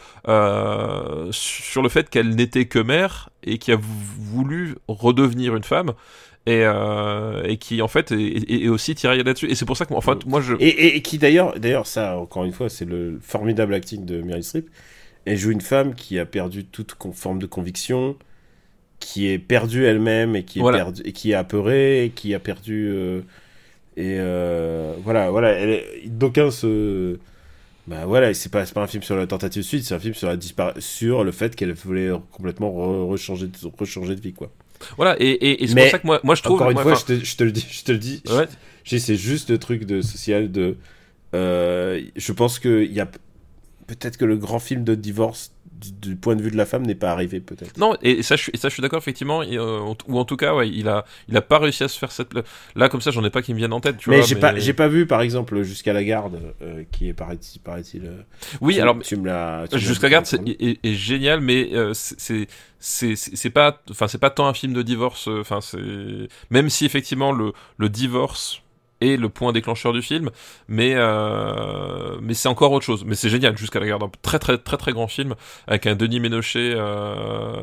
euh, sur le fait qu'elle n'était que mère et qui a voulu redevenir une femme. Et, euh, et qui en fait est, est, est aussi tiraillé là-dessus, et c'est pour ça que en fait, moi je et, et, et qui d'ailleurs d'ailleurs ça encore une fois c'est le formidable acting de Meryl Streep. Elle joue une femme qui a perdu toute forme de conviction, qui est perdue elle-même et qui est voilà. perdue, et qui est apeurée et qui a perdu euh, et euh, voilà voilà elle est, d'aucuns se bah voilà c'est pas c'est pas un film sur la tentative de suicide, c'est un film sur la dispar- sur le fait qu'elle voulait complètement re- rechanger de, rechanger de vie quoi. Voilà, et, et, et c'est mais pour ça que moi, moi je trouve. Encore une moi, fois, je te, je te le dis, je te le dis. Ouais. Je, je, c'est juste le truc de social de. Euh, je pense que il y a peut-être que le grand film de divorce du, du point de vue de la femme n'est pas arrivé peut-être. Non, et ça, je, et ça, je suis d'accord effectivement. Et, euh, ou en tout cas, ouais, il a, il a pas réussi à se faire cette. Là, comme ça, j'en ai pas qui me viennent en tête. Tu mais vois, j'ai mais... pas, j'ai pas vu par exemple Jusqu'à la garde, euh, qui est paraît-il, paraît-il. Euh, oui, tu, alors. Tu me l'as. Tu Jusqu'à la garde, c'est est, est génial, mais euh, c'est. C'est, c'est, c'est pas, enfin c'est pas tant un film de divorce, enfin c'est, même si effectivement le, le divorce est le point déclencheur du film, mais euh, mais c'est encore autre chose. Mais c'est génial, Jusqu'à la garde, un très très très très grand film avec un Denis Ménochet euh,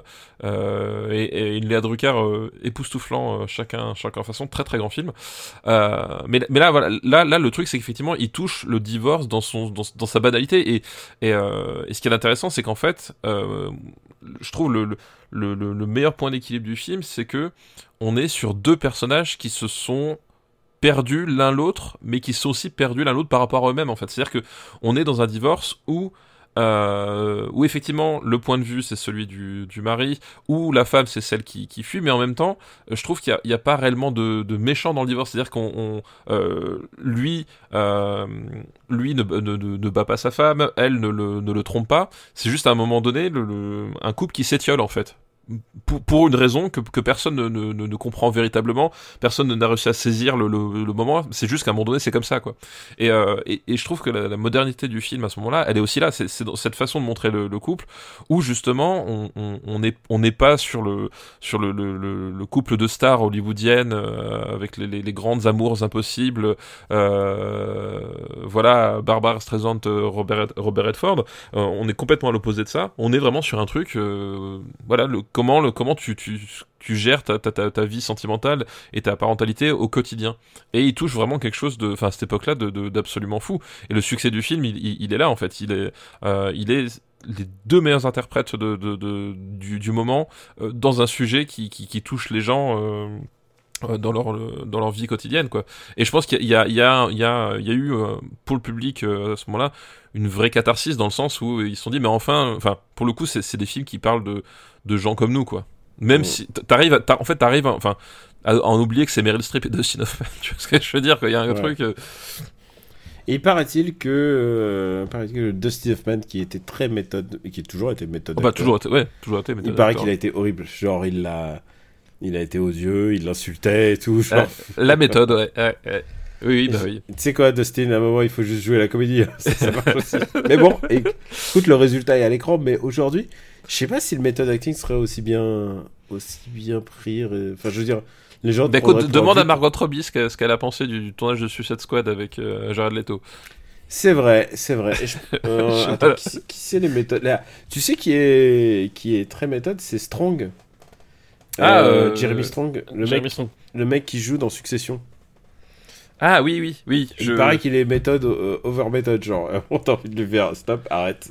euh, et, et une Léa Drucker euh, époustouflant, euh, chacun chacun façon, très très grand film. Euh, mais mais là voilà, là là le truc c'est qu'effectivement il touche le divorce dans son dans, dans sa banalité et et, euh, et ce qui est intéressant c'est qu'en fait euh, je trouve le, le, le, le meilleur point d'équilibre du film, c'est que on est sur deux personnages qui se sont perdus l'un l'autre, mais qui sont aussi perdus l'un l'autre par rapport à eux-mêmes, en fait. C'est-à-dire que on est dans un divorce où Euh, où effectivement le point de vue c'est celui du, du mari, où la femme c'est celle qui, qui fuit, mais en même temps je trouve qu'il n'y a, a pas réellement de, de méchant dans le divorce, c'est-à-dire qu'on on, euh, lui euh, lui ne, ne, ne, ne bat pas sa femme, elle ne le, ne le trompe pas, c'est juste à un moment donné le, le, un couple qui s'étiole en fait. Pour, pour une raison que, que personne ne, ne, ne comprend véritablement, personne n'a réussi à saisir le, le, le moment, c'est juste qu'à un moment donné c'est comme ça quoi. Et, euh, et, et je trouve que la, la modernité du film à ce moment-là, elle est aussi là, c'est, c'est dans cette façon de montrer le, le couple, où justement on, on, on n'est on n'est pas sur, le, sur le, le, le, le couple de stars hollywoodiennes euh, avec les, les, les grandes amours impossibles, euh, voilà, Barbara Streisand, Robert, Robert Redford, euh, on est complètement à l'opposé de ça, on est vraiment sur un truc, euh, voilà, le Comment, le, comment tu, tu, tu gères ta, ta, ta, ta vie sentimentale et ta parentalité au quotidien. Et il touche vraiment quelque chose de, enfin à cette époque-là, de, de, d'absolument fou. Et le succès du film, il, il, il est là en fait. Il est, euh, il est les deux meilleurs interprètes de, de, de, du, du moment euh, dans un sujet qui, qui, qui touche les gens. Euh, dans leur dans leur vie quotidienne quoi. Et je pense qu'il y a il y a il y a il y a eu euh, pour le public euh, à ce moment-là une vraie catharsis dans le sens où ils se sont dit mais enfin enfin pour le coup c'est c'est des films qui parlent de de gens comme nous quoi. Même mmh. si t'arrives à, en fait t'arrives à, enfin à, à en oublier que c'est Meryl Streep et Dustin Hoffman, tu vois ce que je veux dire qu'il y a un ouais. truc euh... Et paraît-il que euh, paraît-il que Dustin Hoffman qui était très méthode et qui a toujours été méthode oh, bah toujours été ouais toujours été méthode il paraît qu'il a été horrible, genre il l'a il a été odieux, il l'insultait et tout. Genre. Euh, la méthode, ouais. ouais, ouais. Oui, oui, bah oui. Tu sais quoi, Dustin, à un moment, il faut juste jouer la comédie. ça, ça marche aussi. Mais bon, écoute, le résultat est à l'écran. Mais aujourd'hui, je sais pas si le méthode acting serait aussi bien, aussi bien pris. Enfin, je veux dire, les gens. Bah, écoute, demande à Margot Robbie ce qu'elle, ce qu'elle a pensé du, du tournage de Suicide Squad avec euh, Jared Leto. C'est vrai, c'est vrai. Je, euh, attends, qui, qui c'est les méthodes là, tu sais qui est, qui est très méthode, c'est Strong. Ah, euh, euh, Jeremy Strong, le Jeremy mec, Strong. le mec qui joue dans Succession. Ah oui, oui, oui. Il je... paraît qu'il est méthode euh, over méthode, genre. On t'a envie de lui faire stop, arrête.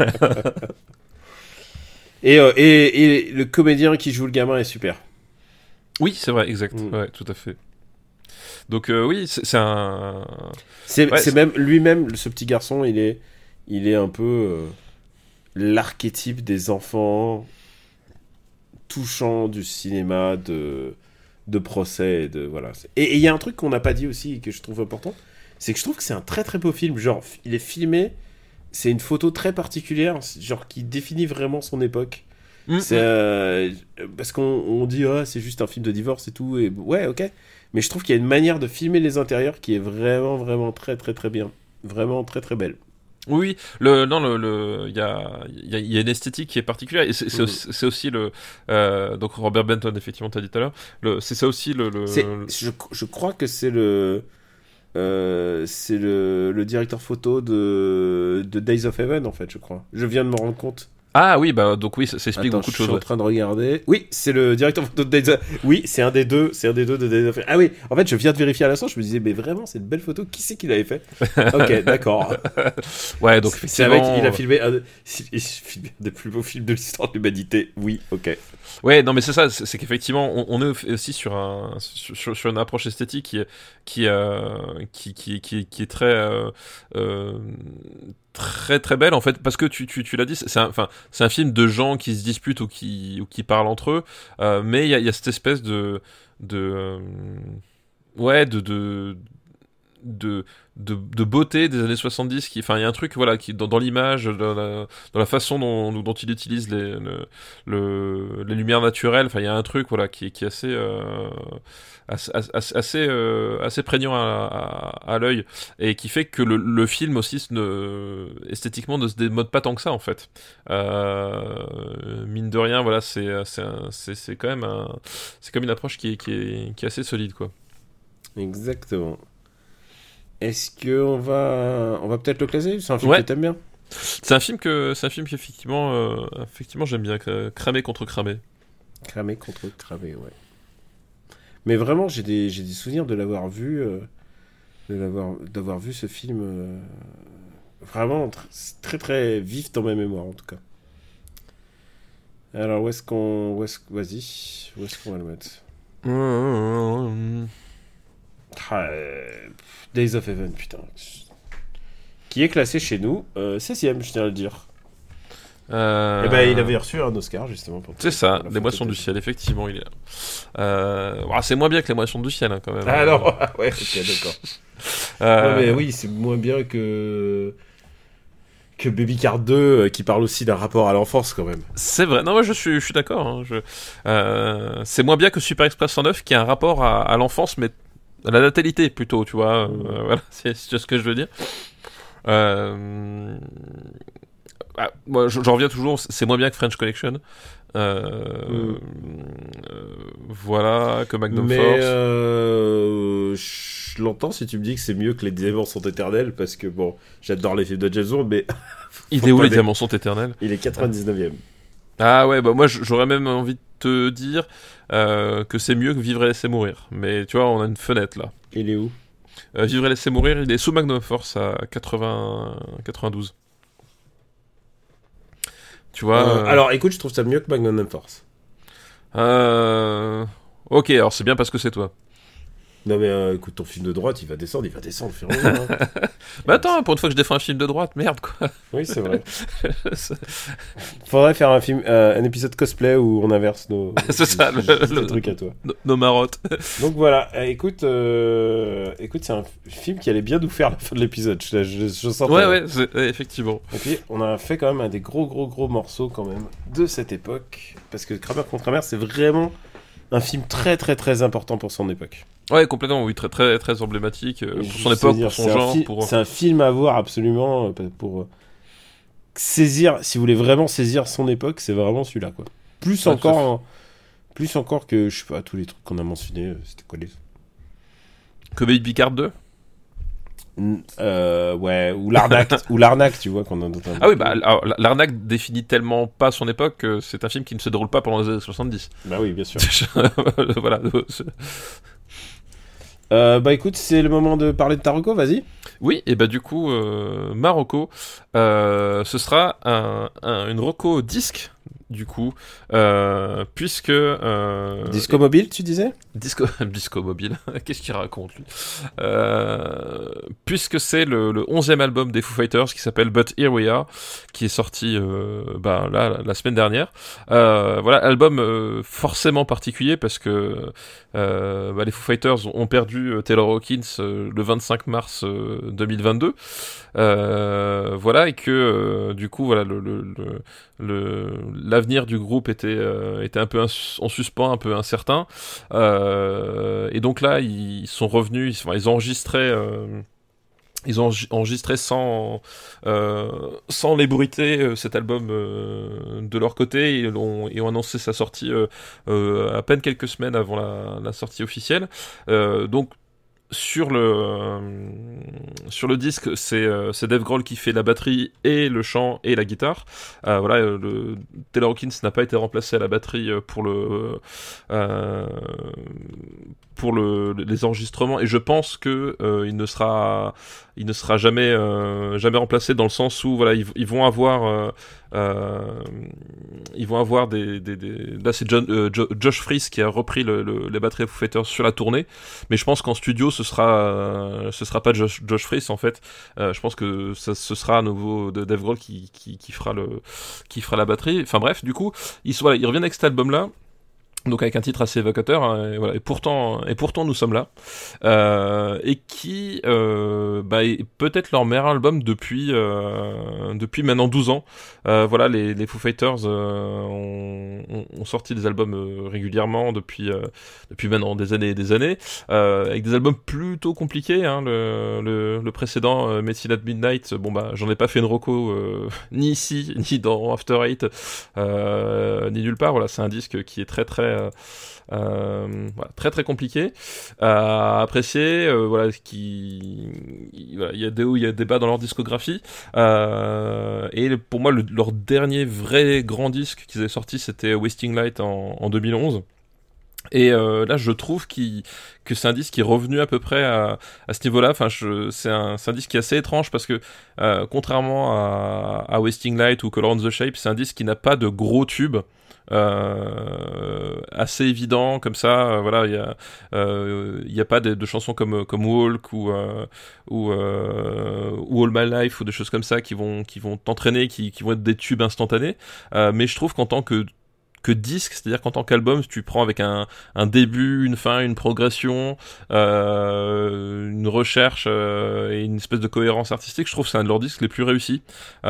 et, euh, et, et le comédien qui joue le gamin est super. Oui, c'est vrai, exact. Mm. Ouais, tout à fait. Donc euh, oui, c'est, c'est un. C'est, ouais, c'est c'est... même lui-même, ce petit garçon, il est, il est un peu euh, l'archétype des enfants touchant du cinéma de de procès et de voilà. Et il y a un truc qu'on n'a pas dit aussi et que je trouve important, c'est que je trouve que c'est un très très beau film. Genre, il est filmé, c'est une photo très particulière, genre qui définit vraiment son époque. Mmh, c'est euh, parce qu'on on dit ah c'est juste un film de divorce et tout, et ouais ok. Mais je trouve qu'il y a une manière de filmer les intérieurs qui est vraiment vraiment très très très bien, vraiment très très belle. Oui, le non le le il y a il y a, y a une esthétique qui est particulière et c'est c'est, mmh. aussi, c'est aussi le euh, donc Robert Benton effectivement t'as dit tout à l'heure le c'est ça aussi le, le... C'est, je je crois que c'est le euh, c'est le le directeur photo de de Days of Heaven en fait je crois. Je viens de me rendre compte. Ah oui, bah donc oui, ça, ça explique Attends, beaucoup de choses. Je suis en train de regarder. Oui, c'est le directeur photo de Days of... Oui, c'est un des deux, c'est un des deux de Days of Heaven. Ah oui, en fait, je viens de vérifier à l'instant, je me disais, mais vraiment, c'est une belle photo. Qui c'est qui l'avait fait? Ok, d'accord. Ouais, donc c'est effectivement. C'est avec, il a filmé un, il a filmé un des plus beaux films de l'histoire de l'humanité. Oui, ok. Ouais, non, mais c'est ça, c'est, c'est qu'effectivement, on, on est aussi sur un sur, sur une approche esthétique qui qui euh, qui, qui qui qui est très euh, euh, très très belle en fait, parce que tu tu tu l'as dit, c'est un enfin c'est un film de gens qui se disputent ou qui ou qui parlent entre eux, euh, mais il y a il y a cette espèce de de euh, ouais de de de de de beauté des années soixante-dix qui enfin il y a un truc voilà qui dans, dans l'image dans la, dans la façon dont dont il utilise les le, le les lumières naturelles, enfin il y a un truc voilà qui qui est assez euh, assez assez assez, euh, assez prégnant à, à, à l'œil et qui fait que le, le film aussi ne esthétiquement ne se démode pas tant que ça en fait. Euh, mine de rien voilà c'est c'est un, c'est c'est quand même un, c'est comme une approche qui est qui est qui est assez solide quoi. Exactement. Est-ce que on va, on va peut-être le classer? C'est un film ouais. que t'aimes bien? C'est un film que, c'est un film qu'effectivement, euh, effectivement, j'aime bien. Cramer contre cramer. Cramer contre cramer, ouais. Mais vraiment, j'ai des, j'ai des souvenirs de l'avoir vu, euh, de l'avoir, d'avoir vu ce film euh, vraiment tr- très très vif dans ma mémoire en tout cas. Alors où est-ce qu'on, où est-ce, vas-y, où est-ce qu'on va le mettre? Mmh. Ah, euh, Days of Heaven, putain. Qui est classé chez nous euh, seizième, je tiens à le dire. Euh... Et ben, il avait reçu un Oscar justement pour c'est ça, Les Moissons du Ciel, effectivement, il est là. Euh... Oh, c'est moins bien que Les Moissons du Ciel, hein, quand même. Ah non, ouais, ok, d'accord. euh... Non, mais oui, c'est moins bien que. que Baby Card deux, qui parle aussi d'un rapport à l'enfance, quand même. C'est vrai, non, moi je suis, je suis d'accord. Hein. Je... Euh... C'est moins bien que Super Express cent neuf, qui a un rapport à, à l'enfance, mais à la natalité plutôt, tu vois. Mmh. Euh, voilà, c'est, c'est ce que je veux dire. Euh... Ah, moi, j'en reviens toujours, c'est moins bien que French Connection. Euh, mmh. euh, voilà, que Magnum mais Force. Euh, je l'entends si tu me dis que c'est mieux que Les Diamants sont éternels, parce que bon, j'adore les films de James Bond, mais. Il est où Les des... Diamants sont éternels? Il est quatre-vingt-dix-neuvième. Ah ouais, bah moi j'aurais même envie de te dire euh, que c'est mieux que Vivre et laisser mourir. Mais tu vois, on a une fenêtre là. Il est où? euh, Vivre et laisser mourir, il est sous Magnum Force à quatre-vingts... quatre-vingt-douze. Tu vois. Euh, euh... Alors écoute, je trouve ça mieux que Magnum Force. Euh... Ok, alors c'est bien parce que c'est toi. Non mais euh, écoute, ton film de droite, il va descendre, il va descendre, fais rien. Hein. Bah attends, pour une fois que je défends un film de droite, merde quoi. Oui, c'est vrai. Faudrait faire un film, euh, un épisode cosplay où on inverse nos. c'est ça, le, le, le truc à toi. Nos, nos marottes. Donc voilà, euh, écoute, euh, écoute, c'est un film qui allait bien nous faire la fin de l'épisode. Je, je, je sens. Ouais, ouais, c'est, ouais, effectivement. Et puis on a fait quand même un des gros, gros, gros morceaux quand même de cette époque, parce que Kramer contre Kramer, c'est vraiment un film très, très, très important pour son époque. Ouais, complètement, oui, très, très, très emblématique euh, pour son époque, dire, pour son genre. Fi- pour... C'est un film à voir absolument pour saisir, si vous voulez vraiment saisir son époque, c'est vraiment celui-là, quoi. Plus ouais, encore, hein, plus encore que, je sais pas, tous les trucs qu'on a mentionnés, c'était quoi les... Que Baby Card deux euh, ouais, ou l'arnaque, ou l'arnaque, tu vois, qu'on a notamment. Ah oui, bah, alors, l'arnaque définit tellement pas son époque que c'est un film qui ne se déroule pas pendant les années soixante-dix. Bah oui, bien sûr. Voilà. Euh, bah écoute, c'est le moment de parler de Taroko, vas-y. Oui, et bah du coup, euh, ma reco, euh, ce sera un, un, une reco disque, du coup, euh, puisque... Euh, Disco mobile, tu disais? Disco, disco mobile, qu'est-ce qu'il raconte, lui euh, Puisque c'est le, le onzième album des Foo Fighters, qui s'appelle But Here We Are, qui est sorti euh, bah, là, la, la semaine dernière. Euh, voilà, album euh, forcément particulier, parce que euh, bah, les Foo Fighters ont perdu Taylor Hawkins euh, le vingt-cinq mars euh, deux mille vingt-deux. Euh, voilà, et que euh, du coup, voilà, le, le, le, le, la l'avenir du groupe était euh, était un peu ins- en suspens, un peu incertain. Euh, et donc là, ils sont revenus, ils, enfin, ils ont enregistré. Euh, Ils ont enregistré sans, euh, sans l'ébruiter euh, cet album euh, de leur côté et ont, et ont annoncé sa sortie euh, euh, à peine quelques semaines avant la, la sortie officielle. Euh, donc sur le euh, sur le disque, c'est euh, c'est Dave Grohl qui fait la batterie et le chant et la guitare. Euh, voilà, euh, le Taylor Hawkins n'a pas été remplacé à la batterie pour le euh, pour le les enregistrements et je pense que euh, il ne sera il ne sera jamais euh, jamais remplacé dans le sens où voilà ils, ils vont avoir euh, euh, ils vont avoir des, des, des... là c'est John, euh, jo- Josh Freese qui a repris le, le, les batteries Foo Fighters sur la tournée, mais je pense qu'en studio ce sera euh, ce sera pas Josh, Josh Freese en fait. Euh, je pense que ça, ce sera à nouveau de Dave Grohl qui, qui, qui fera le qui fera la batterie. Enfin bref, du coup ils voilà, ils reviennent avec cet album là. Donc avec un titre assez évocateur, hein, et voilà. Et pourtant, et pourtant nous sommes là, euh, et qui euh, bah, est peut-être leur meilleur album depuis euh, depuis maintenant douze ans. Euh, voilà, les, les Foo Fighters euh, ont, ont, ont sorti des albums euh, régulièrement depuis euh, depuis maintenant des années et des années, euh, avec des albums plutôt compliqués. Hein, le, le, le précédent, euh, Metal at Midnight, bon bah j'en ai pas fait une reco euh, ni ici ni dans After Eight, euh, ni nulle part. Voilà, c'est un disque qui est très très Euh, euh, voilà, très très compliqué à apprécier, euh, voilà, qui il voilà, y a des hauts, il y a des bas dans leur discographie, euh, et pour moi le, leur dernier vrai grand disque qu'ils avaient sorti c'était Wasting Light en, en deux mille onze. Et euh, là, je trouve qu'il, que c'est un disque qui est revenu à peu près à, à ce niveau-là. Enfin, je, c'est, un, c'est un disque qui est assez étrange parce que, euh, contrairement à, à Wasting Light ou Color on the Shape, c'est un disque qui n'a pas de gros tubes. Euh, assez évident comme ça, euh, voilà, il y a euh, il y a pas de, de chansons comme comme Walk ou euh, ou euh, ou All My Life ou des choses comme ça qui vont qui vont t'entraîner, qui qui vont être des tubes instantanés, euh, mais je trouve qu'en tant que que disque, c'est-à-dire qu'en tant qu'album, tu prends avec un, un début, une fin, une progression, euh, une recherche euh, et une espèce de cohérence artistique, je trouve que c'est un de leurs disques les plus réussis.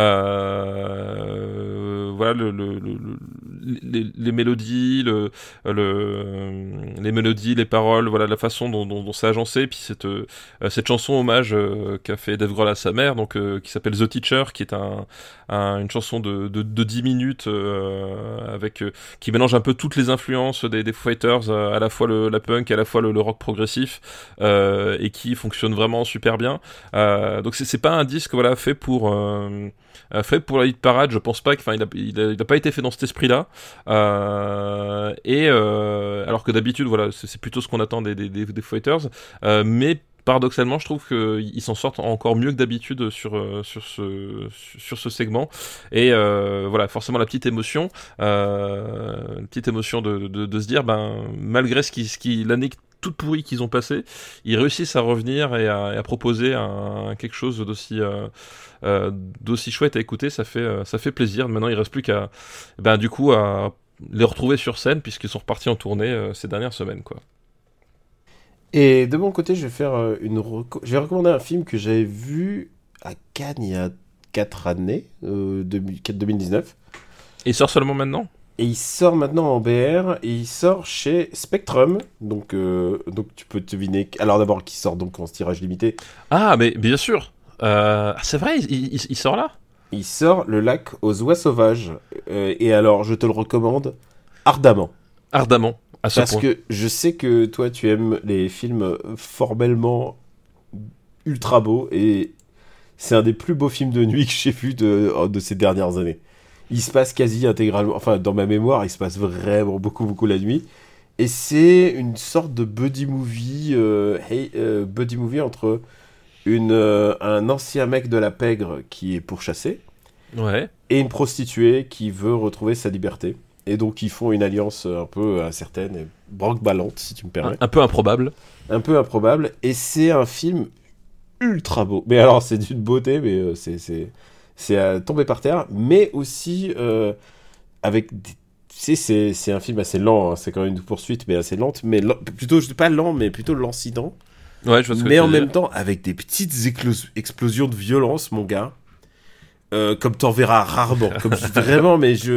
Euh, voilà, le, le, le, le, les, les mélodies, le, le, les mélodies, les paroles, voilà la façon dont, dont, dont c'est agencé, puis cette, euh, cette chanson hommage euh, qu'a fait Dave Grohl à sa mère, donc euh, qui s'appelle The Teacher, qui est un, un une chanson de, de, de dix minutes euh, avec euh, qui mélange un peu toutes les influences des, des Foo Fighters, euh, à la fois le, la punk, à la fois le, le rock progressif, euh, et qui fonctionne vraiment super bien. Euh, donc c'est, c'est pas un disque voilà fait pour euh, fait pour la hit parade. Je pense pas que, enfin il a, il a il a pas été fait dans cet esprit-là. Euh, et euh, alors que d'habitude voilà c'est, c'est plutôt ce qu'on attend des des, des, des Foo Fighters, euh, mais paradoxalement, je trouve qu'ils s'en sortent encore mieux que d'habitude sur euh, sur ce sur ce segment. Et euh, voilà, forcément la petite émotion, euh, une petite émotion de, de de se dire, ben malgré ce qui ce qui l'année toute pourrie qu'ils ont passée, ils réussissent à revenir et à, et à proposer un, quelque chose d'aussi euh, euh, d'aussi chouette à écouter. Ça fait ça fait plaisir. Maintenant, il reste plus qu'à ben du coup à les retrouver sur scène puisqu'ils sont repartis en tournée euh, ces dernières semaines, quoi. Et de mon côté, je vais faire euh, une reco- je vais recommander un film que j'avais vu à Cannes il y a quatre années, euh, deux mille dix-neuf. Et il sort seulement maintenant ? Et il sort maintenant en B R, et il sort chez Spectrum, donc, euh, donc tu peux deviner... Alors d'abord, qui sort donc en tirage limité. Ah, mais bien sûr, euh, c'est vrai, il, il, il sort là ? Il sort Le Lac aux oies sauvages, euh, et alors je te le recommande ardemment. Ardemment. Parce point. que je sais que toi tu aimes les films formellement ultra beaux, et c'est un des plus beaux films de nuit que j'ai vu de, de ces dernières années. Il se passe quasi intégralement, enfin dans ma mémoire, il se passe vraiment beaucoup beaucoup la nuit, et c'est une sorte de buddy movie, euh, hey, euh, buddy movie entre une, euh, un ancien mec de la pègre qui est pourchassé, ouais, et une prostituée qui veut retrouver sa liberté. Et donc ils font une alliance un peu incertaine et branque-ballante, si tu me permets. Un, un peu improbable. Un peu improbable. Et c'est un film ultra beau. Mais alors c'est d'une beauté, mais euh, c'est, c'est, c'est à tomber par terre. Mais aussi euh, avec... Des... Tu sais, c'est, c'est un film assez lent. Hein. C'est quand même une poursuite, mais assez lente. Mais lent... plutôt, pas lent, mais plutôt lancinant. Ouais, je vois ce que mais tu en veux même dire. temps, avec des petites éclos... explosions de violence, mon gars. Euh, comme t'en verras rarement. Comme je... Vraiment, mais je...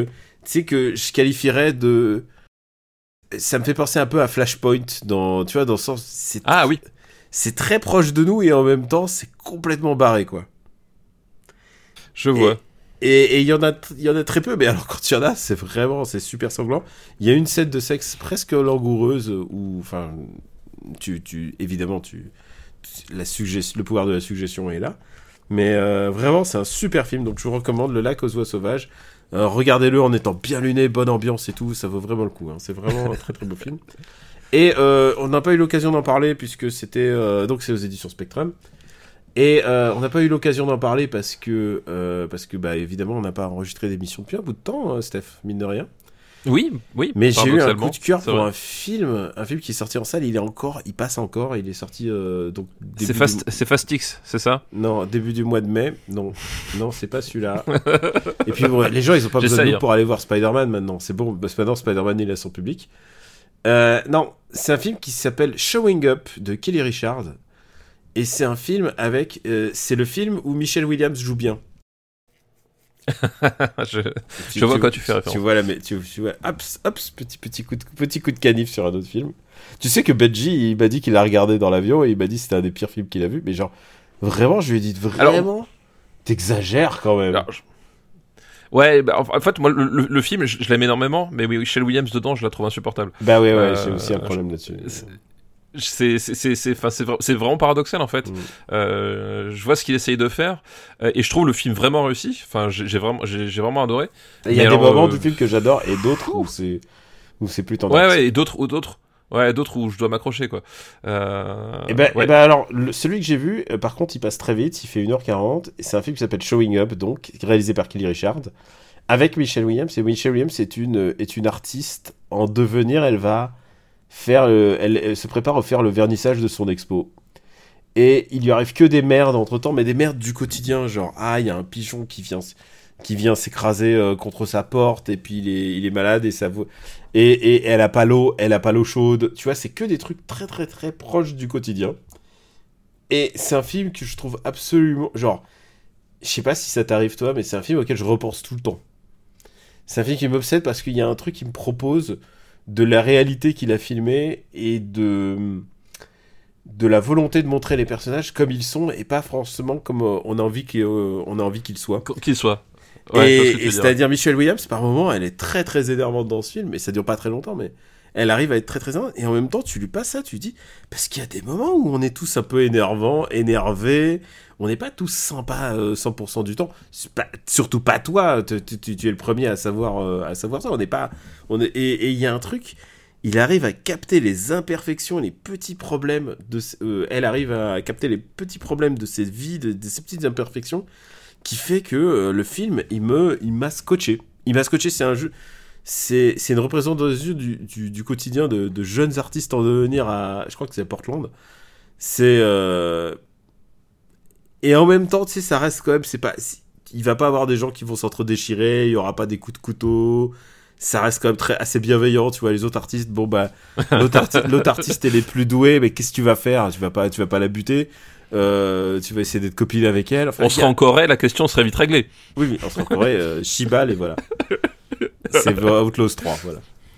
sais, que je qualifierais de... Ça me fait penser un peu à Flashpoint, dans, tu vois, dans le sens... C'est ah oui. C'est très proche de nous et en même temps, c'est complètement barré, quoi. Je vois. Et il y, y en a très peu, mais alors quand il y en a, c'est vraiment, c'est super sanglant. Il y a une scène de sexe presque langoureuse où, enfin, tu, tu, évidemment, tu, la suggest- le pouvoir de la suggestion est là. Mais euh, vraiment, c'est un super film, donc je vous recommande Le Lac aux oies sauvages. Euh, regardez-le en étant bien luné, bonne ambiance et tout, ça vaut vraiment le coup. Hein. C'est vraiment un très très beau film. Et euh, on n'a pas eu l'occasion d'en parler puisque c'était euh, donc c'est aux éditions Spectrum. Et euh, on n'a pas eu l'occasion d'en parler parce que euh, parce que bah évidemment on n'a pas enregistré d'émission depuis un bout de temps, hein, Steph, mine de rien. Oui, oui. Mais j'ai eu un coup de cœur pour vrai. un film, un film qui est sorti en salle. Il est encore, il passe encore. Il est sorti euh, donc. Début c'est Fast, du... c'est Fast X, c'est ça? Non, début du mois de mai. Non, non, c'est pas celui-là. Et puis bon, les gens, ils ont pas besoin de nous hein. pour aller voir Spider-Man maintenant. C'est bon, parce que maintenant Spider-Man il a son public. Euh, non, c'est un film qui s'appelle Showing Up de Kelly Richard. Et c'est un film avec, euh, c'est le film où Michelle Williams joue bien. je, tu, je vois tu, quoi tu fais référence. Tu vois là, mais tu, tu vois, hops, hops, petit petit coup de petit coup de canif sur un autre film. Tu sais que Benji, il m'a dit qu'il l'a regardé dans l'avion et il m'a dit que c'était un des pires films qu'il a vu. Mais genre, vraiment, je lui ai dit vraiment, alors, t'exagères quand même. Alors, je... Ouais, bah, en fait, moi, le, le, le film, je, je l'aime énormément, mais oui, Michelle Williams dedans, je la trouve insupportable. Bah ouais, ouais, euh, j'ai aussi un problème je, là-dessus. C'est... C'est, c'est, c'est, c'est, c'est, c'est vraiment paradoxal en fait. Mmh. Euh, je vois ce qu'il essaye de faire euh, et je trouve le film vraiment réussi. Enfin, j'ai, j'ai vraiment, j'ai, j'ai vraiment adoré. Il y a alors, des moments euh... du film que j'adore et d'autres où c'est, où c'est plus tendance. Ouais, ouais, et d'autres, ou d'autres, ouais, d'autres où je dois m'accrocher quoi. Euh... Et ben, ouais. et ben alors, le, celui que j'ai vu, euh, par contre, il passe très vite. Il fait une heure quarante. Et c'est un film qui s'appelle Showing Up, donc réalisé par Kelly Richard, avec Michelle Williams. Et Michelle Williams est une, est une artiste en devenir. Elle va faire le, elle, elle se prépare à faire le vernissage de son expo. Et il lui arrive que des merdes entre temps, mais des merdes du quotidien, genre ah il y a un pigeon qui vient, qui vient s'écraser euh, contre sa porte et puis il est, il est malade et ça vaut... et, et elle a pas l'eau, elle a pas l'eau chaude. Tu vois, c'est que des trucs très très très proches du quotidien. Et c'est un film que je trouve absolument, genre, je sais pas si ça t'arrive toi, mais c'est un film auquel je repense tout le temps. C'est un film qui m'obsède parce qu'il y a un truc qui me propose de la réalité qu'il a filmée et de de la volonté de montrer les personnages comme ils sont et pas forcément comme euh, on a envie qu'ils euh, on a envie qu'ils soient. Qu'ils soient. Ouais, et, et c'est-à-dire Michelle Williams par moment elle est très très énervante dans ce film et ça dure pas très longtemps mais elle arrive à être très très énervante et en même temps tu lui passes ça, tu lui dis parce qu'il y a des moments où on est tous un peu énervants, énervés, on n'est pas tous sympas euh, cent pour cent du temps, pas, surtout pas toi, tu, tu, tu es le premier à savoir euh, à savoir ça, on n'est pas on est, et il y a un truc, il arrive à capter les imperfections, les petits problèmes de euh, elle arrive à capter les petits problèmes de ses vies, de, de ces petites imperfections qui fait que euh, le film il me il m'a scotché. Il m'a scotché, c'est un jeu C'est, c'est une représentation du, du, du quotidien de, de jeunes artistes en devenir à... Je crois que c'est à Portland. C'est... Euh... Et en même temps, tu sais, ça reste quand même... C'est pas, c'est... Il va pas avoir des gens qui vont s'entre-déchirer, il y aura pas des coups de couteau... Ça reste quand même très, assez bienveillant, tu vois, les autres artistes, bon bah... L'autre, arti... l'autre artiste, elle est plus douée, mais qu'est-ce que tu vas faire ? Tu vas pas, tu vas pas la buter euh, tu vas essayer d'être copine avec elle. Enfin, on serait a... en Corée, la question serait vite réglée. Oui, oui, on serait en Corée, euh, Shibal et voilà. C'est Outlaws trois, voilà.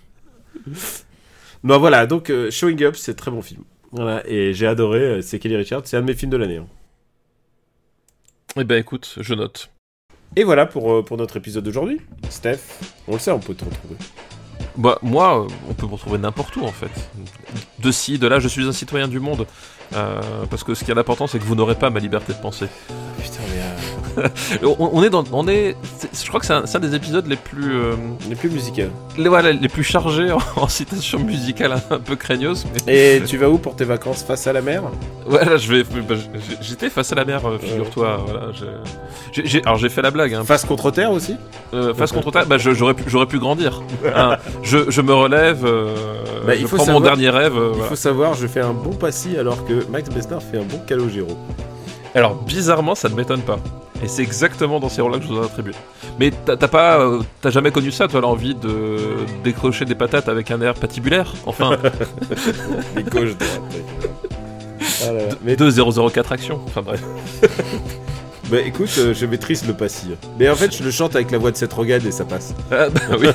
Non, voilà, donc euh, Showing Up, c'est un très bon film. Voilà, et j'ai adoré, euh, c'est Kelly Richard, c'est un de mes films de l'année. Hein. Eh ben écoute, je note. Et voilà pour, euh, pour notre épisode d'aujourd'hui. Steph, on le sait, on peut te retrouver. Bah, moi, on peut me retrouver n'importe où en fait. De ci, de là, je suis un citoyen du monde. Euh, parce que ce qui est important, c'est que vous n'aurez pas ma liberté de penser. Putain, mais. Euh... on, on est dans. On est, je crois que c'est un, c'est un des épisodes les plus. Euh... Les plus musicaux. Les, voilà, les plus chargés en, en citations musicales un peu craignos. Mais... Et tu vas où pour tes vacances ? Face à la mer ? Voilà, je vais. Bah, j'étais face à la mer, figure-toi. Ouais. Voilà, j'ai, j'ai, alors j'ai fait la blague. Hein. Face contre terre aussi ? euh, Face contre terre, bah, je, j'aurais, pu, j'aurais pu grandir. Hein. je, je me relève, euh, bah, je il faut prends savoir, mon dernier rêve. Euh, il voilà. faut savoir, je fais un bon passis alors que Max Besnard fait un bon Calogero. Alors, bizarrement, ça ne m'étonne pas. Et c'est exactement dans ces rôles-là que je vous ai attribué. Mais t'as, t'as pas, euh, t'as jamais connu ça, toi, l'envie de décrocher des patates avec un air patibulaire ? Enfin. Les gauches droites. Ah là là. Mais deux zéro zéro quatre actions. Enfin bref. Bah écoute, euh, je maîtrise le passy. Mais en fait, je le chante avec la voix de Seth Rogen et ça passe. Ah, bah oui.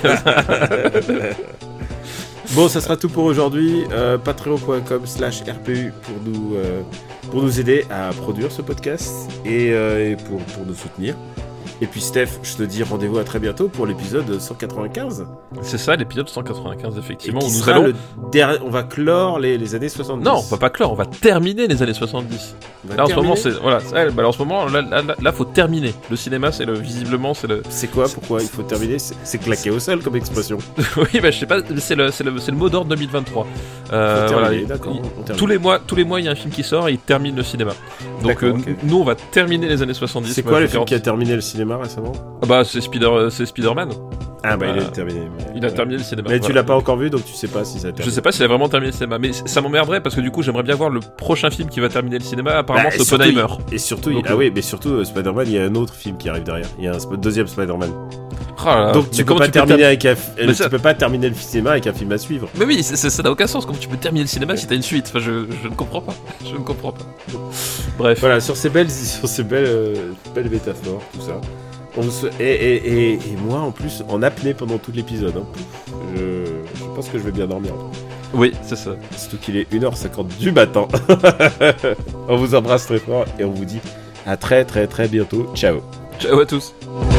Bon, ça sera tout pour aujourd'hui. Euh, patreon point com slash R P U pour nous, euh, pour nous aider à produire ce podcast et, euh, et pour, pour nous soutenir. Et puis Steph, je te dis rendez-vous à très bientôt pour l'épisode cent quatre-vingt-quinze. C'est ça, l'épisode cent quatre-vingt-quinze, effectivement. Et Où qui nous sera allons... le der... On va clore les, les années soixante-dix. Non, on va pas clore, on va terminer les années soixante-dix. On va Là, en ce terminer. moment, c'est voilà, c'est- bah, là, en ce moment, là, là, là, là, faut terminer. Le cinéma, c'est le visiblement, c'est le. C'est quoi? Pourquoi il faut terminer? C'est, c'est claqué au sol comme expression. Oui, bah je sais pas, c'est le, c'est le, c'est le mot d'ordre deux mille vingt-trois. Euh, Faut voilà, terminer, il- d'accord, il- on termine. tous les mois, tous les mois, il y a un film qui sort et il termine le cinéma. Donc D'accord, euh, ok. nous, on va terminer les années soixante-dix. C'est Moi, quoi je le vais film faire- qui a terminé le cinéma récemment? Ah bah c'est Spider, c'est Spider-Man. Ah bah il Euh, est terminé. mais- Il a ouais. terminé le cinéma. Mais tu voilà. l'as pas encore vu donc tu sais pas si ça a terminé. Je sais pas s'il a vraiment terminé le cinéma, mais c- ça m'emmerderait parce que du coup j'aimerais bien voir le prochain film qui va terminer le cinéma. Apparemment Bah, c'est et surtout, Oppenheimer. il- Et surtout, il- Donc, ah euh, oui, mais surtout euh, Spider-Man, il y a un autre film qui arrive derrière. Il y a un sp- deuxième Spider-Man. Oh là là. donc Mais tu peux comment pas tu terminer ter- avec un, f- Mais tu ça- peux pas terminer le cinéma avec un film à suivre. Mais oui, c'est- c'est- ça n'a aucun sens. Comment tu peux terminer le cinéma si t'as une suite? Enfin, je, je ne comprends pas. Je ne comprends pas. Bref. Voilà, sur ces belles, sur ces belles, euh, belles métaphores, tout ça. On se... et, et, et, et moi en plus en apnée pendant tout l'épisode. Hein. Pouf. Je... je pense que je vais bien dormir. Oui, c'est ça. Surtout qu'il est une heure cinquante du matin. On vous embrasse très fort et on vous dit à très très très bientôt. Ciao. Ciao à tous.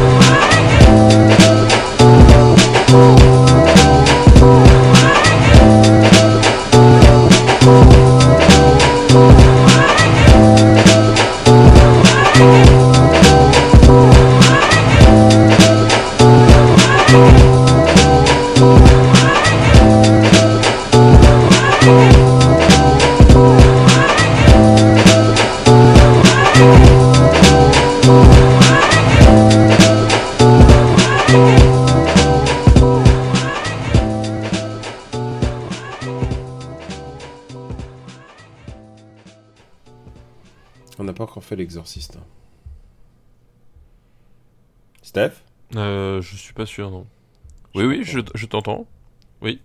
On n'a pas encore fait l'exorciste. hein. Steph? Euh, je suis pas sûr, non. Oui, oui, je, je t'entends. Oui.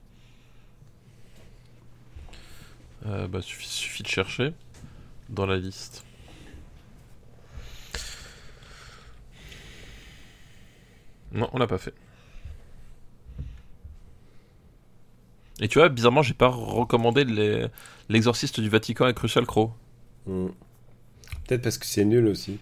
Euh, bah, suffit, suffit de chercher dans la liste. Non, on l'a pas fait. Et tu vois, bizarrement, j'ai pas recommandé les... l'exorciste du Vatican avec Russell Crowe. Hmm. Peut-être parce que c'est nul aussi.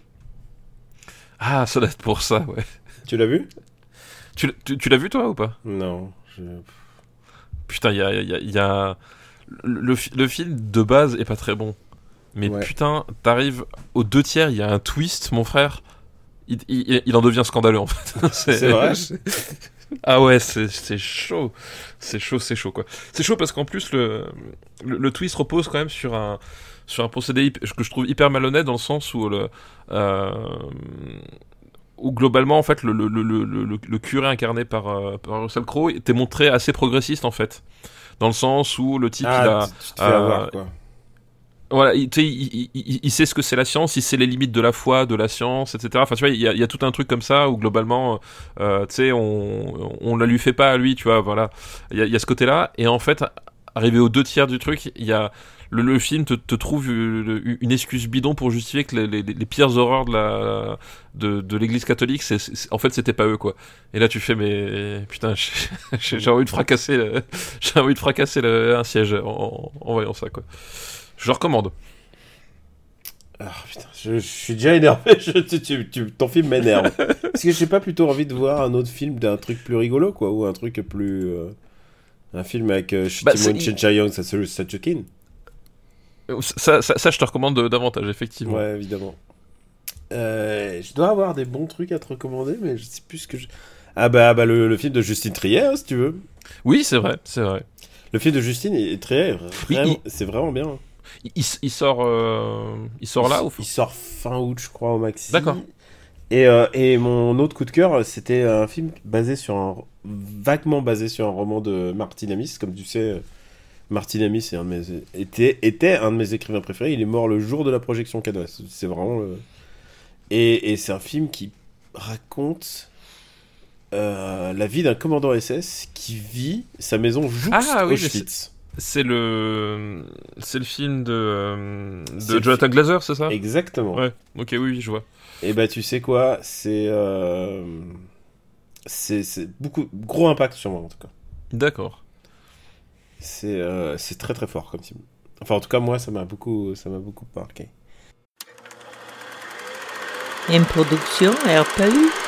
Ah, ça doit être pour ça, ouais. Tu l'as vu? Tu, l'as- tu, tu l'as vu, toi, ou pas? Non. Je... Putain, il y a, y a- y a... Le, le, fi- le film de base est pas très bon. Mais Ouais. putain, t'arrives aux deux tiers, il y a un twist, mon frère. Il, il, il en devient scandaleux, en fait. C'est vrai? Ah ouais, c'est c'est chaud. C'est chaud, c'est chaud, quoi. C'est chaud parce qu'en plus, le, le, le twist repose quand même sur un, sur un procédé hyp- que je trouve hyper malhonnête dans le sens où le... Euh, où globalement en fait le, le, le, le, le, le curé incarné par, euh, par Russell Crowe était montré assez progressiste en fait, dans le sens où le type il a Ah, tu tu te fais euh, avoir, quoi. voilà, il, tu sais, il, il, il sait ce que c'est la science, il sait les limites de la foi, de la science, et cetera. Enfin, tu vois, il y a, il y a tout un truc comme ça où globalement, euh, tu sais, on, on la lui fait pas à lui, tu vois, voilà. Il y a, il y a ce côté-là, et en fait, arrivé aux deux tiers du truc, il y a le, le film te, te trouve une, une excuse bidon pour justifier que les, les, les pires horreurs de la de, de l'Église catholique, c'est, c'est, en fait, c'était pas eux, quoi. Et là, tu fais, mais putain, j'ai, j'ai envie de fracasser, le, j'ai envie de fracasser le, un siège en, en voyant ça, quoi. Je le recommande. Ah putain, je, je suis déjà énervé. Je, tu, tu, tu- ton film m'énerve. Est-ce que j'ai pas plutôt envie de voir un autre film d'un truc plus rigolo, quoi, ou un truc plus. euh, un film avec euh, Bah, Timon c'est- Chenchayong, Sasaru Sachukin? Ça, ça, ça, je te recommande davantage, effectivement. Ouais, évidemment. Euh, je dois avoir des bons trucs à te recommander, mais je sais plus ce que je. Ah bah, bah le, le film de Justine Triet, hein, si tu veux. Oui, c'est vrai, c'est vrai. Le film de Justine est Triet, est Oui, vraiment- il- c'est vraiment bien. Il, il- il sort, euh, il sort là il, ou il sort fin août, je crois, au maxi. D'accord. Et, euh, et mon autre coup de cœur, c'était un film basé sur un vaguement basé sur un roman de Martin Amis. Comme tu sais, Martin Amis est un de mes, était, était un de mes écrivains préférés. Il est mort le jour de la projection Cannes. C'est vraiment le... et, et c'est un film qui raconte euh, la vie d'un commandant S S qui vit sa maison jouxte Ah, oui, mais Auschwitz. C'est le, c'est le film de, euh, C'est de le Jonathan Glazer, c'est ça? Exactement. Ouais. Ok, oui, oui, je vois. Et bah tu sais quoi, c'est euh, c'est c'est beaucoup gros impact sur moi en tout cas. D'accord. C'est euh, c'est très très fort comme film. Enfin en tout cas moi ça m'a beaucoup ça m'a beaucoup marqué. Une production R P U.